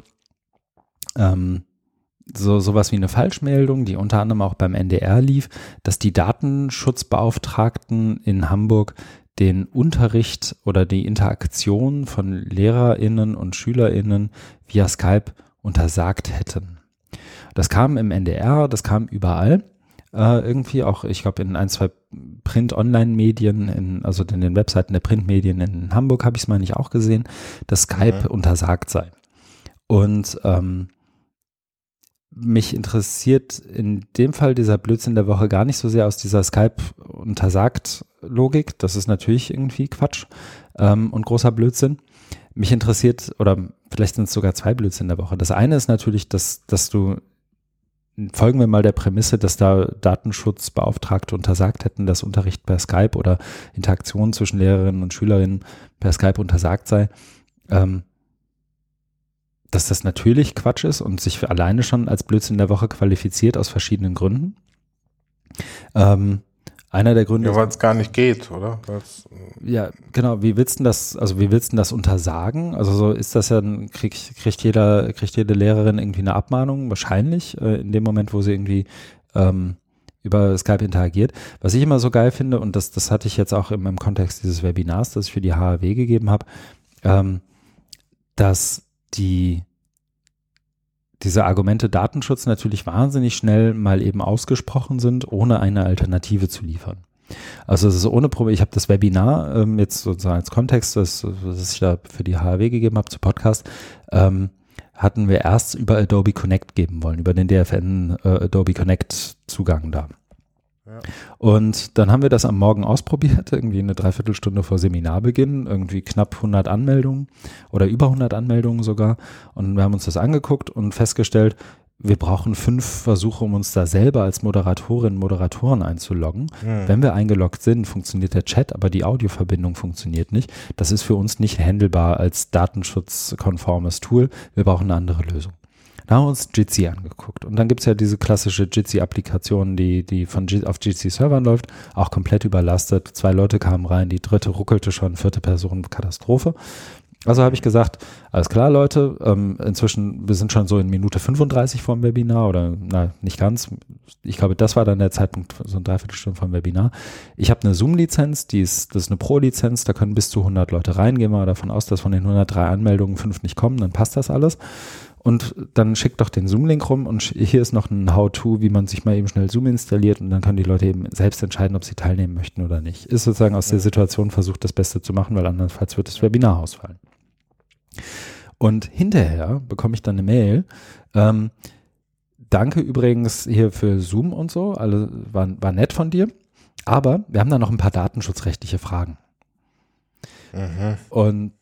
sowas wie eine Falschmeldung, die unter anderem auch beim NDR lief, dass die Datenschutzbeauftragten in Hamburg den Unterricht oder die Interaktion von LehrerInnen und SchülerInnen via Skype untersagt hätten. Das kam im NDR, das kam überall. Irgendwie auch, ich glaube, in 1, 2 Print-Online-Medien, also in den Webseiten der Printmedien in Hamburg habe ich es mal nicht auch gesehen, dass Skype untersagt sei. Und mich interessiert in dem Fall dieser Blödsinn der Woche gar nicht so sehr aus dieser Skype-Untersagt-Logik. Das ist natürlich irgendwie Quatsch und großer Blödsinn. Mich interessiert, oder vielleicht sind es sogar 2 Blödsinn der Woche. Das eine ist natürlich, dass du, folgen wir mal der Prämisse, dass da Datenschutzbeauftragte untersagt hätten, dass Unterricht per Skype oder Interaktion zwischen Lehrerinnen und Schülerinnen per Skype untersagt sei, dass das natürlich Quatsch ist und sich alleine schon als Blödsinn der Woche qualifiziert aus verschiedenen Gründen. Einer der Gründe. Ja, weil es gar nicht geht, oder? Ja, genau. Wie willst du das untersagen? Also so ist das ja, kriegt jede Lehrerin irgendwie eine Abmahnung, wahrscheinlich, in dem Moment, wo sie irgendwie über Skype interagiert. Was ich immer so geil finde, und das hatte ich jetzt auch im Kontext dieses Webinars, das ich für die HAW gegeben habe, dass diese Argumente Datenschutz natürlich wahnsinnig schnell mal eben ausgesprochen sind, ohne eine Alternative zu liefern. Also es ist ohne Probleme. Ich habe das Webinar jetzt sozusagen als Kontext, das ich da für die HAW gegeben habe, zu Podcast, hatten wir erst über Adobe Connect geben wollen, über den DFN Adobe Connect Zugang da. Ja. Und dann haben wir das am Morgen ausprobiert, irgendwie eine Dreiviertelstunde vor Seminarbeginn, irgendwie knapp 100 Anmeldungen oder über 100 Anmeldungen sogar. Und wir haben uns das angeguckt und festgestellt, wir brauchen 5 Versuche, um uns da selber als Moderatorinnen und Moderatoren einzuloggen. Wenn wir eingeloggt sind, funktioniert der Chat, aber die Audioverbindung funktioniert nicht. Das ist für uns nicht handelbar als datenschutzkonformes Tool. Wir brauchen eine andere Lösung. Da haben wir uns Jitsi angeguckt. Und dann gibt es ja diese klassische Jitsi-Applikation, die auf Jitsi-Servern läuft, auch komplett überlastet. 2 Leute kamen rein, die 3. ruckelte schon, 4. Person, Katastrophe. Also habe ich gesagt, alles klar, Leute, inzwischen, wir sind schon so in Minute 35 vom Webinar oder, nicht ganz. Ich glaube, das war dann der Zeitpunkt, so eine Dreiviertelstunde vom Webinar. Ich habe eine Zoom-Lizenz, das ist eine Pro-Lizenz, da können bis zu 100 Leute reingehen. Gehen wir davon aus, dass von den 103 Anmeldungen 5 nicht kommen, dann passt das alles. Und dann schickt doch den Zoom-Link rum und hier ist noch ein How-To, wie man sich mal eben schnell Zoom installiert und dann können die Leute eben selbst entscheiden, ob sie teilnehmen möchten oder nicht. Ist sozusagen aus der Situation versucht, das Beste zu machen, weil andernfalls wird das Webinar ausfallen. Und hinterher bekomme ich dann eine Mail, danke übrigens hier für Zoom und so, alle war nett von dir, aber wir haben da noch ein paar datenschutzrechtliche Fragen. Und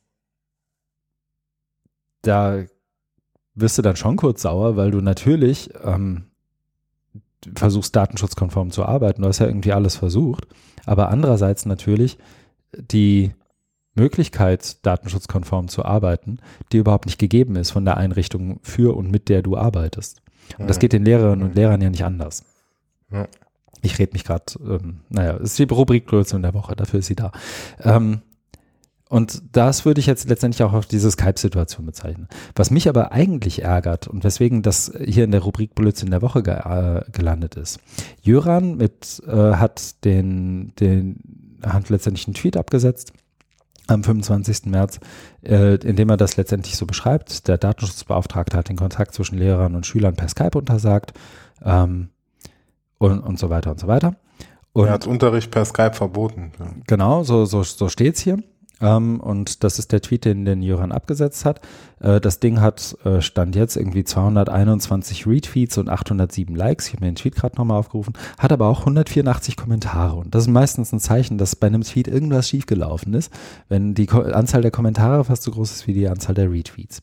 da wirst du dann schon kurz sauer, weil du natürlich versuchst, datenschutzkonform zu arbeiten. Du hast ja irgendwie alles versucht. Aber andererseits natürlich die Möglichkeit, datenschutzkonform zu arbeiten, die überhaupt nicht gegeben ist von der Einrichtung, für und mit der du arbeitest. Und das geht den Lehrerinnen und Lehrern ja nicht anders. Ja. Ich rede mich gerade, ist die Rubrik Blödsinn der Woche, dafür ist sie da. Und das würde ich jetzt letztendlich auch auf diese Skype-Situation bezeichnen. Was mich aber eigentlich ärgert und weswegen das hier in der Rubrik Blödsinn der Woche gelandet ist. Jöran hat letztendlich einen Tweet abgesetzt am 25. März, in dem er das letztendlich so beschreibt. Der Datenschutzbeauftragte hat den Kontakt zwischen Lehrern und Schülern per Skype untersagt und so weiter und so weiter. Und er hat Unterricht per Skype verboten. Ja. Genau, so steht's hier. Und das ist der Tweet, den Jöran abgesetzt hat. Das Ding hat Stand jetzt irgendwie 221 Retweets und 807 Likes. Ich habe mir den Tweet gerade nochmal aufgerufen. Hat aber auch 184 Kommentare. Und das ist meistens ein Zeichen, dass bei einem Tweet irgendwas schiefgelaufen ist, wenn die Anzahl der Kommentare fast so groß ist wie die Anzahl der Retweets.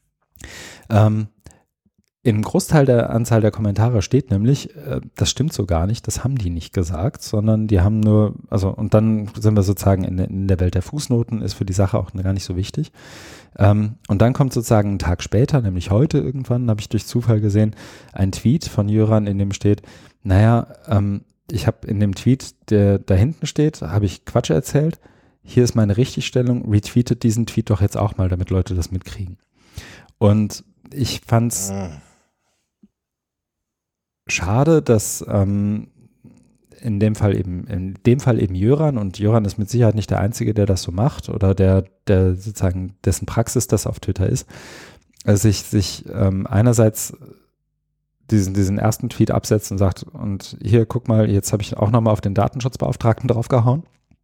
Im Großteil der Anzahl der Kommentare steht nämlich, das stimmt so gar nicht, das haben die nicht gesagt, sondern die haben nur, also und dann sind wir sozusagen in der Welt der Fußnoten, ist für die Sache auch gar nicht so wichtig. Und dann kommt sozusagen einen Tag später, nämlich heute irgendwann, habe ich durch Zufall gesehen, ein Tweet von Jöran, in dem steht, ich habe in dem Tweet, der da hinten steht, habe ich Quatsch erzählt, hier ist meine Richtigstellung, retweetet diesen Tweet doch jetzt auch mal, damit Leute das mitkriegen. Und ich fand's schade, dass in dem Fall eben Jöran, und Jöran ist mit Sicherheit nicht der Einzige, der das so macht oder der sozusagen dessen Praxis das auf Twitter ist, sich einerseits diesen ersten Tweet absetzt und sagt, und hier, guck mal, jetzt habe ich auch nochmal auf den Datenschutzbeauftragten draufgehauen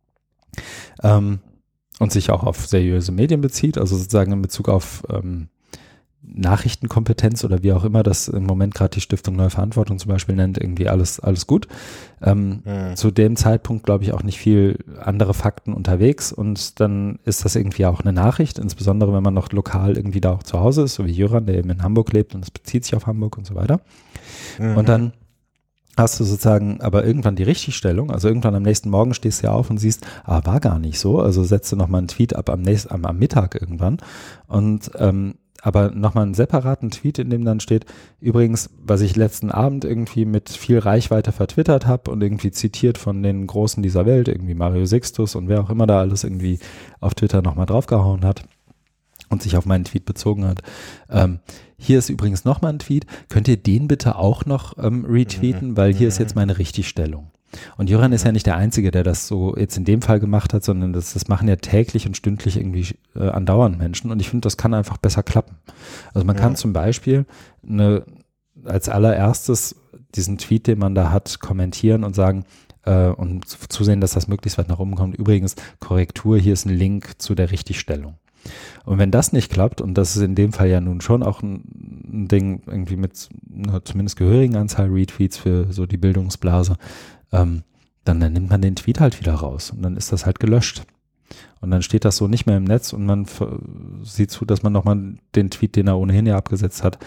und sich auch auf seriöse Medien bezieht, also sozusagen in Bezug auf Nachrichtenkompetenz oder wie auch immer das im Moment gerade die Stiftung Neue Verantwortung zum Beispiel nennt, irgendwie alles gut. Zu dem Zeitpunkt, glaube ich, auch nicht viel andere Fakten unterwegs, und dann ist das irgendwie auch eine Nachricht, insbesondere wenn man noch lokal irgendwie da auch zu Hause ist, so wie Jöran, der eben in Hamburg lebt und es bezieht sich auf Hamburg und so weiter. Und dann hast du sozusagen aber irgendwann die Richtigstellung, also irgendwann am nächsten Morgen stehst du ja auf und siehst, war gar nicht so, also setzt du nochmal einen Tweet ab am Mittag irgendwann und aber nochmal einen separaten Tweet, in dem dann steht, übrigens, was ich letzten Abend irgendwie mit viel Reichweite vertwittert habe und irgendwie zitiert von den Großen dieser Welt, irgendwie Mario Sixtus und wer auch immer da alles irgendwie auf Twitter nochmal draufgehauen hat und sich auf meinen Tweet bezogen hat. Hier ist übrigens nochmal ein Tweet, könnt ihr den bitte auch noch retweeten, weil hier ist jetzt meine Richtigstellung. Und Jöran ist ja nicht der Einzige, der das so jetzt in dem Fall gemacht hat, sondern das machen ja täglich und stündlich irgendwie andauernd Menschen, und ich finde, das kann einfach besser klappen. Also man kann zum Beispiel als allererstes diesen Tweet, den man da hat, kommentieren und sagen und zusehen, dass das möglichst weit nach oben kommt. Übrigens, Korrektur, hier ist ein Link zu der Richtigstellung. Und wenn das nicht klappt, und das ist in dem Fall ja nun schon auch ein Ding irgendwie mit einer zumindest gehörigen Anzahl Retweets für so die Bildungsblase, dann nimmt man den Tweet halt wieder raus und dann ist das halt gelöscht. Und dann steht das so nicht mehr im Netz und man sieht zu, dass man nochmal den Tweet, den er ohnehin ja abgesetzt hat,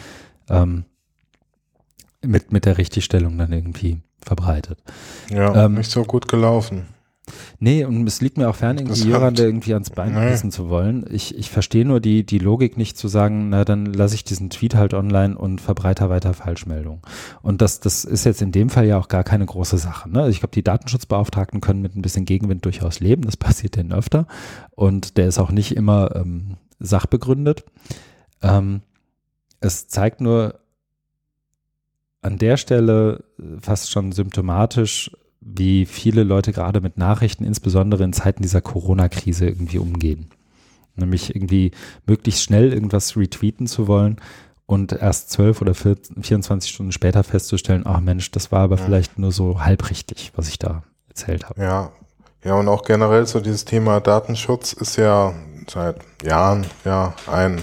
mit der Richtigstellung dann irgendwie verbreitet. Ja, nicht so gut gelaufen. Nee, und es liegt mir auch fern, irgendwie Jöran da irgendwie ans Bein pissen zu wollen. Ich verstehe nur die Logik nicht zu sagen, na dann lasse ich diesen Tweet halt online und verbreite weiter Falschmeldungen. Und das ist jetzt in dem Fall ja auch gar keine große Sache. Ne? Also ich glaube, die Datenschutzbeauftragten können mit ein bisschen Gegenwind durchaus leben. Das passiert denen öfter. Und der ist auch nicht immer sachbegründet. Es zeigt nur an der Stelle fast schon symptomatisch, wie viele Leute gerade mit Nachrichten, insbesondere in Zeiten dieser Corona-Krise, irgendwie umgehen. Nämlich irgendwie möglichst schnell irgendwas retweeten zu wollen und erst 12 oder 24 Stunden später festzustellen, ach Mensch, das war aber vielleicht nur so halbrichtig, was ich da erzählt habe. Ja, und auch generell so dieses Thema Datenschutz ist ja seit Jahren ein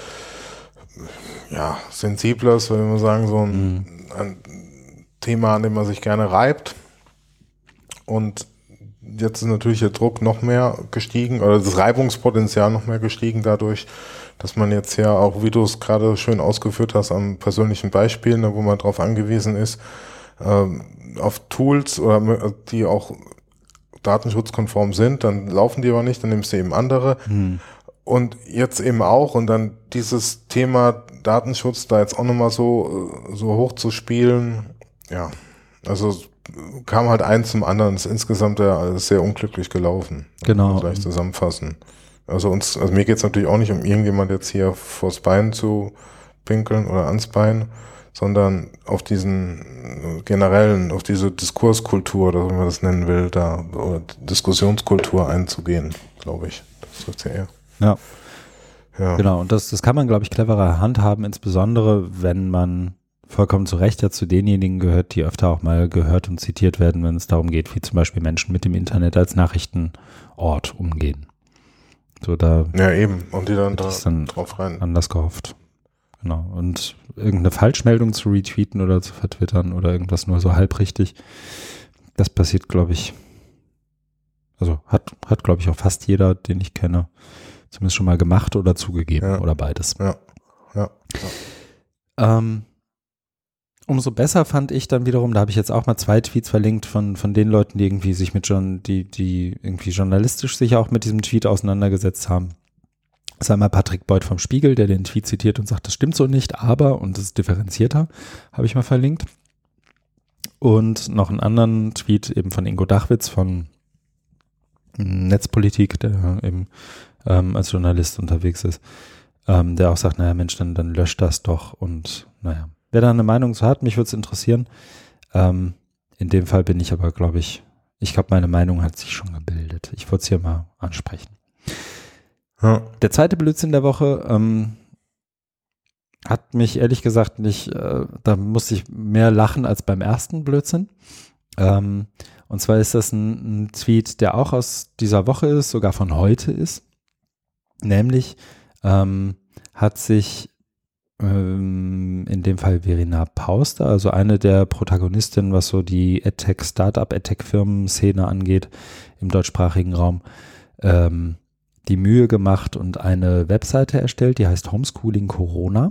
sensibles, würde man sagen, so ein Thema, an dem man sich gerne reibt. Und jetzt ist natürlich der Druck noch mehr gestiegen, oder das Reibungspotenzial noch mehr gestiegen dadurch, dass man jetzt ja auch, wie du es gerade schön ausgeführt hast, an persönlichen Beispielen, wo man darauf angewiesen ist, auf Tools, oder die auch datenschutzkonform sind, dann laufen die aber nicht, dann nimmst du eben andere. Und jetzt eben auch, und dann dieses Thema Datenschutz da jetzt auch nochmal so hoch zu spielen, ja, also kam halt eins zum anderen. Es ist insgesamt sehr unglücklich gelaufen. Genau. Kann man gleich zusammenfassen. Also mir geht es natürlich auch nicht um irgendjemand jetzt hier vors Bein zu pinkeln oder ans Bein, sondern auf diesen generellen, auf diese Diskurskultur, oder wie man das nennen will, oder Diskussionskultur einzugehen, glaube ich. Das trifft ja eher. Ja. Genau. Und das kann man, glaube ich, cleverer handhaben, insbesondere wenn man vollkommen zu Recht ja zu denjenigen gehört, die öfter auch mal gehört und zitiert werden, wenn es darum geht, wie zum Beispiel Menschen mit dem Internet als Nachrichtenort umgehen. So da. Ja, eben. Und die dann dann drauf rein. Anders gehofft. Genau. Und irgendeine Falschmeldung zu retweeten oder zu vertwittern oder irgendwas nur so halbrichtig, das passiert, glaube ich, also hat glaube ich, auch fast jeder, den ich kenne, zumindest schon mal gemacht oder zugegeben oder beides. Ja. Umso besser fand ich dann wiederum, da habe ich jetzt auch mal 2 Tweets verlinkt von den Leuten, die irgendwie sich die irgendwie journalistisch sich auch mit diesem Tweet auseinandergesetzt haben. Das ist einmal Patrick Beuth vom Spiegel, der den Tweet zitiert und sagt, das stimmt so nicht, aber, und das ist differenzierter, habe ich mal verlinkt. Und noch einen anderen Tweet eben von Ingo Dachwitz von Netzpolitik, der eben als Journalist unterwegs ist, der auch sagt, naja Mensch, dann löscht das doch und naja. Wer da eine Meinung zu hat, mich würde es interessieren. In dem Fall bin ich aber, glaube ich glaube, meine Meinung hat sich schon gebildet. Ich wollte es hier mal ansprechen. Ja. Der zweite Blödsinn der Woche hat mich ehrlich gesagt nicht, da musste ich mehr lachen als beim ersten Blödsinn. Und zwar ist das ein Tweet, der auch aus dieser Woche ist, sogar von heute ist. Nämlich hat sich in dem Fall Verena Pauster, also eine der Protagonistinnen, was so die Startup-Edtech-Firmen-Szene angeht im deutschsprachigen Raum, die Mühe gemacht und eine Webseite erstellt, die heißt Homeschooling Corona.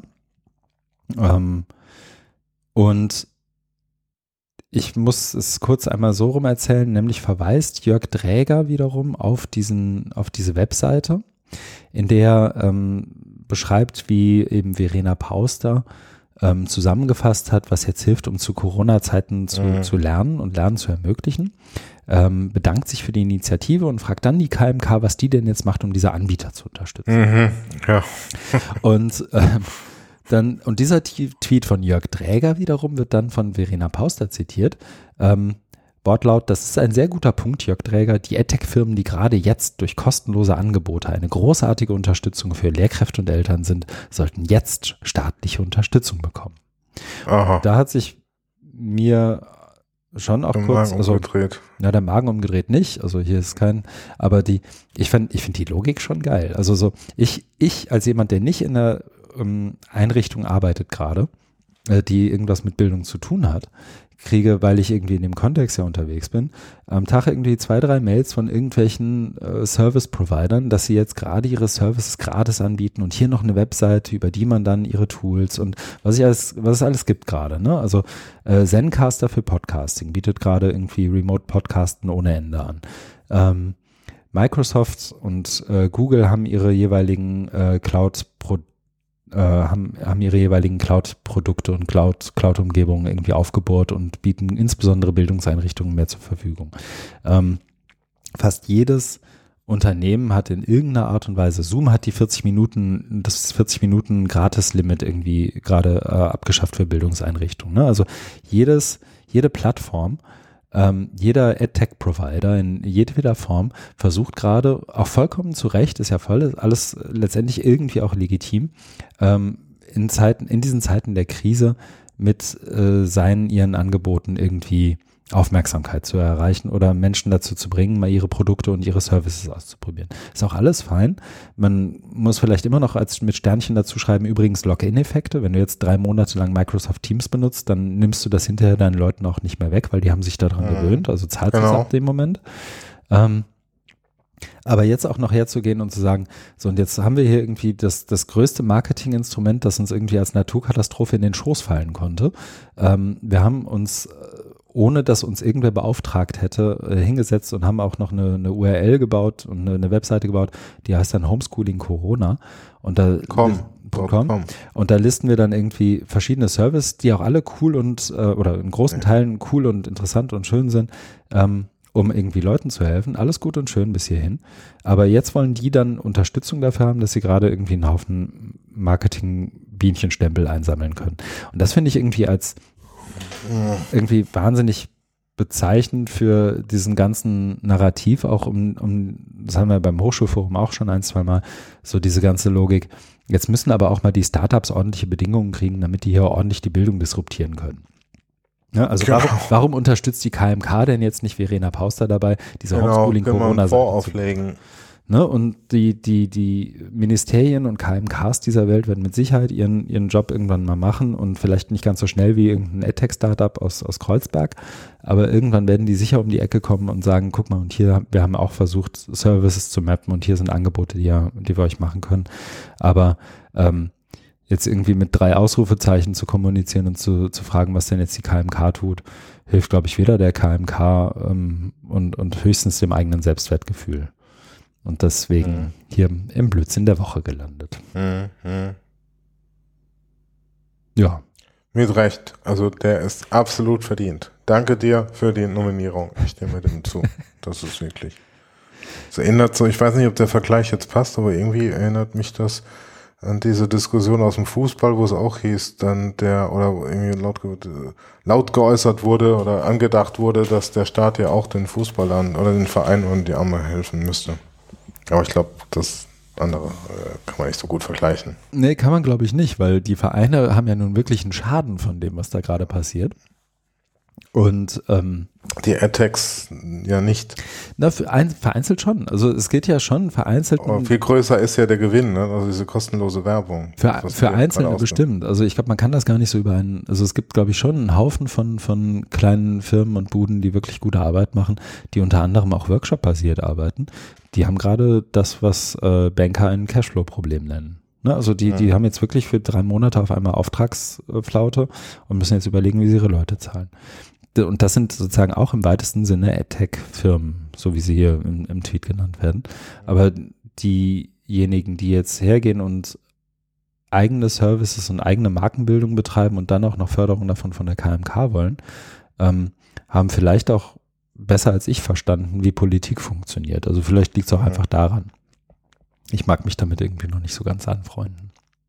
Und ich muss es kurz einmal so rum erzählen, nämlich verweist Jörg Dräger wiederum auf diese Webseite, in der beschreibt, wie eben Verena Pauster zusammengefasst hat, was jetzt hilft, um zu Corona-Zeiten zu lernen und Lernen zu ermöglichen, bedankt sich für die Initiative und fragt dann die KMK, was die denn jetzt macht, um diese Anbieter zu unterstützen. Ja. Und dieser Tweet von Jörg Dräger wiederum wird dann von Verena Pauster zitiert. Wortlaut, das ist ein sehr guter Punkt, Jörg Dräger. Die EdTech-Firmen, die gerade jetzt durch kostenlose Angebote eine großartige Unterstützung für Lehrkräfte und Eltern sind, sollten jetzt staatliche Unterstützung bekommen. Aha. Da hat sich mir schon auch der kurz, Magen umgedreht. Der Magen umgedreht nicht, also hier ist aber ich finde die Logik schon geil. Also so, ich als jemand, der nicht in der Einrichtung arbeitet gerade, die irgendwas mit Bildung zu tun hat, kriege, weil ich irgendwie in dem Kontext ja unterwegs bin, am Tag irgendwie 2, 3 Mails von irgendwelchen Service-Providern, dass sie jetzt gerade ihre Services gratis anbieten und hier noch eine Webseite, über die man dann ihre Tools und was es alles gibt gerade, ne? Also Zencaster für Podcasting bietet gerade irgendwie Remote-Podcasten ohne Ende an. Microsoft und Google haben ihre jeweiligen haben ihre jeweiligen Cloud-Produkte und Cloud-Umgebungen irgendwie aufgebohrt und bieten insbesondere Bildungseinrichtungen mehr zur Verfügung. Fast jedes Unternehmen hat in irgendeiner Art und Weise, Zoom hat das 40 Minuten Gratis-Limit irgendwie gerade abgeschafft für Bildungseinrichtungen. Ne? Also jede Plattform, jeder EdTech-Provider in jedweder Form versucht gerade, auch vollkommen zu Recht, ist ja alles letztendlich irgendwie auch legitim, in diesen Zeiten der Krise mit ihren Angeboten irgendwie Aufmerksamkeit zu erreichen oder Menschen dazu zu bringen, mal ihre Produkte und ihre Services auszuprobieren. Ist auch alles fein. Man muss vielleicht immer noch mit Sternchen dazu schreiben, übrigens Login-Effekte. Wenn du jetzt 3 Monate lang Microsoft Teams benutzt, dann nimmst du das hinterher deinen Leuten auch nicht mehr weg, weil die haben sich daran gewöhnt, also zahlt es ab dem Moment. Aber jetzt auch noch herzugehen und zu sagen, so und jetzt haben wir hier irgendwie das größte Marketinginstrument, das uns irgendwie als Naturkatastrophe in den Schoß fallen konnte. Wir haben uns ohne dass uns irgendwer beauftragt hätte, hingesetzt und haben auch noch eine URL gebaut und eine Webseite gebaut, die heißt dann Homeschooling Corona. Und da und da listen wir dann irgendwie verschiedene Services, die auch alle cool und oder in großen Teilen cool und interessant und schön sind, um irgendwie Leuten zu helfen. Alles gut und schön bis hierhin. Aber jetzt wollen die dann Unterstützung dafür haben, dass sie gerade irgendwie einen Haufen Marketing-Bienchenstempel einsammeln können. Und das finde ich irgendwie irgendwie wahnsinnig bezeichnend für diesen ganzen Narrativ, auch das haben wir beim Hochschulforum auch schon 1, 2 Mal, so diese ganze Logik. Jetzt müssen aber auch mal die Startups ordentliche Bedingungen kriegen, damit die hier ordentlich die Bildung disruptieren können. Ja, also warum unterstützt die KMK denn jetzt nicht Verena Pauster dabei, diese Homeschooling-Corona-Sache vorauflegen. Ne? Und die Ministerien und KMKs dieser Welt werden mit Sicherheit ihren Job irgendwann mal machen und vielleicht nicht ganz so schnell wie irgendein AdTech-Startup aus Kreuzberg, aber irgendwann werden die sicher um die Ecke kommen und sagen, guck mal, und hier, wir haben auch versucht, Services zu mappen und hier sind Angebote, die wir euch machen können. Aber jetzt irgendwie mit 3 Ausrufezeichen zu kommunizieren und zu fragen, was denn jetzt die KMK tut, hilft, glaube ich, weder der KMK und höchstens dem eigenen Selbstwertgefühl. Und deswegen hier im Blödsinn der Woche gelandet. Ja. Mit Recht. Also der ist absolut verdient. Danke dir für die Nominierung. Ich stimme dem zu. Das ist wirklich. Es erinnert so, ich weiß nicht, ob der Vergleich jetzt passt, aber irgendwie erinnert mich das an diese Diskussion aus dem Fußball, wo es auch hieß, dann oder irgendwie laut geäußert wurde oder angedacht wurde, dass der Staat ja auch den Fußballern oder den Vereinen unter die Arme helfen müsste. Aber ich glaube, das andere kann man nicht so gut vergleichen. Nee, kann man glaube ich nicht, weil die Vereine haben ja nun wirklich einen Schaden von dem, was da gerade passiert. Und die AdTechs ja nicht. Na, vereinzelt schon. Also es geht ja schon vereinzelt. Aber viel größer ist ja der Gewinn, ne? Also diese kostenlose Werbung. Für Einzelne bestimmt. Also ich glaube, man kann das gar nicht so also es gibt, glaube ich, schon einen Haufen von kleinen Firmen und Buden, die wirklich gute Arbeit machen, die unter anderem auch Workshop-basiert arbeiten. Die haben gerade das, was Banker ein Cashflow-Problem nennen. Ne? Also die haben jetzt wirklich für 3 Monate auf einmal Auftragsflaute und müssen jetzt überlegen, wie sie ihre Leute zahlen. Und das sind sozusagen auch im weitesten Sinne AdTech-Firmen, so wie sie hier im Tweet genannt werden. Aber diejenigen, die jetzt hergehen und eigene Services und eigene Markenbildung betreiben und dann auch noch Förderung davon von der KMK wollen, haben vielleicht auch besser als ich verstanden, wie Politik funktioniert. Also vielleicht liegt es auch einfach daran. Ich mag mich damit irgendwie noch nicht so ganz anfreunden.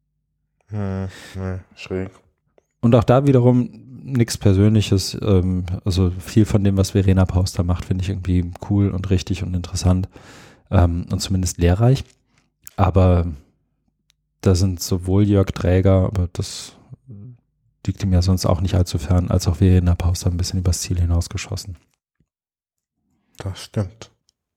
Schräg. Und auch da wiederum nichts Persönliches, also viel von dem, was Verena Pauster macht, finde ich irgendwie cool und richtig und interessant und zumindest lehrreich. Aber da sind sowohl Jörg Träger, aber das liegt ihm ja sonst auch nicht allzu fern, als auch Verena Pauster ein bisschen übers Ziel hinausgeschossen. Das stimmt.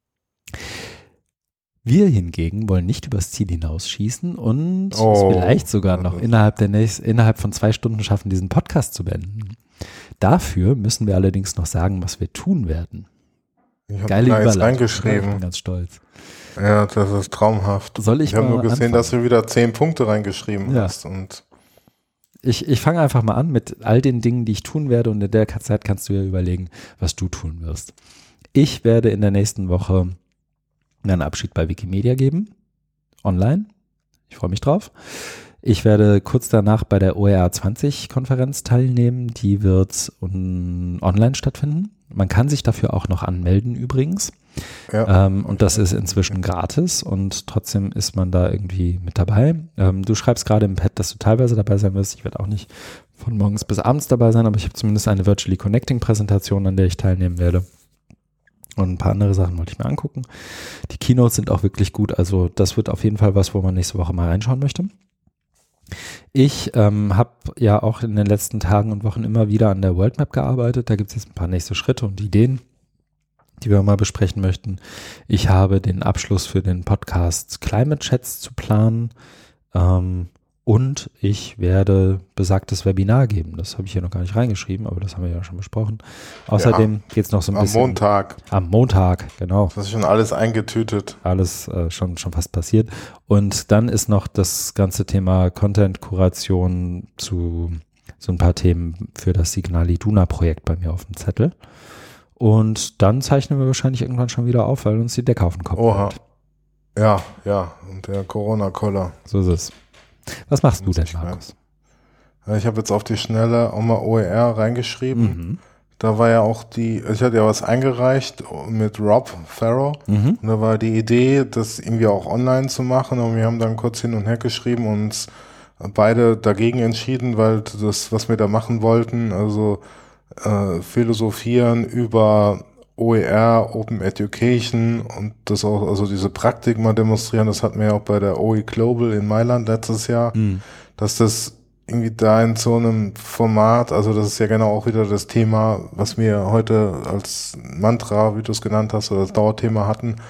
Wir hingegen wollen nicht übers Ziel hinausschießen und es vielleicht sogar noch innerhalb von 2 Stunden schaffen, diesen Podcast zu beenden. Dafür müssen wir allerdings noch sagen, was wir tun werden. Ich habe da jetzt reingeschrieben. Ich bin ganz stolz. Ja, das ist traumhaft. Ich habe nur gesehen, dass du wieder 10 Punkte reingeschrieben hast. Und ich fange einfach mal an mit all den Dingen, die ich tun werde, und in der Zeit kannst du ja überlegen, was du tun wirst. Ich werde in der nächsten Woche einen Abschied bei Wikimedia geben, online. Ich freue mich drauf. Ich werde kurz danach bei der OER 20-Konferenz teilnehmen. Die wird online stattfinden. Man kann sich dafür auch noch anmelden übrigens. Ja. Und das ist inzwischen gratis und trotzdem ist man da irgendwie mit dabei. Du schreibst gerade im Pad, dass du teilweise dabei sein wirst. Ich werde auch nicht von morgens bis abends dabei sein, aber ich habe zumindest eine Virtually Connecting Präsentation, an der ich teilnehmen werde. Und ein paar andere Sachen wollte ich mir angucken. Die Keynotes sind auch wirklich gut. Also das wird auf jeden Fall was, wo man nächste Woche mal reinschauen möchte. Ich habe ja auch in den letzten Tagen und Wochen immer wieder an der World Map gearbeitet. Da gibt es jetzt ein paar nächste Schritte und Ideen, die wir mal besprechen möchten. Ich habe den Abschluss für den Podcast Climate Chats zu planen. Und ich werde besagtes Webinar geben. Das habe ich hier noch gar nicht reingeschrieben, aber das haben wir ja schon besprochen. Außerdem geht es noch so ein bisschen. Am Montag, genau. Das ist schon alles eingetütet. Alles schon fast passiert. Und dann ist noch das ganze Thema Content-Kuration zu so ein paar Themen für das Signal Iduna-Projekt bei mir auf dem Zettel. Und dann zeichnen wir wahrscheinlich irgendwann schon wieder auf, weil uns die Decke auf den Kopf fällt. Ja. Und der Corona-Koller. So ist es. Was machst du denn, Markus? Ich habe jetzt auf die Schnelle auch mal OER reingeschrieben. Da war ja auch ich hatte ja was eingereicht mit Rob Farrow. Und da war die Idee, das irgendwie auch online zu machen. Und wir haben dann kurz hin und her geschrieben und uns beide dagegen entschieden, weil das, was wir da machen wollten, also philosophieren über OER, Open Education und das auch, also diese Praktik mal demonstrieren, das hatten wir ja auch bei der OE Global in Mailand letztes Jahr, dass das irgendwie da in so einem Format, also das ist ja genau auch wieder das Thema, was wir heute als Mantra, wie du es genannt hast, oder das Dauerthema hatten,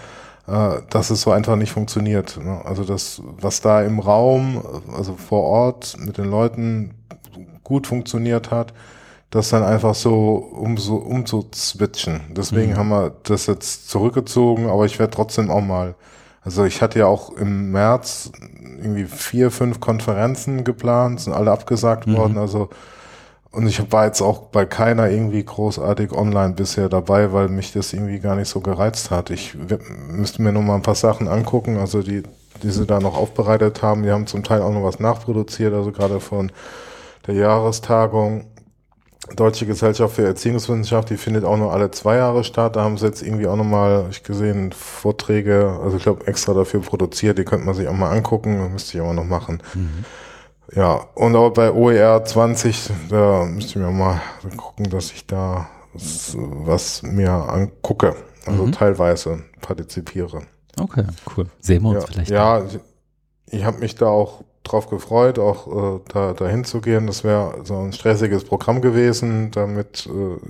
dass es so einfach nicht funktioniert. Ne? Also das, was da im Raum, also vor Ort mit den Leuten gut funktioniert hat, das dann einfach so umzuswitchen. Deswegen haben wir das jetzt zurückgezogen, aber ich werde trotzdem auch mal, also ich hatte ja auch im März irgendwie 4, 5 Konferenzen geplant, sind alle abgesagt worden, also und ich war jetzt auch bei keiner irgendwie großartig online bisher dabei, weil mich das irgendwie gar nicht so gereizt hat. Ich müsste mir noch mal ein paar Sachen angucken, also die sie da noch aufbereitet haben. Die haben zum Teil auch noch was nachproduziert, also gerade von der Jahrestagung Deutsche Gesellschaft für Erziehungswissenschaft, die findet auch nur alle 2 Jahre statt. Da haben sie jetzt irgendwie auch nochmal, ich gesehen, Vorträge, also ich glaube extra dafür produziert, die könnte man sich auch mal angucken, müsste ich aber noch machen. Ja, und auch bei OER 20, da müsste ich mir mal gucken, dass ich da was mir angucke, also teilweise partizipiere. Okay, cool. Sehen wir uns vielleicht. Ja, ich habe mich da auch drauf gefreut, auch da hinzugehen. Das wäre so ein stressiges Programm gewesen, damit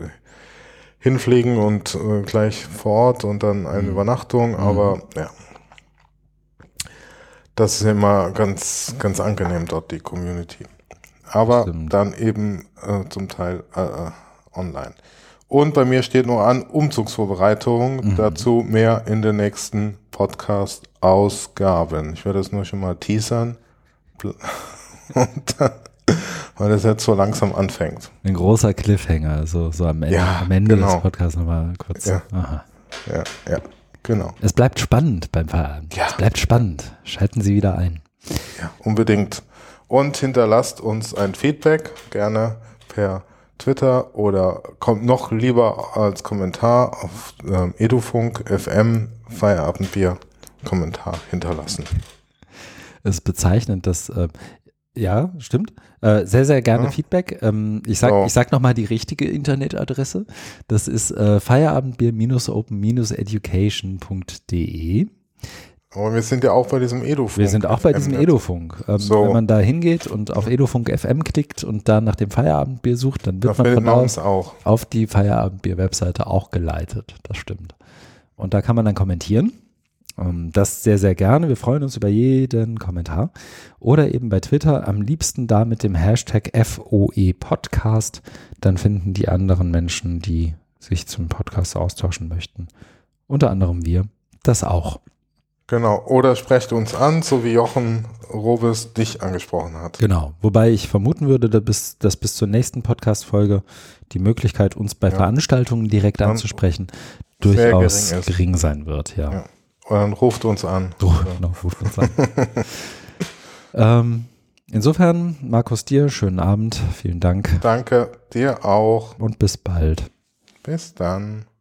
hinfliegen und gleich vor Ort und dann eine Übernachtung, aber ja. Das ist immer ganz, ganz angenehm dort, die Community. Aber dann eben zum Teil online. Und bei mir steht noch an Umzugsvorbereitung. Dazu mehr in den nächsten Podcast-Ausgaben. Ich werde es nur schon mal teasern. Und dann, weil das jetzt so langsam anfängt. Ein großer Cliffhanger, so am Ende, am Ende des Podcasts nochmal kurz. Ja. Genau. Es bleibt spannend beim Feierabend. Ja. Es bleibt spannend. Schalten Sie wieder ein. Ja, unbedingt. Und hinterlasst uns ein Feedback, gerne per Twitter oder kommt noch lieber als Kommentar auf Edufunk FM Feierabendbier Kommentar hinterlassen. Es ist bezeichnend, dass ja, stimmt. Sehr, sehr gerne Feedback. Ich sag nochmal die richtige Internetadresse. Das ist feierabendbier-open-education.de. Aber wir sind ja auch bei diesem Edufunk. Wir sind auch bei diesem Edufunk. Wenn man da hingeht und auf Edufunk FM klickt und dann nach dem Feierabendbier sucht, dann wird man von uns auf die Feierabendbier-Webseite auch geleitet. Das stimmt. Und da kann man dann kommentieren. Das sehr, sehr gerne. Wir freuen uns über jeden Kommentar. Oder eben bei Twitter, am liebsten da mit dem Hashtag FOE-Podcast. Dann finden die anderen Menschen, die sich zum Podcast austauschen möchten, unter anderem wir, das auch. Genau. Oder sprecht uns an, so wie Jochen Robes dich angesprochen hat. Genau. Wobei ich vermuten würde, dass bis zur nächsten Podcast-Folge die Möglichkeit, uns bei Veranstaltungen direkt anzusprechen, durchaus gering sein wird. Ja. Und dann ruft uns an. Ruft uns an. Insofern, Markus, dir schönen Abend. Vielen Dank. Danke, dir auch. Und bis bald. Bis dann.